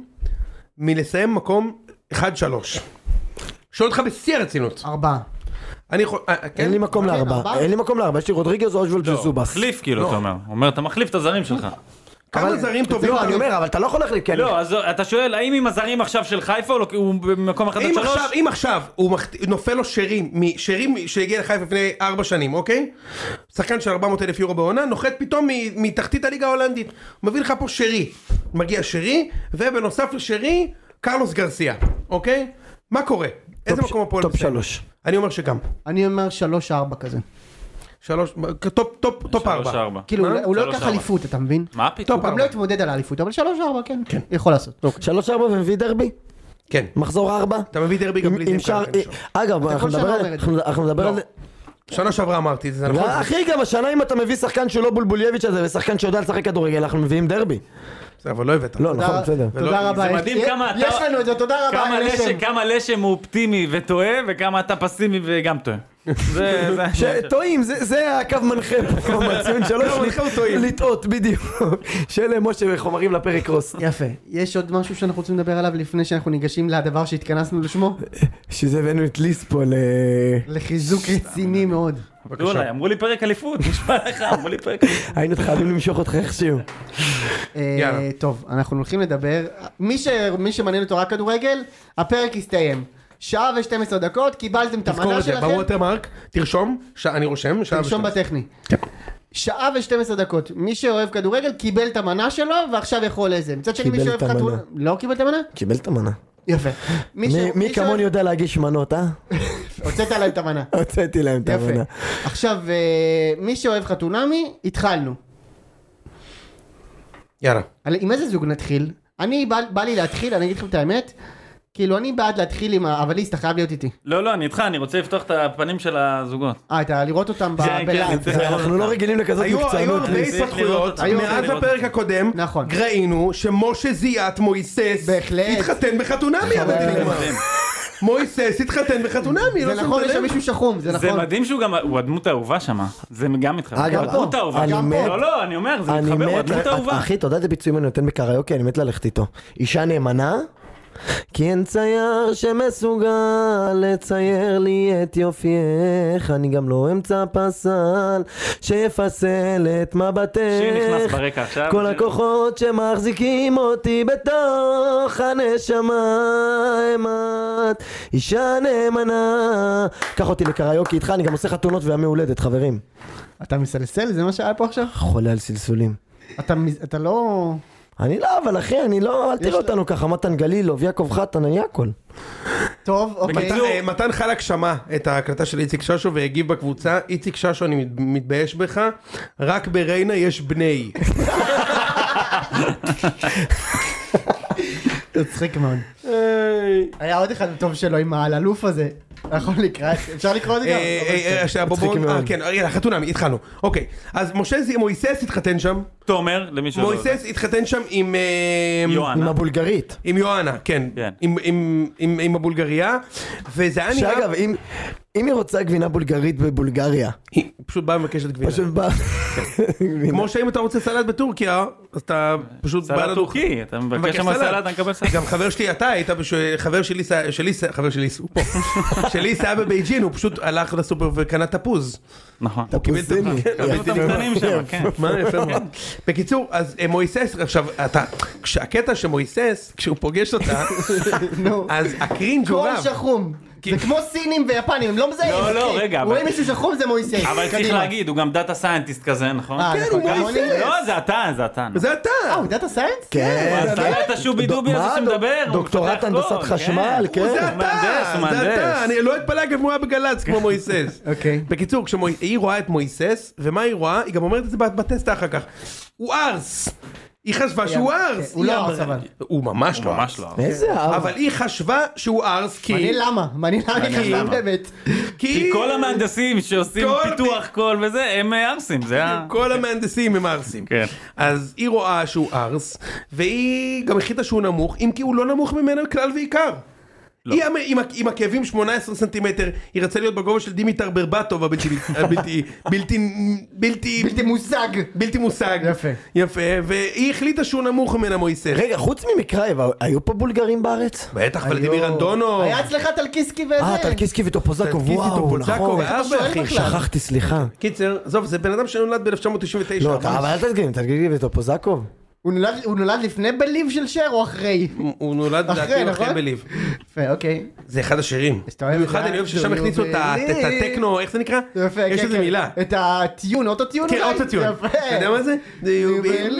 מלסיים מקום אחד שלוש? שואל אותך בשיא הרצינות. ארבעה. אני יכול... אה, כן? אין לי מקום כן, לארבע, ארבעה? אין לי מקום לארבע, יש לי רודריגז, אושוולט וזובס. מחליף כאילו, אתה אומר. הוא אומר, אתה מחליף את הזרים שלך. כמה אבל- זרים טובים? לא, אתה אני מביא? אומר, אבל אתה לא יכול להחליף, כי אני... לא, אז אתה שואל, האם עם הזרים עכשיו של חיפה הוא לא- הוא במקום אחד עד אם שלוש? עכשיו, אם עכשיו הוא מחט- נופל לו שרי, מ- שרי מ- שהגיע לחיפה לפני ארבע שנים, אוקיי? שחקן של ארבע מאות אלף יורו בעונה, נוחת פתאום מ- מתחתית הליגה ההולנדית. הוא מביא לך פה שרי. מגיע שרי, ובנוסף לשרי, קרלוס גרסיה, אוקיי? מה קורה? איזה טופ- מקום הפועל טופ מסיים? שלוש. אני אומר שגם. אני אומר שלוש ארבע כזה. שלוש, טופ, טופ, טופ שלוש, ארבע. ארבע. כאילו, מה? הוא לא שלוש, ייקח ארבע. אליפות, אתה מבין? מה פתאום? הוא גם לא יתמודד על האליפות, אבל שלוש ארבע, כן. יכול לעשות. שלוש ארבע ומביא דרבי? כן. מחזור ארבע? אתה מביא דרבי גם עם- בלי עם זים שער- ככה, אני חושב. אגב, אנחנו כל שנה נדבר על- אומר את זה. אנחנו- אנחנו נדבר לא. על זה. שנה שעברה אמרתי את זה, זה נכון? אחי, גם השנה אם אתה מביא שחקן שהוא לא בולבולייביץ' הזה ושחקן שיודע לשחק כדורגל, אנחנו מביאים דרבי. זה, אבל לא הבאת. לא, נכון, בסדר. ולא- תודה רבה. זה יש- מדהים יש- כמה אתה- יש לנו את זה, תודה רבה. כמה לשם. לשם, כמה לשם הוא אופטימי וטועה, וכמה אתה פסימי וגם טועה. זה, זה... שטועים, זה זה הקו מנחה פה, בציון שלוש, הקו מנחה הוא טועים. לטעות, בדיוק. שאלה משה חומרים לפרק רוס. יפה. יש עוד משהו שאנחנו רוצים לדבר עליו לפני שאנחנו ניגשים לדבר שהתכנסנו לשמו? שזה הבאנו את ליס פה ל... לחיזוק רציני מאוד. אמרו לי, אמרו לי פרק אליפות, נשמע לך, אמרו לי פרק אליפות. היינו חייבים למשוך אותך איכשהו. אה, יאללה. טוב, אנחנו הולכים לדבר. מי ש- מי שמעניין אותו רק כדורגל, הפרק הסתיים. שעה ושתים עשרה דקות, קיבלתם את תזכור המנה את זה, שלכם. בווטרמרק, תרשום, ש- אני רושם, שעה תרשום ושתים עשרה. בטכני. שעה ושתים עשרה דקות. מי שאוהב כדורגל קיבל את המנה שלו, ועכשיו יכול לזה. מצד שני מי קיבל שאוהב את המנה. חתונה... לא קיבל את המנה? קיבל את המנה. יפה. מי ש- מי- מי מי כמוני שאוהב- יודע להגיש מנות, אה? הוצאת להם את המנה. הוצאתי להם את המנה. יפה. עכשיו, אה, מי שאוהב חתונמי, התחלנו. יאללה. על- עם איזה זוג נתחיל? אני, בא, בא לי להתחיל, אני אגיד לכם את האמת, כאילו, אני בעד להתחיל עם ה... אבל ליס, אתה חייב להיות איתי. לא, לא, אני איתך, אני רוצה לפתוח את הפנים של הזוגות. אה, אתה לראות אותם ב- כן, בלייב. כן, אנחנו לא רגילים לכזאת היו היו מקצוענות. הרבה ליס. התפתחויות, היו מאז הרבה הפרק הקודם, נכון. ראינו שמשה זיאת מויסס בהחלט. התחתן בחתונמי, אבל זה תגמר. מדהים. מויסס התחתן בחתונמי, לא זה נכון, שמת יש שם לב? מישהו שחום, זה זה נכון. מדהים שהוא גם, הוא הדמות האהובה שם. זה גם מתחבר. אגב, הוא הדמות האהובה. אני גם מת- פה. לא, לא, אני אומר, זה אני מתחבר, הוא מת, הדמות האהובה. אחי, אתה יודע איזה ביצועים אני נותן בקריוקי, אני מת ללכת איתו. אישה נאמנה? כי אין צייר שמסוגל לצייר לי את יופייך, אני גם לא אמצא פסל שיפסל את מבטך. שיר נכנס ברקע עכשיו. כל שיר- הכוחות שמחזיקים אותי בתוך הנשמה הם את, אישה נאמנה. קח אותי לקריוקי איתך, אני גם עושה חתונות וימי הולדת, חברים. אתה מסלסל? זה מה שהיה פה עכשיו? חולה על סלסולים. אתה מז- אתה לא... אני לא, אבל אחי, אני לא, אל תראה אותנו ככה, מתן גלילוב, יעקב חתן, אני הכל. טוב, אוקיי. מתן- אה, מתן חלק שמע את ההקלטה של איציק ששו והגיב בקבוצה, איציק ששו אני מת- מתבייש בך, רק בריינה יש בני. זה צחיק מאוד. היה עוד אחד טוב שלו עם האלוף הזה. יכול לקרוא, אפשר לקרוא את זה גם? אה, אה, אה, בוא, בוא, מצחיק אה, מאוד. כן, יאללה, חתונמי, התחלנו. אוקיי, אז משה זי- מויסס התחתן שם, תומר, למי שלא... מויסס התחתן שם עם... אה, עם יואנה. הבולגרית. עם יואנה, כן, כן. עם- עם- עם עם הבולגריה, וזה היה נראה... שאגב, אם אם היא רוצה גבינה בולגרית בבולגריה, היא פשוט באה ומבקשת גבינה. פשוט בא... כמו שאם אתה רוצה סלט בטורקיה, אז אתה פשוט בא סלט לדוכן. טורקי, אתה מבקש מבקש שם סלט. סלט, אתה מקבל סלט. גם חבר שלי, אתה היית, בש- חבר שלי, שלי, חבר שלי, הוא פה, שלי היה בבייג'ין, הוא פשוט הלך לסופר וקנה תפוז. נכון. הוא קיבל את תפוזיני. כן, תביאו את המקטנים שם, כן. מה יפה מאוד. בקיצור, אז אה, מויסס, עכשיו, אתה, כשהקטע שמויסס, כשהוא פוגש אותה, נו. אז הקרינג' הוא כל רב. שחום. זה כמו סינים ויפנים, הם לא מזהים. לא, לא, אחי. רגע, אבל- רואים מישהו שחום זה מויסס. אבל צריך קדימה. להגיד, הוא גם דאטה סיינטיסט כזה, נכון? אה, כן, נכון, הוא כמוני. מויסס. לא, זה אתה, זה אתה. זה אתה. אה, הוא דאטה סיינס? הוא כן. עשה את השובי דובי הזה מה, שמדבר. הוא דוקטורט מפתח הנדסת קוד, חשמל, כן. כן. זה הוא אתה, מהנדס, הוא זה מהנדס. אתה, אני לא אתפלא גם אם הוא היה בגל"צ כמו מויסס. אוקיי. בקיצור, כשהיא רואה את מויסס, ומה היא רואה? היא גם אומרת את זה בטסט אחר כך. הוא ארס. היא חשבה שהוא ארס. הוא לא היא ארס, אמרה- אבל. הוא ממש לא ממש ארס. לא. איזה אב. אבל היא חשבה שהוא ארס כי... מעניין למה, מעניין למה היא חשבה למה. באמת. כי כל המהנדסים שעושים כל פיתוח קול וזה, הם ארסים, זה ה... כל המהנדסים הם ארסים. כן. אז היא רואה שהוא ארס, והיא גם החליטה שהוא נמוך, אם כי הוא לא נמוך ממנו כלל ועיקר. היא עם- עם ה- עם הכאבים שמונה עשרה סנטימטר, היא רצה להיות בגובה של דימיטר ברבטוב הבלתי הבלתי בלתי בלתי בלתי מושג. בלתי מושג. יפה. יפה, והיא החליטה שהוא נמוך ממנה מויסס. רגע, חוץ ממקרייב, היו פה בולגרים בארץ? בטח, ולדימיר אנדונו. היה אצלך טלקיסקי וזה. אה, טלקיסקי וטופוזקוב, טלקיסקי וואו, וטופוזקוב, נכון. היה הרבה שואל אחי. בכלל? שכחתי, סליחה. קיצר, עזוב, זה בן אדם שנולד ב-אלף תשע מאות תשעים ותשע. לא, אבל אל תדגים, טלקיסקי וטופוזקוב. הוא נולד- הוא נולד לפני בליב של שר או אחרי? הוא נולד אחרי, לדעתי נכון? אחרי בליב. יפה, אוקיי. זה אחד השירים. שאתה אוהב את במיוחד זה, אני אוהב ששם זה הכניסו את ה- יובילי. את הטכנו, איך זה נקרא? יפה, יש כן, איזה כן. מילה. את הטיון, אוטוטיון כן, אולי? אוטוטיון. יפה. אתה יודע מה זה? זה יובילי.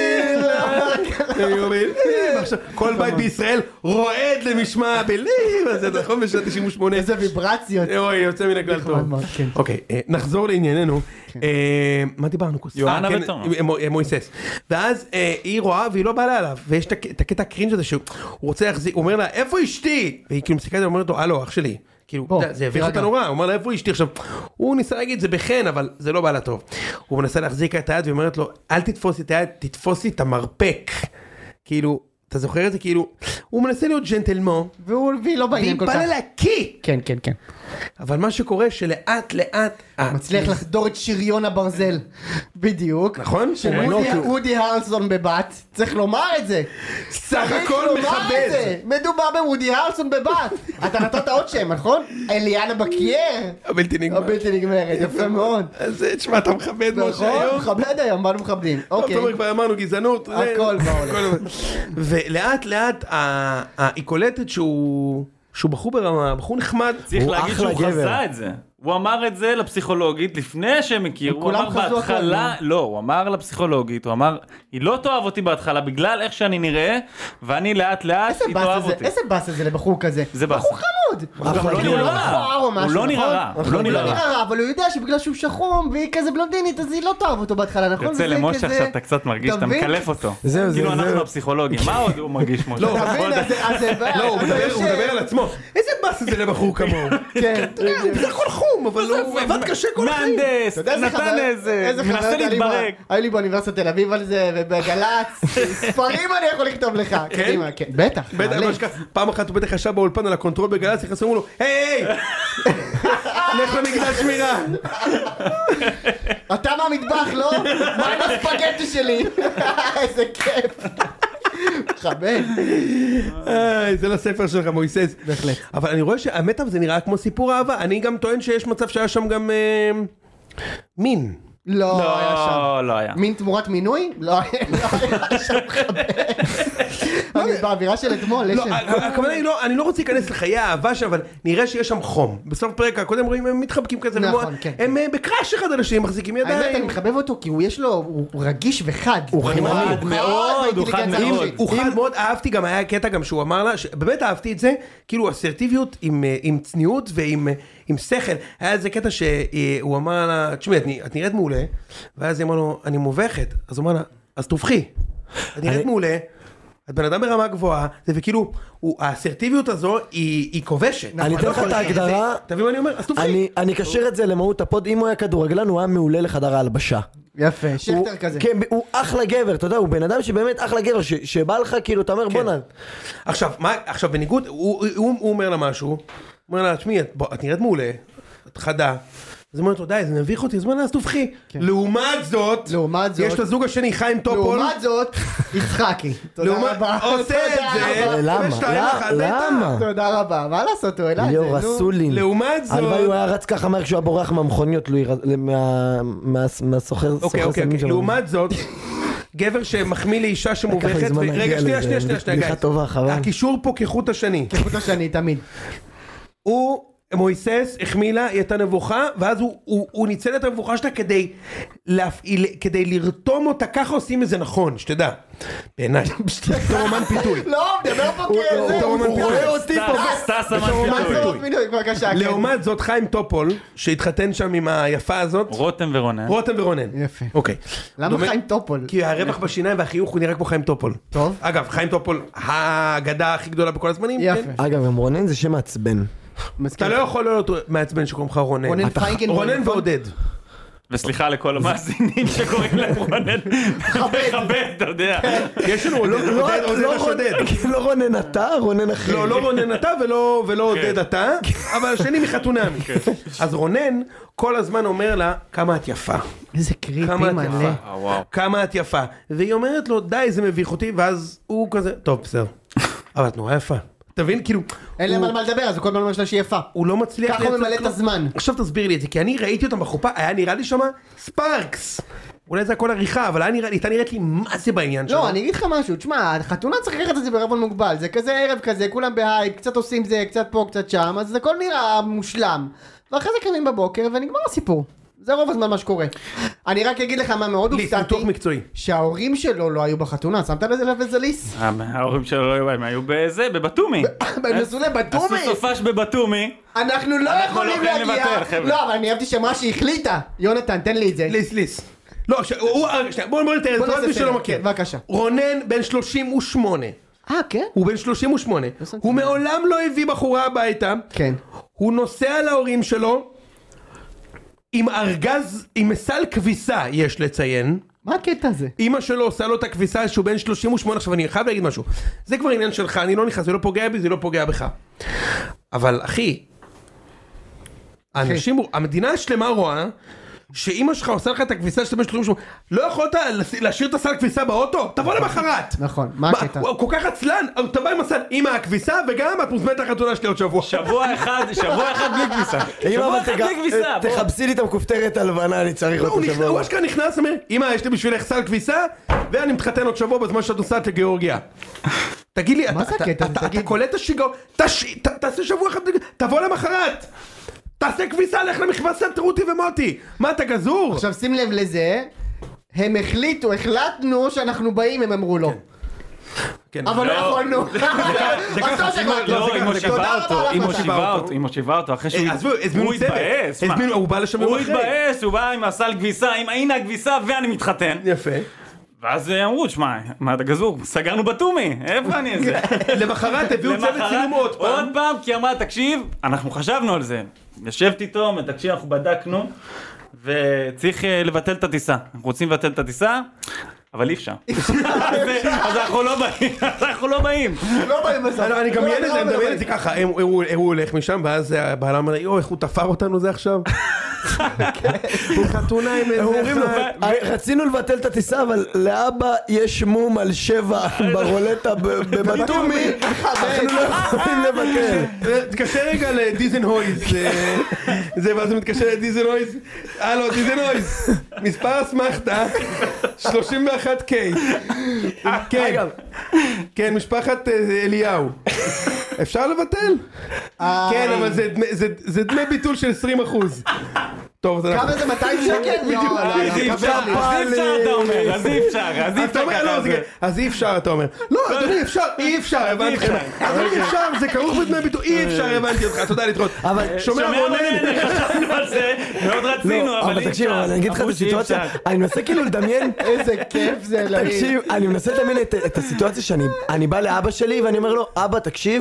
זה יובילי. עכשיו, כל בית בישראל רועד למשמע בליב. אז זה נכון בשנת תשעים ושמונה. איזה ויברציות. אוי, יוצא מן הכלל טוב. מאוד, כן. אוקיי, אה, נחזור לענייננו. אה, מה דיברנו? כוס? יואנה אה, כן, ותומר. אה, מו- אה, מויסס. ואז אה, היא רואה והיא לא באה לה עליו. ויש את הק- את הקטע הקרינג' הזה שהוא הוא רוצה להחזיק, הוא אומר לה, איפה אשתי? והיא כאילו מסתכלת ואומרת לו, הלו, אח שלי. כאילו, בוא, אתה יודע, זה הביך אותה תירגע. נורא, הוא אומר לה, איפה אשתי? עכשיו, הוא ניסה להגיד זה בחן, אבל זה לא בא לה טוב. הוא מנסה להחזיק את היד ואומרת לו, אל תתפוס לי את היד, תתפוס לי את המרפק. כאילו, אתה זוכר את זה? כאילו, הוא מנסה להיות ג'נטלמן, והוא והיא לא בעניין והיא כל כך. בא לה להקיא. כן, כן, כן. אבל מה שקורה שלאט לאט... מצליח לחדור את שריון הברזל. בדיוק. נכון? של הוא וודי- מנוק. וודי הרלסון בבת. צריך לומר את זה. סך צריך הכל לומר את מכבד. זה. מדובר בוודי הרלסון בבת. אתה נתת עוד שם, נכון? אליאנה בקייר. הבלתי נגמר. הבלתי נגמרת. יפה מאוד. אז אה, תשמע, אתה מכבד משה נכון? היום? מכבד היום, באנו מכבדים. אוקיי. טוב, כבר אמרנו גזענות. זה- הכל בעולם. הכל- ולאט לאט ה- ה- היא קולטת שהוא שהוא בחור ברמה, בחור נחמד. צריך הוא להגיד אחלה שהוא גבר. חזה את זה. הוא אמר את זה לפסיכולוגית לפני שהם הכירו, הוא כולם אמר חזו בהתחלה, הכל, לא, הוא אמר לפסיכולוגית, הוא אמר, היא לא תאהב אותי בהתחלה בגלל איך שאני נראה, ואני לאט לאט, איזה היא באס תאהב זה, אותי. איזה באס זה לבחור כזה. זה באס. בחור חמוד. מאוד. הוא גם לא נראה רע. הוא לא נראה רע. הוא לא נראה רע. אבל הוא יודע שבגלל שהוא שחום והיא כזה בלונדינית, אז היא לא תאהב אותו בהתחלה, נכון? יוצא למשה עכשיו, אתה קצת מרגיש, אתה מקלף אותו. זהו, כאילו זהו. אנחנו הפסיכולוגים. מה עוד הוא מרגיש משה? לא, לא, הוא מדבר על עצמו. איזה באס זה לבחור כמוהו. כן. הוא בסך הכל חום, אבל הוא עבד קשה כל החיים. מהנדס, נתן איזה, מנסה להתברג. היו לי באוניברסיטת תל אביב על זה, ובגלץ, ספרים אני יכול לכתוב לך. קדימה, כן, בטח. פעם אחת הוא בטח ישב באולפן על הקונטרול בגלץ, נכנסו לו, היי היי! לך למגדל שמירה. אתה מהמטבח, לא? מה עם הספגטי שלי? איזה כיף. חבר. זה לספר שלך מויסס. בהחלט. אבל אני רואה שהמטה זה נראה כמו סיפור אהבה. אני גם טוען שיש מצב שהיה שם גם מין. לא היה שם. לא, לא היה. מין תמורת מינוי? לא היה שם חבר. אני באווירה של אתמול, לשם. הכוונה היא לא, אני לא רוצה להיכנס לחיי האהבה שם, אבל נראה שיש שם חום. בסוף פרק הקודם רואים הם מתחבקים כזה. נכון, כן. הם בקראש אחד אנשים מחזיקים ידיים. האמת, אני מחבב אותו כי הוא יש לו, הוא רגיש וחד. הוא חד מאוד, הוא חד מאוד. הוא חד מאוד, אהבתי גם, היה קטע גם שהוא אמר לה, באמת אהבתי את זה, כאילו אסרטיביות עם צניעות ועם שכל. היה איזה קטע שהוא אמר לה, תשמעי, את נראית מעולה, ואז היא אמרה לו, אני מובכת. אז הוא אמר לה, אז תובחי. את נראית מעולה, את בן אדם ברמה גבוהה, וכאילו, האסרטיביות הזו היא כובשת. אני אתן לך את ההגדרה, תבין מה אני אומר? אז תובחי. אני אקשר את זה למהות הפוד, אם הוא היה כדורגלן, הוא היה מעולה לחדר ההלבשה. יפה, שכתר כזה. כן, הוא אחלה גבר, אתה יודע, הוא בן אדם שבאמת אחלה גבר, שבא לך כאילו, אתה אומר, בוא נע. עכשיו, מה, עכשיו בניגוד, הוא אומר לה משהו, הוא אומר לה, תשמעי, את נראית מעולה, את חדה, אז הוא אומר לו, די, זה נביך אותי, אז מה נעש תובחי. לעומת זאת, יש את הזוג השני, חיים טופול. לעומת זאת, יצחקי. תודה רבה. עושה את זה. למה? למה? תודה רבה. מה לעשות, הוא אליי? ליאור אסולין. לעומת זאת. הלוואי הוא היה רץ ככה מהר כשהוא היה בורח מהמכוניות, מהסוחר סמים שלו. לעומת זאת, גבר שמחמיא לאישה שמובכת, רגע, שנייה, שנייה, שנייה, שנייה, הקישור פה כחוט השני. כחוט השני, תמיד. הוא מויסס החמיא לה, היא הייתה נבוכה, ואז הוא, הוא, הוא ניצל את הנבוכה שלה כדי להפעיל, כדי לרתום אותה, ככה עושים את זה נכון, שתדע. בעיניי. בתור רומן פיתוי. לא, מדבר פה כזה. הוא רואה אותי פה. סטס אמן פיתוי. לעומת זאת חיים טופול, שהתחתן שם עם היפה הזאת. רותם ורונן. רותם ורונן. יפה. אוקיי. למה חיים טופול? כי הרווח בשיניים והחיוך הוא נראה כמו חיים טופול. טוב. אגב, חיים טופול, האגדה הכי גדולה בכל הזמנים. יפה. אגב, גם רונן זה שם מעצבן. אתה לא יכול להיות מעצבן שקוראים לך רונן. רונן פיינגן. רונן ועודד. וסליחה לכל המאזינים שקוראים להם רונן. מכבד, אתה יודע. יש לנו עודד, עודד השודד. לא רונן אתה, רונן אחר. לא, לא רונן אתה ולא עודד אתה, אבל השני מחתונמי. אז רונן כל הזמן אומר לה, כמה את יפה. איזה קריפי מלא. כמה את יפה. והיא אומרת לו, די, זה מביך אותי, ואז הוא כזה, טוב, בסדר. אבל את נורא יפה. תבין, כאילו... אין להם על מה לדבר, אז הוא כל הזמן אומר שלה שהיא יפה. הוא לא מצליח... ככה הוא ממלא את הזמן. עכשיו תסביר לי את זה, כי אני ראיתי אותם בחופה, היה נראה לי שמה ספארקס. אולי זה הכל עריכה, אבל הייתה נראית לי מה זה בעניין שלו. לא, אני אגיד לך משהו, תשמע, חתונה צריך לקחת את זה בערבון מוגבל, זה כזה ערב כזה, כולם בהייפ, קצת עושים זה, קצת פה, קצת שם, אז זה הכל נראה מושלם. ואחרי זה קמים בבוקר ונגמר הסיפור. זה רוב הזמן מה שקורה. אני רק אגיד לך מה מאוד הופתעתי, שההורים שלו לא היו בחתונה, שמת לזה לב איזה ליס? ההורים שלו לא היו, הם היו בזה, בבטומי. הם נסעו לבטומי? עשו סופש בבטומי. אנחנו לא יכולים להגיע. לא, אבל אני אהבתי שאמרה שהיא החליטה. יונתן, תן לי את זה. ליס, ליס. לא, בוא נתאר את זה, מי שלא מכיר. בבקשה. רונן בן שלושים ושמונה. אה, כן? הוא בן שלושים ושמונה. הוא מעולם לא הביא בחורה הביתה. כן. הוא נוסע להורים שלו עם ארגז, עם סל כביסה, יש לציין. מה הקטע הזה? אמא שלו עושה לו את הכביסה שהוא בן שלושים ושמונה, עכשיו אני חייב להגיד משהו. זה כבר עניין שלך, אני לא נכנס, זה לא פוגע בי, זה לא פוגע בך. אבל אחי, האנשים, המדינה השלמה רואה, שאמא שלך עושה לך את הכביסה שאתה בן שלושים ושמונה, לא יכולת להשאיר את הסל כביסה באוטו? תבוא למחרת. נכון, מה הקטע? הוא כל כך עצלן, אתה בא עם הסל, אמא הכביסה, וגם את מוזמנת לחתונה שלי עוד שבוע. שבוע אחד, שבוע אחד בלי כביסה. שבוע אחד בלי כביסה. תחפשי לי את המכופתרת הלבנה, אני צריך אותו שבוע. הוא אשכרה נכנס, אומר, אמא, יש לי בשבילך סל כביסה, ואני מתחתן עוד שבוע בזמן שאת נוסעת לגיאורגיה. תגיד לי, אתה קולט את השיגעון, תעשה שבוע אחד, תבוא למחרת. תעשה כביסה, לך למכבסת רותי ומוטי. מה, אתה גזור? עכשיו שים לב לזה, הם החליטו, החלטנו שאנחנו באים, הם אמרו לו. כן. אבל לא יכולנו. לא, היא מושיבה אותו, היא מושיבה אותו, היא מושיבה אותו, אחרי שהוא... עזבו, הזמינו צוות. הזמינו, הוא בא לשם יום הוא אחרי. התבאס, הוא בא עם הסל כביסה, עם הנה הכביסה ואני מתחתן. יפה. ואז אמרו, שמע, מה אתה גזור? סגרנו בתומי, איפה אני איזה? למחרת הביאו צוות צילום עוד פעם. עוד פעם, כי אמרה, תקשיב, אנחנו חשבנו על זה. ישבת איתו, תקשיב, אנחנו בדקנו, וצריך לבטל את הטיסה. אנחנו רוצים לבטל את הטיסה, אבל אי אפשר. אז אנחנו לא באים, אנחנו לא באים. לא באים בסוף. אני גם ילד, אני מדמיין את זה ככה, הוא הולך משם, ואז הבעלה אומר, יו, איך הוא תפר אותנו זה עכשיו? הוא חתונה עם איזה אחד. רצינו לבטל את הטיסה, אבל לאבא יש מום על שבע ברולטה בבתומי, אנחנו לא יכולים לבטל. תקשר רגע לדיזן הויז, זה ואז הוא מתקשר לדיזן הויז, הלו דיזן הויז, מספר אסמכתה, שלושים ואחת קיי, כן, כן, משפחת אליהו, אפשר לבטל? כן, אבל זה דמי ביטול של עשרים אחוז. טוב, כמה זה מאתיים שקל? אז אי אפשר, אתה אומר, אז אי אפשר, אז אי אפשר ככה זה. אז אי אפשר, אתה אומר. לא, אדוני, אפשר, אי אפשר, הבנתי לך. אבל אי אפשר, זה כרוך בדמי ביטול, אי אפשר, הבנתי אותך, תודה להתראות. שומע רונן, חשבנו על זה, מאוד רצינו, אבל אי תקשיב, אפשר. אבל אני אגיד לך את הסיטואציה, אני מנסה כאילו לדמיין, איזה כיף זה. תקשיב, אני מנסה לדמיין את הסיטואציה שאני בא לאבא שלי ואני אומר לו, אבא תקשיב,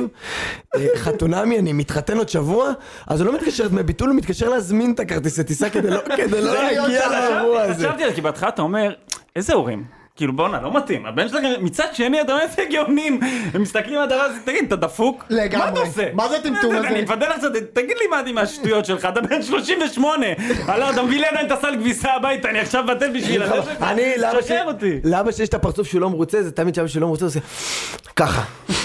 חתונמי, אני מתחתן עוד שבוע, אז הוא לא מתקשר דמי ביטול, הוא מתקשר להזמין את הכרטיסי טיסה כדי לא להגיע לאירוע הזה. חשבתי על זה, כי בהתחלה אתה אומר, איזה הורים? כאילו בוא'נה, לא מתאים, הבן שלך, מצד שני אתה אומר, איזה גאונים, הם מסתכלים על הדבר הזה, תגיד, אתה דפוק? לגמרי. מה אתה עושה? מה זה הטמטום הזה? אני מפדל לך קצת, תגיד לי מה אני מהשטויות שלך, אתה בן שלושים ושמונה, הלאה, אתה מביא לי עדיין את הסל כביסה הביתה, אני עכשיו בטל בשביל הזה שלך, שקר אותי. לאבא שיש את הפרצוף שהוא לא מרוצה, זה תמיד שאבא שלא מרוצה, הוא עושה ככה.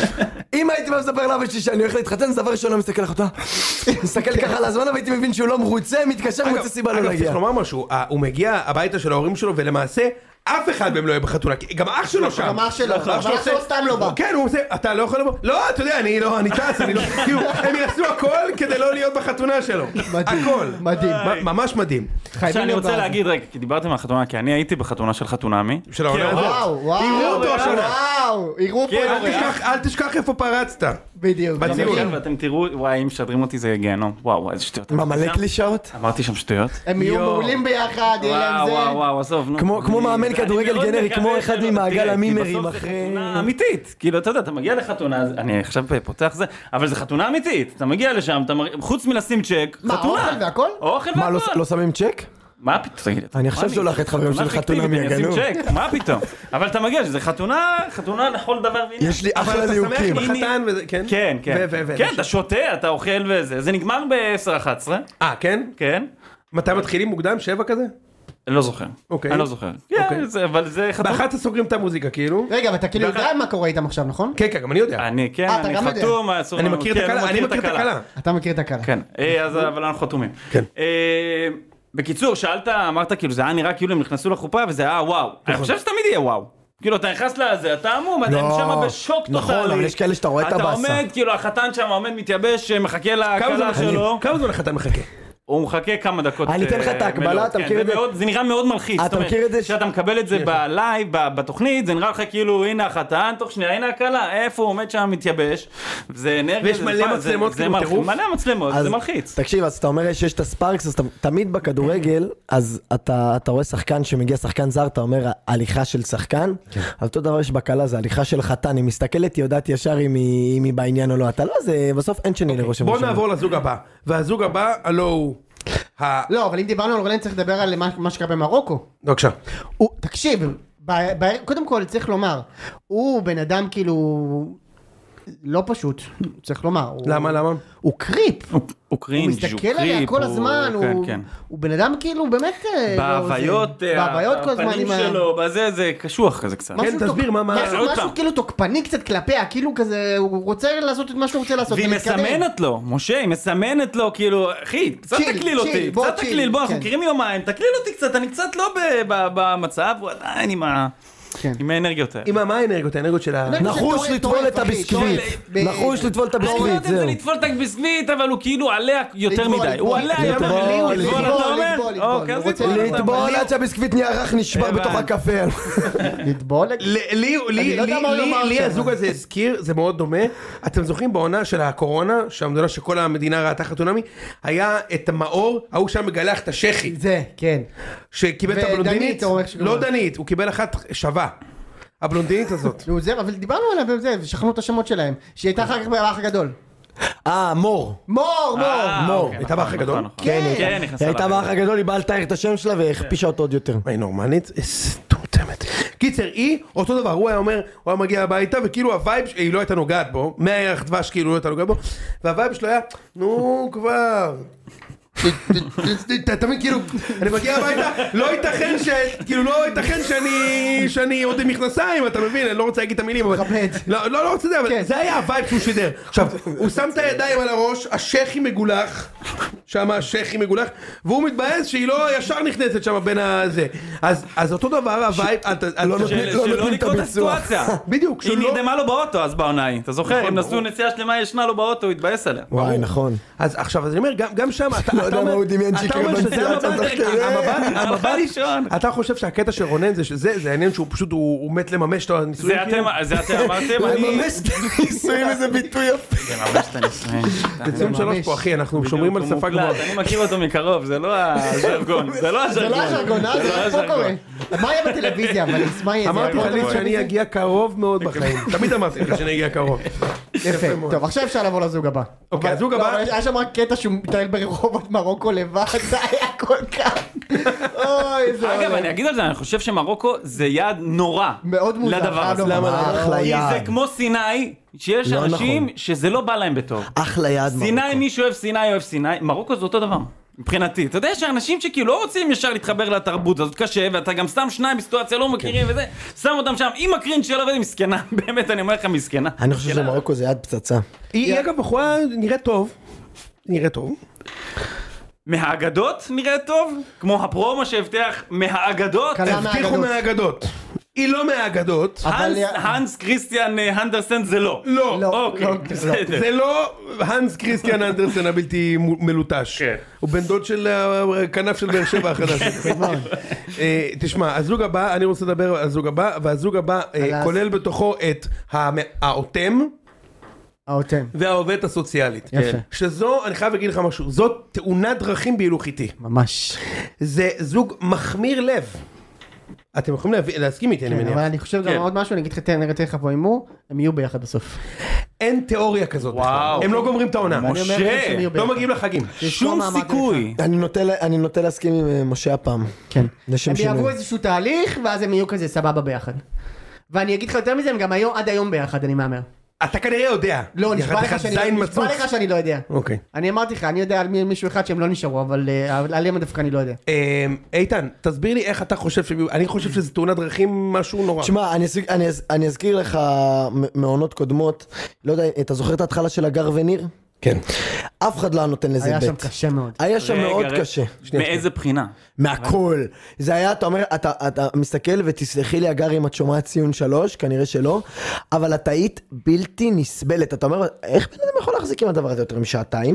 אם הייתי מספר לאבא שלי שאני הולך להתחתן, זה דבר ראשון לא מסתכל לך אותה. מסתכל ככה על הזמן, והייתי מבין שהוא לא מרוצה, מתקשר, מוצא סיבה לא להגיע. צריך לומר משהו, הוא מגיע הביתה של ההורים שלו, ולמעשה אף אחד מהם לא יהיה בחתונה, גם אח שלו שם. גם אח שלו, אבל אח שלו סתם לא בא. כן, הוא עושה, אתה לא יכול לבוא? לא, אתה יודע, אני לא, אני טס, אני לא, כאילו, הם יעשו הכל כדי לא להיות בחתונה שלו. הכל. מדהים. ממש מדהים. עכשיו אני רוצה להגיד רגע, כי דיברתם על החתונה, כי אני הייתי בחתונה של חתונמי. של העונה הזאת. וואו, וואו. יראו אותו השנה. וואו, יראו פה. אל תשכח איפה פרצת. בדיוק. בציון. ואתם תראו, וואי, אם משדרים אותי זה גיהנום. וואו, איזה שטויות. מה, מלא קלישאות? אמרתי שם שטויות. הם יהיו מעולים ביחד, יהיה להם זה. וואו, וואו, עזוב, נו. כמו מאמן כדורגל גנרי, כמו אחד ממעגל המימרים אחרי... חתונה אמיתית, כאילו אתה יודע, אתה מגיע לחתונה, אני עכשיו פותח זה, אבל זה חתונה אמיתית, אתה מגיע לשם, חוץ מלשים צ'ק, מה, חתונה. אוכל והכל? אוכל מה, והכל. לא שמים צ'ק? מה פתאום, תגיד? אני עכשיו שולח את חברים של חתונה מהגנוב. מה פתאום? אבל אתה מגיע, זה חתונה, חתונה לכל דבר ועניין. יש לי אבל אחלה אתה שמח ליהוקים. עם החתן וזה, כן? כן, כן. כן, אתה שותה, אתה אוכל וזה. זה נגמר ב-עשר אחת עשרה. אה, כן? כן. מתי מתחילים מוקדם? שבע כזה? אני לא זוכר. אוקיי. אני לא זוכר. כן, אבל זה חתונה. באחת סוגרים את המוזיקה, כאילו. רגע, ואתה כאילו יודע מה קורה איתם עכשיו, נכון? כן, כן, גם אני יודע. אני, כן, אה, אתה אני גם יודע. חתום. אני מכיר את הקלה, אני מכיר את הקלה. אתה מכיר את הקלה. כן, אז אבל אנחנו חתומים. כן. בקיצור, שאלת, אמרת כאילו זה היה נראה כאילו הם נכנסו לחופה וזה היה וואו. אני חושב שתמיד יהיה וואו. כאילו אתה נכנס לזה, אתה עמום, אתה שם בשוק טוטלי. נכון, אבל יש כאלה שאתה רואה את אתה הבאסה. עומד, כאילו החתן שם עומד מתייבש, מחכה להקלה שלו. כמה זמן החתן מחכה? הוא מחכה כמה דקות. אני אתן לך את ההקבלה, אתה מכיר את זה? זה נראה מאוד מלחיץ. אתה מכיר את זה? כשאתה מקבל את זה בלייב, בתוכנית, זה נראה לך כאילו, הנה החתן, תוך שנייה, הנה הקלה, איפה הוא עומד שם מתייבש, זה אנרגיה, ויש מלא מצלמות כאילו טירוף? מלא מצלמות, זה מלחיץ. תקשיב, אז אתה אומר שיש את הספארקס, אז תמיד בכדורגל, אז אתה רואה שחקן שמגיע שחקן זר, אתה אומר הליכה של שחקן, אז אותו דבר יש בקלה, זה הליכה של חתן, היא מסתכלת, היא יודעת ישר אם היא בעניין או לא, אתה לא, זה בסוף אין שני לראש בוא נעבור לזוג הבא, והזוג הבא, הלא הוא... לא, אבל אם דיברנו על רולן צריך לדבר על מה שקרה במרוקו. בבקשה. תקשיב, קודם כל צריך לומר, הוא בן אדם כאילו לא פשוט, צריך לומר. למה, למה? הוא קריפ. הוא קרינג', הוא מסתכל עליה כל הזמן, הוא בן אדם כאילו באמת... בהוויות, הפנים שלו, בזה זה קשוח כזה קצת. כן, תסביר מה... משהו כאילו תוקפני קצת כלפיה, כאילו כזה, הוא רוצה לעשות את מה שהוא רוצה לעשות. והיא מסמנת לו, משה, היא מסמנת לו, כאילו, אחי, קצת תקליל אותי, קצת תקליל, בוא, אנחנו מכירים יומיים, תקליל אותי קצת, אני קצת לא במצב, הוא עדיין עם ה... כן. עם האנרגיות האלה. עם מה האנרגיות? האנרגיות של ה... נחוש לטבול את הביסקוויט. נחוש לטבול את אני לא הביסקוויט, יודעת אם זה זהו. לטבול את הביסקוויט, אבל הוא כאילו עליה יותר לטבול, מדי. הוא לטבול. עליה יותר לטבול, מדי. לטבול, אתה אומר? לטבול, לטבול. אוקיי, אז הוא רוצה לטבול. לטבול עד שהביסקוויט נהיה רך נשבר הבנתי. בתוך הקפה. לטבול? לי, לי, לי, לא יודע מה הוא לי, אמר לי שם. הזוג הזה הזכיר, זה מאוד דומה. אתם זוכרים בעונה של הקורונה, שהמדינה שכל המדינה ראתה חתונמי, היה את המאור, ההוא שם מגלח את השכי, זה, כן. שקיבל את ודנית, הבלונדינית, או איך שקוראים לא לה. דנית, הוא קיבל אחת שווה. הבלונדינית הזאת. נו, זה, אבל דיברנו עליו וזה, ושכחנו את השמות שלהם. שהיא הייתה אחר כך באח הגדול. אה, מור. מור, מור. אה, מור. אוקיי, הייתה נכון, באח הגדול? נכון, נכון. כן. כן, נכנסה היא הייתה לאח באח הגדול, היא באה לתאר את השם שלה והכפישה אותו עוד יותר. היא נורמלית? איזה טומטמת. קיצר, היא, אותו דבר, הוא היה אומר, הוא היה מגיע הביתה, וכאילו הווייב, היא לא הייתה נוגעת בו, מהירח דבש כאילו לא הייתה נוגעת בו, והווייב שלו היה, נו כבר. אתה מבין, כאילו, אני מגיע הביתה, לא ייתכן ש... כאילו, לא ייתכן שאני... שאני עוד עם מכנסיים, אתה מבין, אני לא רוצה להגיד את המילים, אבל... מכבד. לא, לא, לא רוצה לדעת, אבל זה היה הווייב שהוא שידר. עכשיו, הוא שם את הידיים על הראש, השכי מגולח, שם השכי מגולח, והוא מתבאס שהיא לא ישר נכנסת שם בין הזה. אז, אז אותו דבר, הווייב... לא נותנים- של- לא שלא נותנים את לקרוא את הביצוע. הסיטואציה. בדיוק, היא שלא... נרדמה לו באוטו אז בעונה ההיא, אתה זוכר? נכון, הם נסעו ברור. נסיעה שלמה ישנה לו באוטו, הוא התבאס עליה. וואי, נכון. אז עכשיו, אז אני אומר, גם, גם שם, אתה, לא אתה יודע אומר, מה הוא דמיין אתה שיקרה אומר שזה בנסיעה המבט, תוך כדי. המבט, הלכה המבט, לישון. אתה חושב שהקטע של רונן זה שזה, זה העניין שהוא פשוט, הוא, הוא מת לממש את הניסויים, זה כאילו? אתם, זה אתם אמרתם, אני... לממש את הניסויים, איזה ביטוי יפה. זה ממש את הניסויים. ציון שלוש פה, אחי, אנחנו שומרים על הוא שפה מוקלט, גבוהה. אני מכיר אותו מקרוב, זה לא הז'רגון, זה לא זה לא הז'רגון. הז'רגון, אה? זה רק פה קורה. מה היה בטלוויזיה, אבל אסמאי איזה... אמרתי לך הכל לי טוב שאני בטלוויזיה? אגיע קרוב מאוד בחיים, תמיד אמרתי לך שאני אגיע קרוב. יפה, מאוד. טוב, עכשיו אפשר לעבור לזוג הבא. אוקיי, אבל- הזוג לא, הבא- אבל היה שם רק קטע שהוא מטייל ברחובות מרוקו לבד, זה היה כל כך... אוי, איזה... אגב, עולה. אני אגיד על זה, אני חושב שמרוקו זה יעד נורא. מאוד מוזר, לדבר חייב הזה. לומר. למה? אחלה כי זה יעד. כמו סיני, שיש לא אנשים נכון. שזה לא בא להם בטוב. אחלה יד סיני, מרוקו. מישהו אוהב סיני, אוהב סיני, מרוקו זה אותו דבר. מבחינתי, אתה יודע שאנשים שכאילו לא רוצים ישר להתחבר לתרבות הזאת קשה, ואתה גם שם שניים בסיטואציה לא מכירים וזה, שם אותם שם עם הקרינג' שלו וזה מסכנה, באמת אני אומר לך מסכנה. אני חושב שמרוקו זה יד פצצה. היא אגב בחורה נראית טוב, נראית טוב. מהאגדות נראה טוב, כמו הפרומו שהבטיח מהאגדות. קלה הבטיחו מהאגדות. מהאגדות. היא לא מהאגדות. אבל- הנס- הנס קריסטיאן אה, הנדרסן זה לא. לא. לא, אוקיי, לא, בסדר. זה לא הנס קריסטיאן אנדרסן הבלתי מ- מלוטש. כן. הוא בן דוד של הכנף של באר שבע החדש. אה, תשמע, הזוג הבא, אני רוצה לדבר על הזוג הבא, והזוג הבא אה, על ה- כולל בתוכו את המ- האוטם האוטם. והעובדת הסוציאלית. יפה. שזו, אני חייב להגיד לך משהו, זו תאונת דרכים בהילוך איטי. ממש. זה זוג מחמיר לב. אתם יכולים להביא- להסכים איתי, אני כן, מניח. אבל אני חושב גם כן. עוד משהו, אני אגיד לך, תן, אני אתן לך פה הימור, הם יהיו ביחד בסוף. אין תיאוריה כזאת בכלל. וואו. הם לא גומרים את העונה. אני אומר לכם שהם יהיו לא ביחד. מגיעים לחגים. שום מעמד סיכוי. אני נוטה ל- אני נוטה להסכים עם אה, משה הפעם. כן. לשם הם שינוי. יעברו איזשהו תהליך, ואז הם יהיו כזה סבבה ביחד. ואני אגיד לך יותר מזה, הם גם היו עד היום ביחד, אני מהמר. אתה כנראה יודע. לא, נשבע יחד לך שאני זין נשבע מצוץ. לך שאני לא יודע. אוקיי. אני אמרתי לך, אני יודע על מי- מישהו אחד שהם לא נשארו, אבל אה, אבל עליהם דווקא אני לא יודע. אה, איתן, תסביר לי איך אתה חושב ש... אני חושב שזה תאונת דרכים משהו נורא. תשמע, אני אזכיר- אני אז- אני אזכיר לך מ- מעונות קודמות, לא יודע, אתה זוכר את ההתחלה של הגר וניר? כן. אף אחד לא היה נותן לזה היה שם בית. קשה מאוד. היה שם רגע, מאוד רגע. קשה. מאיזה בחינה? מהכל. זה היה, אתה אומר, אתה, אתה מסתכל ותסלחי לי הגר אם את שומעת ציון שלוש, כנראה שלא, אבל את היית בלתי נסבלת. אתה אומר, איך בן אדם יכול להחזיק עם הדבר הזה יותר משעתיים?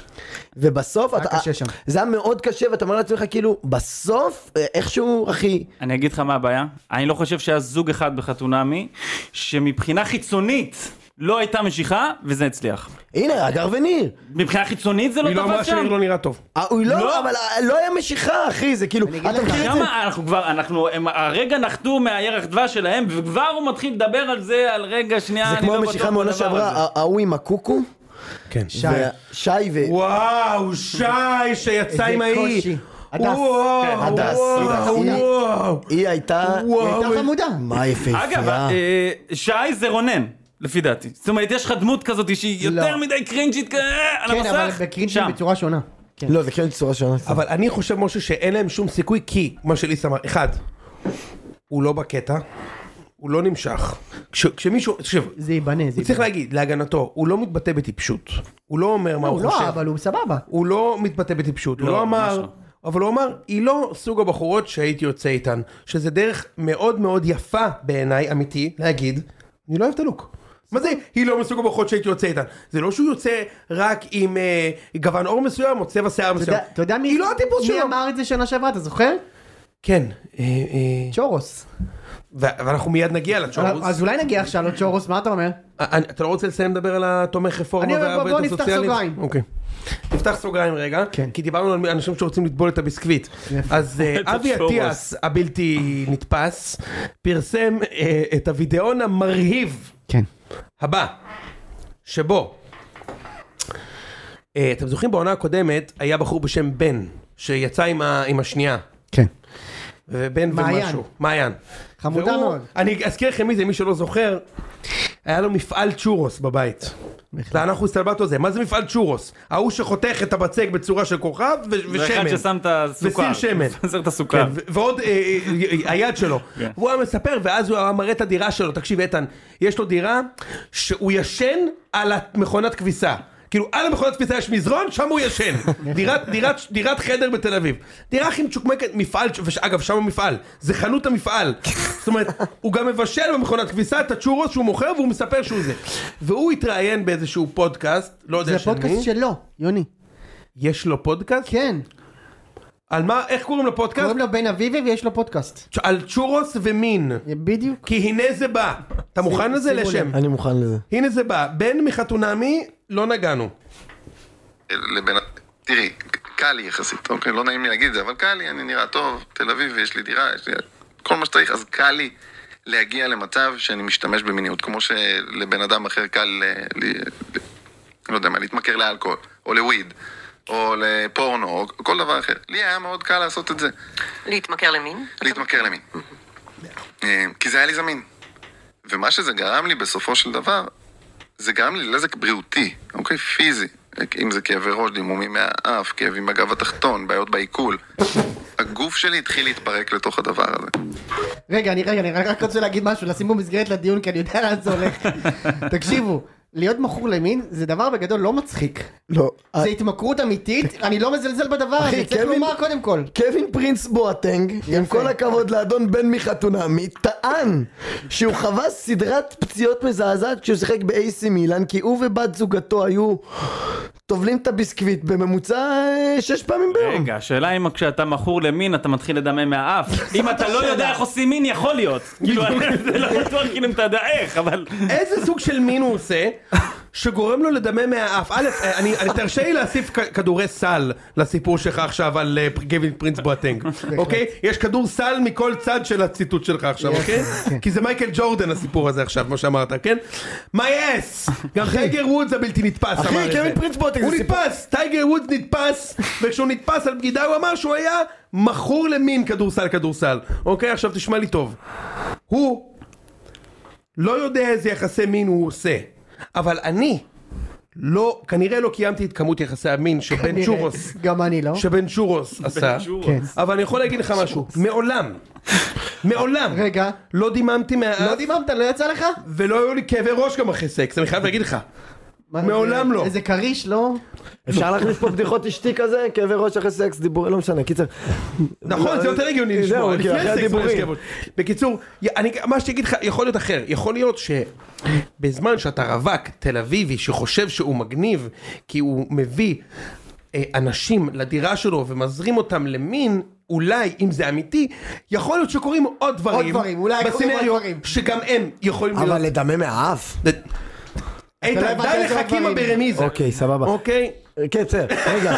ובסוף, היה אתה, קשה שם. זה היה מאוד קשה, ואתה אומר לעצמך כאילו, בסוף, איכשהו, אחי, אני אגיד לך מה הבעיה, אני לא חושב שהיה זוג אחד בחתונמי, שמבחינה חיצונית לא הייתה משיכה, וזה הצליח. הנה, הגר וניר. מבחינה חיצונית זה לא היא לא אמרה תפס שניר שם. לא נראה טוב. אה, הוא לא, לא. אבל אה, לא היה משיכה, אחי, זה כאילו, אגיד אתה לך, מכיר את זה? כמה אנחנו כבר, אנחנו, הם הרגע נחתו מהירח דבש שלהם, וכבר הוא מתחיל לדבר על זה, על רגע, שנייה, זה אני כמו לא המשיכה בטוח מעונה בדבר שעברה, הזה. ה- ההוא עם הקוקו, כן. שי. שי ו... וואו, שי שיצא איזה עם ההיא. קושי. הדס. וואו, כן, הדס, וואו, הדס. וואו. היא הייתה... היא הייתה חמודה. מה יפהפייה. אגב, אה, שי זה רונן, לפי דעתי. זאת אומרת, יש לך דמות כזאת שהיא יותר לא. מדי קרינג'ית כ- על כן, אבל המסך, בקרינג'ים שם. בצורה שונה. כן. לא, זה כן צורה שונה. אבל אני חושב, משה, שאין להם שום סיכוי, כי, מה שליס אמר, אחד, הוא לא בקטע, הוא לא נמשך. כש- כשמישהו, תקשיב, זה ייבנה, זה הוא צריך ייבנה. להגיד, להגנתו, הוא לא מתבטא בטיפשות. הוא לא אומר מה לא, הוא הוא חושב. לא, אבל הוא סבבה. הוא לא מתבטא בטיפשות, הוא לא, לא ממש אמר, לא. אבל הוא אמר, היא לא סוג הבחורות שהייתי יוצא איתן, שזה דרך מאוד מאוד יפה בעיניי, אמיתי, להגיד, אני לא אוהב את הלוק. מה זה? היא לא מסוג הבחורות שהייתי יוצא איתן. זה לא שהוא יוצא רק עם אה, גוון אור מסוים או צבע שיער מסוים. אתה יודע מי, היא לא הטיפוס שלו. מי אמר את זה שנה שעברה, אתה זוכר? כן. אה, אה, צ'ורוס. ו- ואנחנו מיד נגיע לצ'ורוס. אז אולי נגיע עכשיו לצ'ורוס, מה אתה אומר? אני- אתה לא רוצה לסיים לדבר על התומך רפורמה אני אומר, בוא- והעובדת בוא נפתח הסוציאלית? סוגריים. אוקיי. נפתח סוגריים רגע, כן. כי דיברנו על אנשים שרוצים לטבול את הביסקוויט. אז אה, את אבי הצ'ורוס. אטיאס הבלתי נתפס פרסם אה, את הוידאון המרהיב כן. הבא, שבו, אה, אתם זוכרים בעונה הקודמת היה בחור בשם בן, שיצא עם, ה, עם השנייה. כן. ובן מעיין. ומשהו, מעיין. חמודה והוא- מאוד. אני אזכיר לכם מי זה, מי שלא זוכר, היה לו מפעל צ'ורוס בבית. ואנחנו הסתלבטנו על זה, מה זה מפעל צ'ורוס? ההוא שחותך את הבצק בצורה של כוכב ו- ושמן. זה אחד ששם את הסוכר. וסיר שמן. מפזר את הסוכר. כן, ו- ועוד אה, אה, היד שלו. כן. הוא היה מספר, ואז הוא היה מראה את הדירה שלו. תקשיב, איתן, יש לו דירה שהוא ישן על המכונת כביסה. כאילו, על המכונת כביסה יש מזרון, שם הוא ישן. דירת, דירת, דירת חדר בתל אביב. דירה הכי מצ'וקמקת, מפעל, ואגב, שם המפעל. זה חנות המפעל. זאת אומרת, הוא גם מבשל במכונת כביסה את הצ'ורוס שהוא מוכר, והוא מספר שהוא זה. והוא התראיין באיזשהו פודקאסט, לא יודע זה של הפודקאסט מי. שלו, יוני. יש לו פודקאסט? כן. על מה, איך קוראים לפודקאסט? קוראים לו בן אביבי ויש לו פודקאסט. על צ'ורוס ומין. בדיוק. כי הנה זה בא. אתה מוכן לזה שימו לשם? לב. אני מוכן לזה. הנה זה בא. בן מחתונמי, לא נגענו. לבין... תראי, קל לי יחסית, אוקיי? לא נעים לי להגיד את זה, אבל קל לי, אני נראה טוב, תל אביב, יש לי דירה, יש לי כל מה שצריך, אז קל לי להגיע למצב שאני משתמש במיניות, כמו שלבן אדם אחר קל, ל... ל... לא יודע מה, להתמכר לאלכוהול, או לוויד, או לפורנו, או כל דבר אחר. לי היה מאוד קל לעשות את זה. להתמכר למין? להתמכר למין. כי זה היה לי זמין. ומה שזה גרם לי בסופו של דבר, זה גרם לי לנזק בריאותי, אוקיי? פיזי. אם זה כאבי ראש, דימומים מהאף, כאבים בגב התחתון, בעיות בעיכול. הגוף שלי התחיל להתפרק לתוך הדבר הזה. רגע, אני רגע, אני רק רוצה להגיד משהו, לשים בו מסגרת לדיון, כי אני יודע לאן זה הולך. תקשיבו, להיות מכור למין זה דבר בגדול לא מצחיק. לא. זה התמכרות אמיתית, אני לא מזלזל בדבר הזה, אחי, צריך קווין- לומר קודם כל. קווין פרינס בואטנג, עם כל הכבוד לאדון בן מחתונמי, טען שהוא חווה סדרת פציעות מזעזעת כשהוא שיחק ב-איי סי מילאן, כי הוא ובת זוגתו היו טובלים את הביסקוויט בממוצע אה, שש פעמים ביום. רגע, השאלה אם כשאתה מכור למין אתה מתחיל לדמם מהאף. אם אתה לא יודע איך עושים מין, יכול להיות. כאילו, זה לא בטוח כאילו אם אתה יודע איך, אבל... איזה סוג של מין הוא עושה שגורם לו לדמם מהאף? א', אני, אני תרשה לי להוסיף כ- כדורי סל לסיפור שלך עכשיו על אה, קווין פרינס בואטנג, אוקיי? יש כדור סל מכל צד של הציטוט שלך עכשיו, אוקיי? כי זה מייקל ג'ורדן הסיפור הזה עכשיו, כמו שאמרת, כן? מה יס? גם טייגר וודס הבלתי נתפס אחי, אמר את זה. קווין פרינס בואטנג הוא זה סיפור- נתפס, טייגר וודס נתפס, וכשהוא נתפס על בגידה הוא אמר שהוא היה מכור למין כדורסל כדורסל, אוקיי? עכשיו תשמע לי טוב. הוא לא יודע איזה יחסי מין הוא עושה, אבל אני לא, כנראה לא קיימתי את כמות יחסי המין שבן צ'ורוס, גם אני לא. שבן צ'ורוס עשה, כן. אבל אני יכול להגיד לך משהו, מעולם, מעולם, רגע. לא דיממתי לא מהאף, דיממת, לא יצא לך? ולא היו לי כאבי ראש גם אחרי סקס, אני חייב להגיד לך, מה, מעולם זה- לא. איזה כריש, לא? אפשר להכניס פה בדיחות אשתי כזה, כאבי ראש אחרי סקס, דיבור, לא משנה, קיצר. נכון, זה יותר הגיוני זהו, לשמוע, כי לפני אחרי הסקס הדיבורים. יש כאבות. בקיצור, אני, מה שתגיד לך, יכול להיות אחר, יכול להיות שבזמן שאתה רווק תל אביבי שחושב שהוא מגניב, כי הוא מביא אה, אנשים לדירה שלו ומזרים אותם למין, אולי, אם זה אמיתי, יכול להיות שקורים עוד דברים, עוד דברים, אולי קורים עוד בסצנריו, דברים. שגם הם יכולים אבל להיות... לדמם מהאף? איתן, לא הבנת די איזה לחכים דברים. ברמיזה. אוקיי, סבבה. אוקיי? כן, צר, רגע.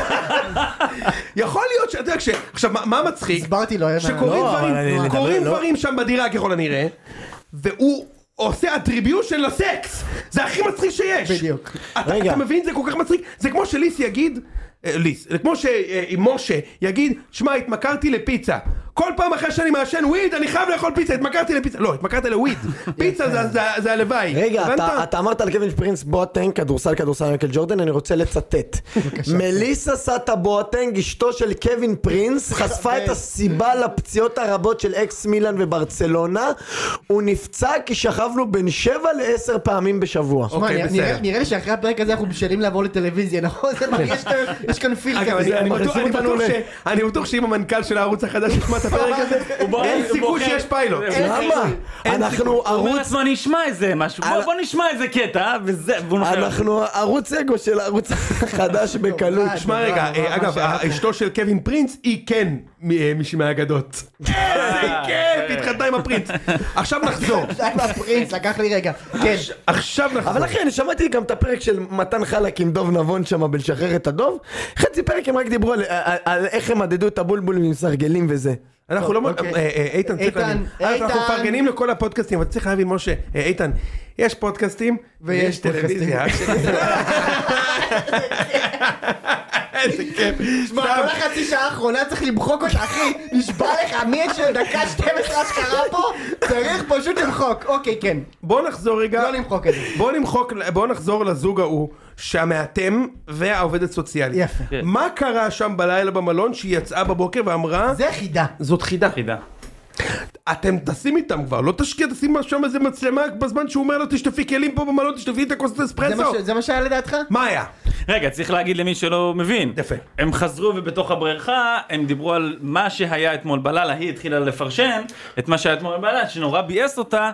יכול להיות שאתה יודע, כש- עכשיו, מה- מה מצחיק? הסברתי לו, שקורים לא, דברים, אבל אני- לדבר, קורים לא. דברים שם בדירה ככל הנראה, והוא עושה אטריביושן לסקס, זה הכי מצחיק שיש. בדיוק. אתה, רגע. אתה מבין? זה כל כך מצחיק, זה כמו שליס יגיד, אה, ליס, זה כמו שמשה יגיד, שמע, התמכרתי לפיצה, כל פעם אחרי שאני מעשן וויד, אני חייב לאכול פיצה, התמכרתי לפיצה, לא, התמכרתי לוויד, פיצה זה- זה- זה הלוואי. רגע, הבנת? אתה, אתה אמרת על קווין פרינס בואטנג, כדורסל, כדורסל, מייקל ג'ורדן, אני רוצה לצטט. מליסה סאטה בואטנג, אשתו של קווין פרינס, חשפה את הסיבה לפציעות הרבות של אקס מילאן וברצלונה. הוא נפצע כי שכבנו בין שבע לעשר פעמים בשבוע. שמע, אוקיי, נראה- בסדר. נראה- נראה לי שאחרי הפרק הזה אנחנו בשלים לעבור לטלוויזיה, נכון? זה מרגיש שאתה יש כאן פיל אגב, כזה. אני בטוח- מכניסים אני אותנו בטוח ל- ש- אני בטוח שאם המנכ"ל של הערוץ החדש ישמע את הפרק הזה, אין סיכוי שיש פיילוט. למה? אנחנו הוא אומר ערוץ... לעצמו, אני אשמע איזה משהו, בוא- בוא נשמע איזה קטע, וזה, והוא נופל. אנחנו ערוץ אגו של הערוץ החדש בקלות. שמע רגע, אה, אגב, אשתו של קווין פרינס היא כן מ- אה, מישהי מהאגדות. איזה כיף, התחתנה עם הפרינס. עכשיו נחזור. די מהפרינס, לקח לי רגע. כן. עכשיו נחזור. אבל אחי, אני שמעתי גם את הפרק של מתן חלק עם דוב נבון שם בלשחרר את הדוב. חצי פרק הם רק דיברו על- על על איך הם מדדו את הבולבולים עם סרגלים וזה. אנחנו לא... אוקיי. אה, אה, איתן, צריך איתן, להבין. אה, אנחנו איתן. מפרגנים לכל הפודקאסטים, אבל צריך להבין, משה, אה, איתן, יש פודקאסטים ויש טלוויזיה. איזה כיף. שמע, כל החצי שעה האחרונה צריך למחוק אותה, אחי. נשבע לך, מי יש דקה שתים עשרה שקרה פה? צריך פשוט למחוק. אוקיי, כן. בוא נחזור רגע. לא למחוק את זה. בוא נמחוק, בוא נחזור לזוג ההוא, שהמאתם והעובדת סוציאלית. יפה. מה קרה שם בלילה במלון שהיא יצאה בבוקר ואמרה, זה חידה. זאת חידה. חידה. אתם תשים איתם כבר, לא תשקיע, תשים שם איזה מצלמה בזמן שהוא אומר לו תשטפי כלים פה במלון, תשטפי את הכוסת זה אספרסו. מה ש- זה מה שהיה לדעתך? מה היה? רגע, צריך להגיד למי שלא מבין. יפה. הם חזרו ובתוך הבריכה, הם דיברו על מה שהיה אתמול בלילה, היא התחילה לפרשן את מה שהיה אתמול בלילה, שנורא ביאס אותה,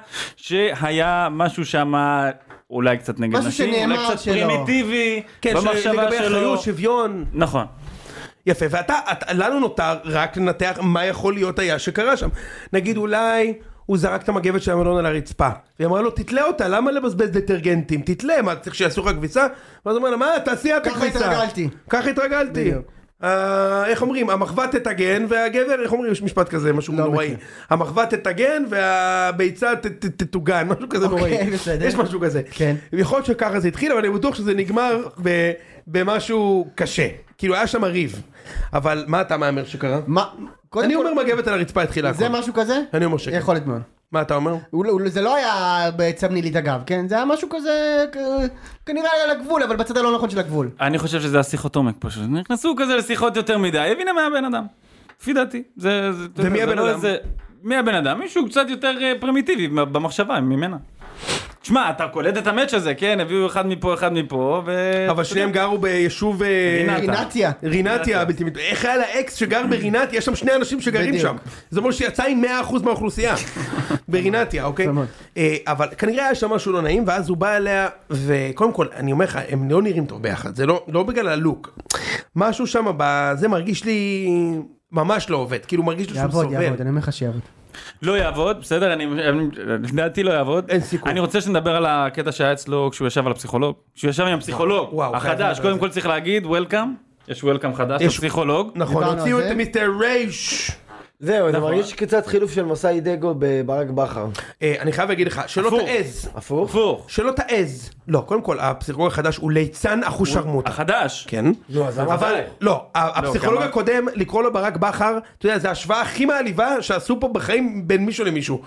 שהיה משהו שם אולי קצת נגד משהו נשים, שנאמר אולי קצת שלא. פרימיטיבי, כן, במחשבה לגבי שלו. אחריות, שוויון. נכון. יפה, ואתה, את- לנו נותר רק לנתח מה יכול להיות היה שקרה שם. נגיד אולי הוא זרק את המגבת של המלון על הרצפה, והיא אמרה לו, תתלה אותה, למה לבזבז דטרגנטים? תתלה, מה, צריך שיעשו לך כביסה? ואז הוא אומר לה, מה, תעשי את ככה הכביסה. התרגלתי. ככה התרגלתי. בדיוק. אה, איך אומרים, המחווה תתגן והגבר, איך אומרים, יש משפט כזה, משהו לא נוראי. מכיר. המחווה תתגן והביצה ת- ת- תטוגן, משהו כזה אוקיי, נוראי. בסדר. יש משהו כזה. כן. יכול להיות שככה זה התחיל, אבל אני בטוח שזה נגמר ב- במשהו קשה. כאילו היה שם ריב. אבל מה אתה מאמר שקרה? מה? קודם אני כל- אומר מגבת על הרצפה התחילה הכל. זה משהו כזה? אני אומר שקר. יכול להיות מאוד. מה אתה אומר? הוא לא- הוא- זה לא היה בעצם נילית הגב, כן? זה היה משהו כזה, כ- כנראה על הגבול, אבל בצד הלא נכון של הגבול. אני חושב שזה השיחות עומק פשוט. נכנסו כזה לשיחות יותר מדי, הבינה מה הבן אדם. לפי דעתי. זה, זה, אתה ומי יודע, זה הבן לא אדם? איזה- מי הבן אדם? מישהו קצת יותר אה, פרימיטיבי במחשבה ממנה. תשמע, אתה קולט את המאץ' הזה, כן? הביאו אחד מפה, אחד מפה, ו... אבל שניהם גרו ביישוב... אה, רינתה. רינתיה. רינתיה, הבלתי מת- איך היה לה אקס שגר ברינתיה? יש שם שני אנשים שגרים בדיוק. שם. זה אומר שיצא עם מאה אחוז מהאוכלוסייה. ברינתיה, אוקיי? יפה מאוד. אה, אבל כנראה היה שם משהו לא נעים, ואז הוא בא אליה, וקודם כל, אני אומר לך, הם לא נראים טוב ביחד, זה לא לא בגלל הלוק. משהו שם, זה מרגיש לי ממש לא עובד, כאילו מרגיש לי שהוא יעבוד, סובל. יעבוד, אני אומר לך שיעבוד. לא יעבוד, בסדר? אני... אני- לדעתי לא יעבוד. אין סיכוי. אני רוצה שנדבר על הקטע שהיה אצלו כשהוא ישב על הפסיכולוג. כשהוא ישב עם הפסיכולוג וואו, חייבים לדבר החדש, על קודם זה. כל צריך להגיד, וולקאם. יש וולקאם חדש יש- לפסיכולוג. נכון, דיברנו על הוציאו זה. את מיסטר רייש. זהו, זה נכון. מרגיש קצת חילוף של מסאי דגו בברק בכר. אה, אני חייב להגיד לך, שלא הפוך. תעז. הפוך? הפוך. שלא תעז. לא, קודם כל, הפסיכולוג החדש הוא ליצן אחושרמוטה. החדש. כן. נו, אז למה אבל, זה? לא, הפסיכולוג כמה- הקודם, לקרוא לו ברק בכר, אתה יודע, זה ההשוואה הכי מעליבה שעשו פה בחיים בין מישהו למישהו.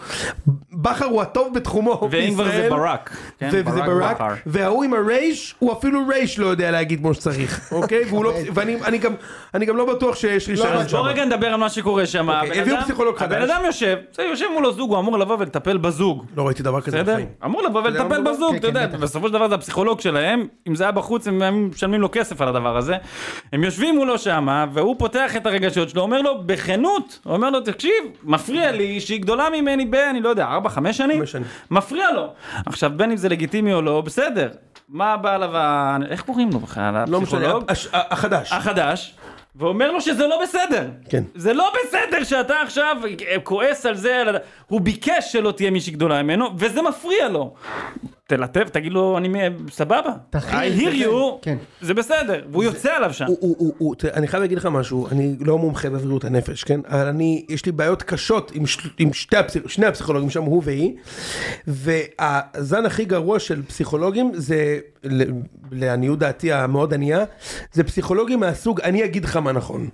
בכר הוא הטוב בתחומו ואם כבר זה בישראל, ברק. כן, ו- וזה ברק, בכר. וההוא עם הרייש, הוא אפילו רייש לא יודע להגיד כמו שצריך, אוקיי? והוא לא- ואני אני גם- אני גם לא בטוח שיש רישיון אז בוא רגע נדבר על מה שקורה שם. אוקיי, הבן הביאו אדם- פסיכולוג חדש. הבן אדם יושב, זה יושב מולו זוג, הוא אמור לבוא ולטפל בזוג. לא ראיתי דבר כזה בסדר? בחיים. אמור לבוא יודע ולטפל מה בזוג, כן, אתה כן, יודע, בטח. בסופו של דבר זה הפסיכולוג שלהם, אם זה היה בחוץ הם היו משלמים לו כסף על הדבר הזה. הם יושבים מולו שמה, והוא פותח את הרגשות שלו, אומר לו בכנות, הוא אומר לו, תקשיב, מפריע לי שהיא גדולה ממני ב, אני לא יודע, ארבע, חמש שנים? חמש שנים. מפריע לו. עכשיו, בין אם זה לגיטימי או לא, בסדר. מה בא עליו, ה- איך קוראים לו בכלל, לא משנה, הפסיכולוג? הש- החדש. החדש, ואומר לו שזה לא בסדר. כן. זה לא בסדר שאתה עכשיו כועס על זה, על... הוא ביקש שלא תהיה מישהי גדולה ממנו, וזה מפריע לו. תלטף, תגיד לו, אני מ- סבבה. תכיל, I hear זה- you, כן. זה בסדר, והוא יוצא עליו שם. הוא, הוא, הוא, הוא, תראה, אני חייב להגיד לך משהו, אני לא מומחה בבריאות הנפש, כן? אבל אני, יש לי בעיות קשות עם, של, עם שתי הפסיכ, שני הפסיכולוגים שם, הוא והיא, והזן הכי גרוע של פסיכולוגים זה, ל- לעניות דעתי המאוד ענייה, זה פסיכולוגים מהסוג, אני אגיד לך מה נכון.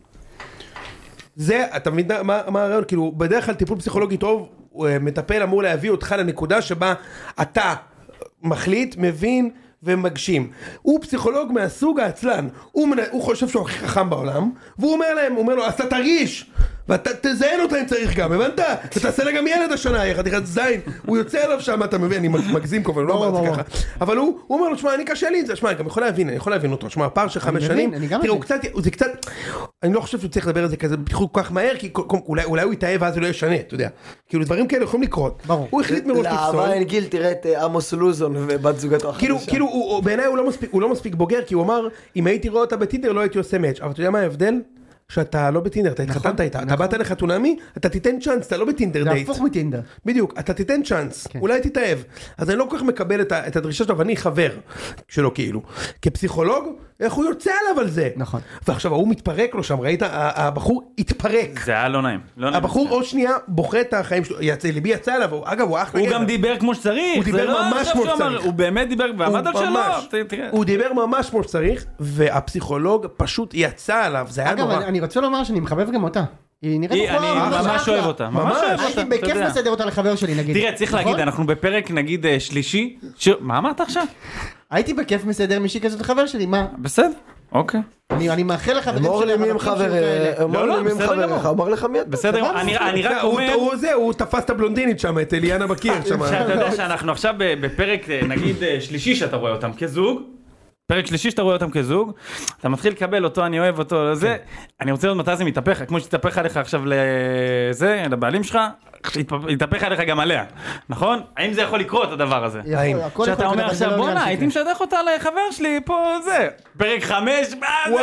זה, אתה מבין מה, מה הרעיון? כאילו, בדרך כלל טיפול פסיכולוגי טוב, הוא, אה, מטפל אמור להביא אותך לנקודה שבה אתה מחליט, מבין ומגשים. הוא פסיכולוג מהסוג העצלן, הוא, מנ... הוא חושב שהוא הכי חכם בעולם, והוא אומר להם, הוא אומר לו, אז אתה תרגיש, ואתה תזיין אותה אם צריך גם, הבנת? אתה תעשה לה גם ילד השנה, חתיכת זין, הוא יוצא עליו שם, אתה מבין, אני מגזים כבר, לא אמרתי ככה. אבל הוא אומר לו, שמע, אני קשה לי את זה, שמע, אני גם יכול להבין, אני יכול להבין אותו, שמע, הפער של חמש שנים, תראה, הוא קצת, זה קצת, אני לא חושב שהוא צריך לדבר על זה כזה בכל כך מהר, כי אולי הוא יתאהב ואז הוא לא ישנה, אתה יודע. כאילו, דברים כאלה יכולים לקרות. הוא החליט מראש לפסול. לאהבה אין גיל, תראה את עמוס לוזון ובת זוגתו החדשה. כאילו, בעיניי הוא לא מספיק בוגר, כי הוא אמר, אם הייתי רואה אותה בטינדר, לא הייתי עושה מאץ'. אבל אתה יודע מה ההבדל? שאתה לא בטינדר, אתה התחתנת איתה, אתה באת לחתונמי, אתה תיתן צ'אנס, אתה לא בטינדר דייט. זה הפוך מטינדר. בדיוק, אתה תיתן צ'אנס, אולי תתאהב. אז אני לא כל כך מקבל את הדרישה שלו, ואני חבר שלו כאילו. כפסיכולוג, איך הוא יוצא עליו על זה? נכון. ועכשיו הוא מתפרק לו שם, ראית? הבחור התפרק. זה היה לא נעים. הבחור עוד שנייה בוכה את החיים שלו, ליבי יצא עליו, אגב הוא אחלה גבר. הוא גם דיבר כמו שצריך. הוא דיבר ממש כמו שצריך. הוא באמת דיבר, ועמד על שלו. הוא דיבר ממש כמו שצריך, והפסיכולוג פשוט יצא עליו, זה היה נורא. אני רוצה לומר שאני מחבב גם אותה. היא נראית אני ממש אוהב אותה. ממש אוהב אותה. הייתי בכיף לסדר אותה לחבר שלי נגיד. תראה, צריך להגיד, אנחנו בפרק נגיד שלישי. מה אמרת עכשיו? הייתי בכיף מסדר מישהי כזאת לחבר שלי, מה? בסדר, אוקיי. אני מאחל לחברים שלי. אמור לי מי הם חבריך, אמור לי מי הם חבריך, אמר לך מי אתה. בסדר, אני רק אומר... הוא זה, הוא תפס את הבלונדינית שם, את אליאנה בקיר שם. שאתה יודע שאנחנו עכשיו בפרק נגיד שלישי שאתה רואה אותם כזוג. פרק שלישי שאתה רואה אותם כזוג, אתה מתחיל לקבל אותו, אני אוהב אותו, זה, אני רוצה לראות מתי זה מתהפך, כמו שתתהפך עליך עכשיו לזה, לבעלים שלך, יתהפך עליך גם עליה, נכון? האם זה יכול לקרות הדבר הזה? שאתה אומר עכשיו, בוא'נה, הייתי משדך אותה לחבר שלי, פה זה, פרק חמש, וואו,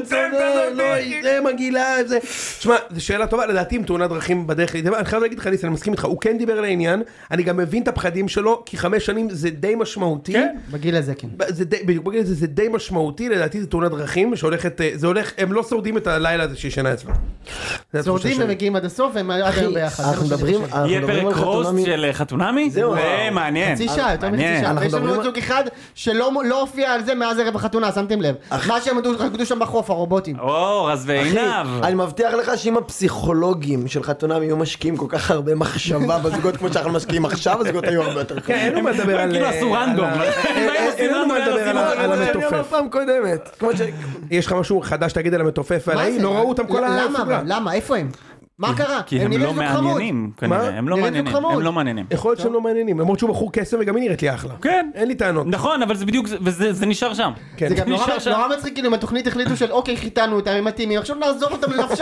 זה מגעילה, זה, תשמע, זו שאלה טובה, לדעתי עם תאונת דרכים בדרך, אני חייב להגיד לך, אני מסכים איתך, הוא כן דיבר על העניין, אני גם מבין את הפחדים שלו, כי חמש שנים זה די משמעותי. כן, בגיל הזה כן. בדיוק, בגיל הזה זה די משמעותי, לדעתי זה תאונת דרכים, שהולכת, זה הולך, הם לא שורדים את הלילה הזה שישנה אצלו. שורדים ומגיעים עד הסוף, הם עד היום ביחד. אנחנו מדברים, יהיה פרק רוסט של חתונמי? זהו, מעניין. חצי שעה, יותר מחצי שעה. ויש לנו זוג אחד שלא הופיע על זה מאז ערב החתונה, שמתם לב. מה שהם רקדו שם בחוף, הרובוטים. או, רז ועינב. אני מבטיח לך שאם הפסיכולוגים של חתונמי יהיו משקיעים כל כך הרבה מחשבה בזוגות כמו שאנחנו משקיעים עכשיו, הזוגות היו הרבה יותר כן, אין לו מה לדבר על... כאילו עשו רנדום. אין לו מה לדבר על המתופף. פעם קודמת. יש לך משהו חדש תגיד על המתופף ועליי? לא ראו אותם כל הסדרה. למה? איפה הם? מה קרה? כי הם לא מעניינים, הם לא מעניינים, הם לא מעניינים. יכול להיות שהם לא מעניינים, למרות שהוא בחור קסם וגם היא נראית לי אחלה. כן. אין לי טענות. נכון, אבל זה בדיוק, וזה נשאר שם. זה גם נורא מצחיק, כאילו, אם התוכנית החליטו של אוקיי, חיתנו אותם, הם מתאימים, עכשיו נעזור אותם לנפשם.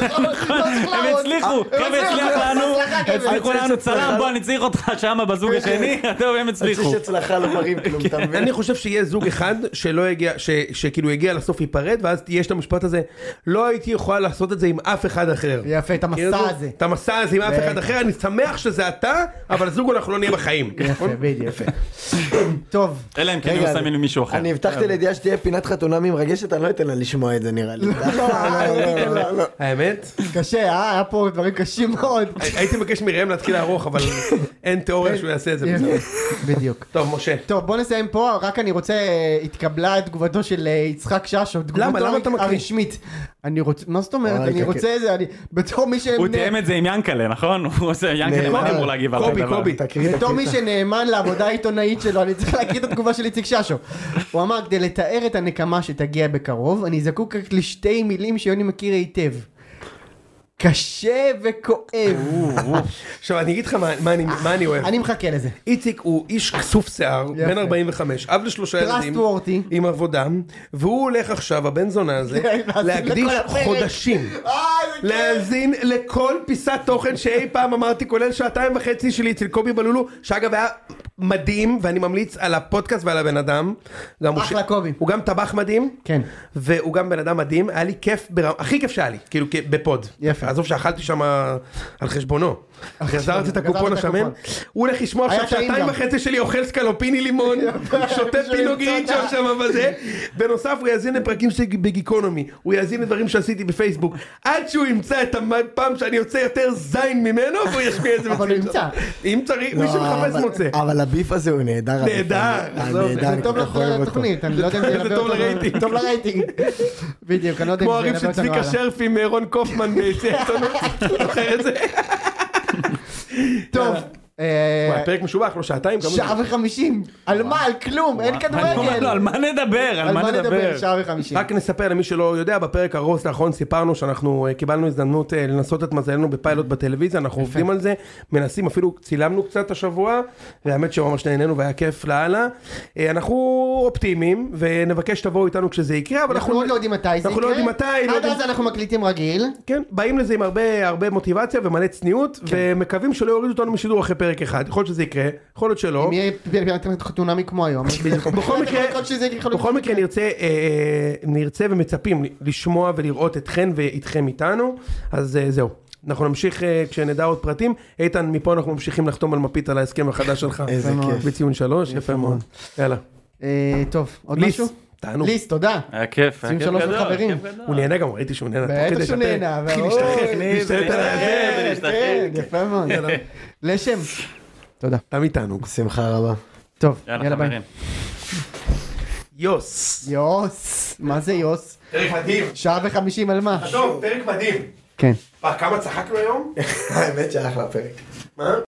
הם הצליחו, חבר'ה הצליח לנו, הצליחו לנו, צלם, בוא, אני צריך אותך שם בזוג השני, הם הצליחו. אני חושב שיהיה זוג אחד שלא הגיע, שכאילו הגיע לסוף ייפרד, ואז יש את המשפט הזה, לא הייתי יכולה לעשות את זה עם אף אחד אחר. יפה, את המסע הזה. את המסע הזה עם אף אחד אחר, אני שמח שזה אתה, אבל זוג אנחנו לא נהיה בחיים. יפה, בדיוק. טוב. אלא אם כן הוא עושה ממנו מישהו אחר. אני הבטחתי לידיעה שתהיה פינת חתונמי מרגשת, אני לא אתן לה לשמוע את זה נראה לי. האמת? קשה, אה? היה פה דברים קשים מאוד. הייתי מבקש מראם להתחיל לערוך, אבל אין תיאוריה שהוא יעשה את זה. בדיוק. טוב, משה. טוב, בוא נסיים פה, רק אני רוצה, התקבלה תגובתו של יצחק ששו, תגובתו הרשמית. אני רוצה, מה זאת אומרת? אני רוצה איזה, אני, בתור מי ש... הוא תאם את זה עם ינקלה, נכון? הוא עושה ינקלה, מה אמור להגיב על זה? קובי, קובי, תקריא. בתור מי שנאמן לעבודה העיתונאית שלו, אני צריך להקריא את התגובה של איציק ששו. הוא אמר, כדי לתאר את הנקמה שתגיע בקרוב, אני זקוק רק לשתי מילים שיוני מכיר היטב. קשה וכואב. עכשיו אני אגיד לך מה אני אוהב. אני מחכה לזה. איציק הוא איש כסוף שיער, בן ארבעים וחמש, אב לשלושה ילדים, עם עבודה, והוא הולך עכשיו, הבן זונה הזה, להקדיש חודשים, להאזין לכל פיסת תוכן שאי פעם אמרתי, כולל שעתיים וחצי שלי אצל קובי בלולו, שאגב היה מדהים, ואני ממליץ על הפודקאסט ועל הבן אדם. אחלה קובי. הוא גם טבח מדהים, כן. והוא גם בן אדם מדהים, היה לי כיף, הכי כיף שהיה לי, כאילו בפוד. יפה. עזוב שאכלתי שם על חשבונו. גזרתי את הקופון השמן. הוא הולך לשמוע עכשיו שעתיים וחצי שלי אוכל סקלופיני לימון, שותה פינוגריצ'ו שם בזה. בנוסף הוא יאזין לפרקים שלי בגיקונומי, הוא יאזין לדברים שעשיתי בפייסבוק, עד שהוא ימצא את הפעם שאני יוצא יותר זין ממנו, והוא ישמיע את זה. אבל הוא ימצא. אם צריך, מי שמחפש מוצא. אבל הביף הזה הוא נהדר. נהדר. זה טוב לתוכנית, אני לא יודע אם זה ילווה אותו. טוב לרייטינג. בדיוק, אני לא יודע אם זה ילווה אותנו. כמו הריב של צביקה שרף עם רון קופמן ביציע עיתונות. אחרי זה. טוב, וואי, פרק משובח, לא שעתיים, כמה זה? שעה וחמישים. על מה? על כלום, אין אני אומר לו, כדורגל. על מה נדבר? על מה נדבר? שעה וחמישים. רק נספר למי שלא יודע, בפרק הרוסט האחרון סיפרנו שאנחנו קיבלנו הזדמנות לנסות את מזלנו בפיילוט בטלוויזיה, אנחנו עובדים על זה, מנסים, אפילו צילמנו קצת השבוע, והאמת שממש נהנינו והיה כיף לאללה. אנחנו אופטימיים, ונבקש שתבואו איתנו כשזה יקרה, אבל אנחנו עוד לא יודעים מתי זה אנחנו לא יודעים מתי. עד אז אנחנו מקליטים רגיל. כן, באים לזה עם הרבה הרבה מוטיבציה ומלא צניעות, ומקווים שלא יורידו אותנו משידור אחרי פרק אחד. יכול להיות שזה יקרה, יכול להיות שלא. אם יהיה חתונמי כמו היום. בכל מקרה, בכל מקרה נרצה, נרצה ומצפים לשמוע ולראות אתכן ואיתכם איתנו, אז זהו. אנחנו נמשיך כשנדע עוד פרטים. איתן, מפה אנחנו ממשיכים לחתום על מפית על ההסכם החדש שלך. איזה כיף. בציון שלוש, יפה מאוד. יאללה. טוב, עוד משהו? תענו. ליס, תודה. היה כיף, היה ציון שלוש גדול, וחברים. כיף גדול. הוא נהנה גם, ראיתי שהוא נהנה. בטח שהוא נהנה. התחיל להשתחרר, להשתחרר על הזה. כן, יפה מאוד. לשם. תודה. תמיד תענוג. בשמחה רבה. טוב, יאללה יאללה ביי. חברים. יוס. יוס. מה זה יוס? פרק מדהים. שעה וחמישים על מה? טוב, פרק מדהים. כן. כמה צחקנו היום? האמת שאחלה פרק. מה?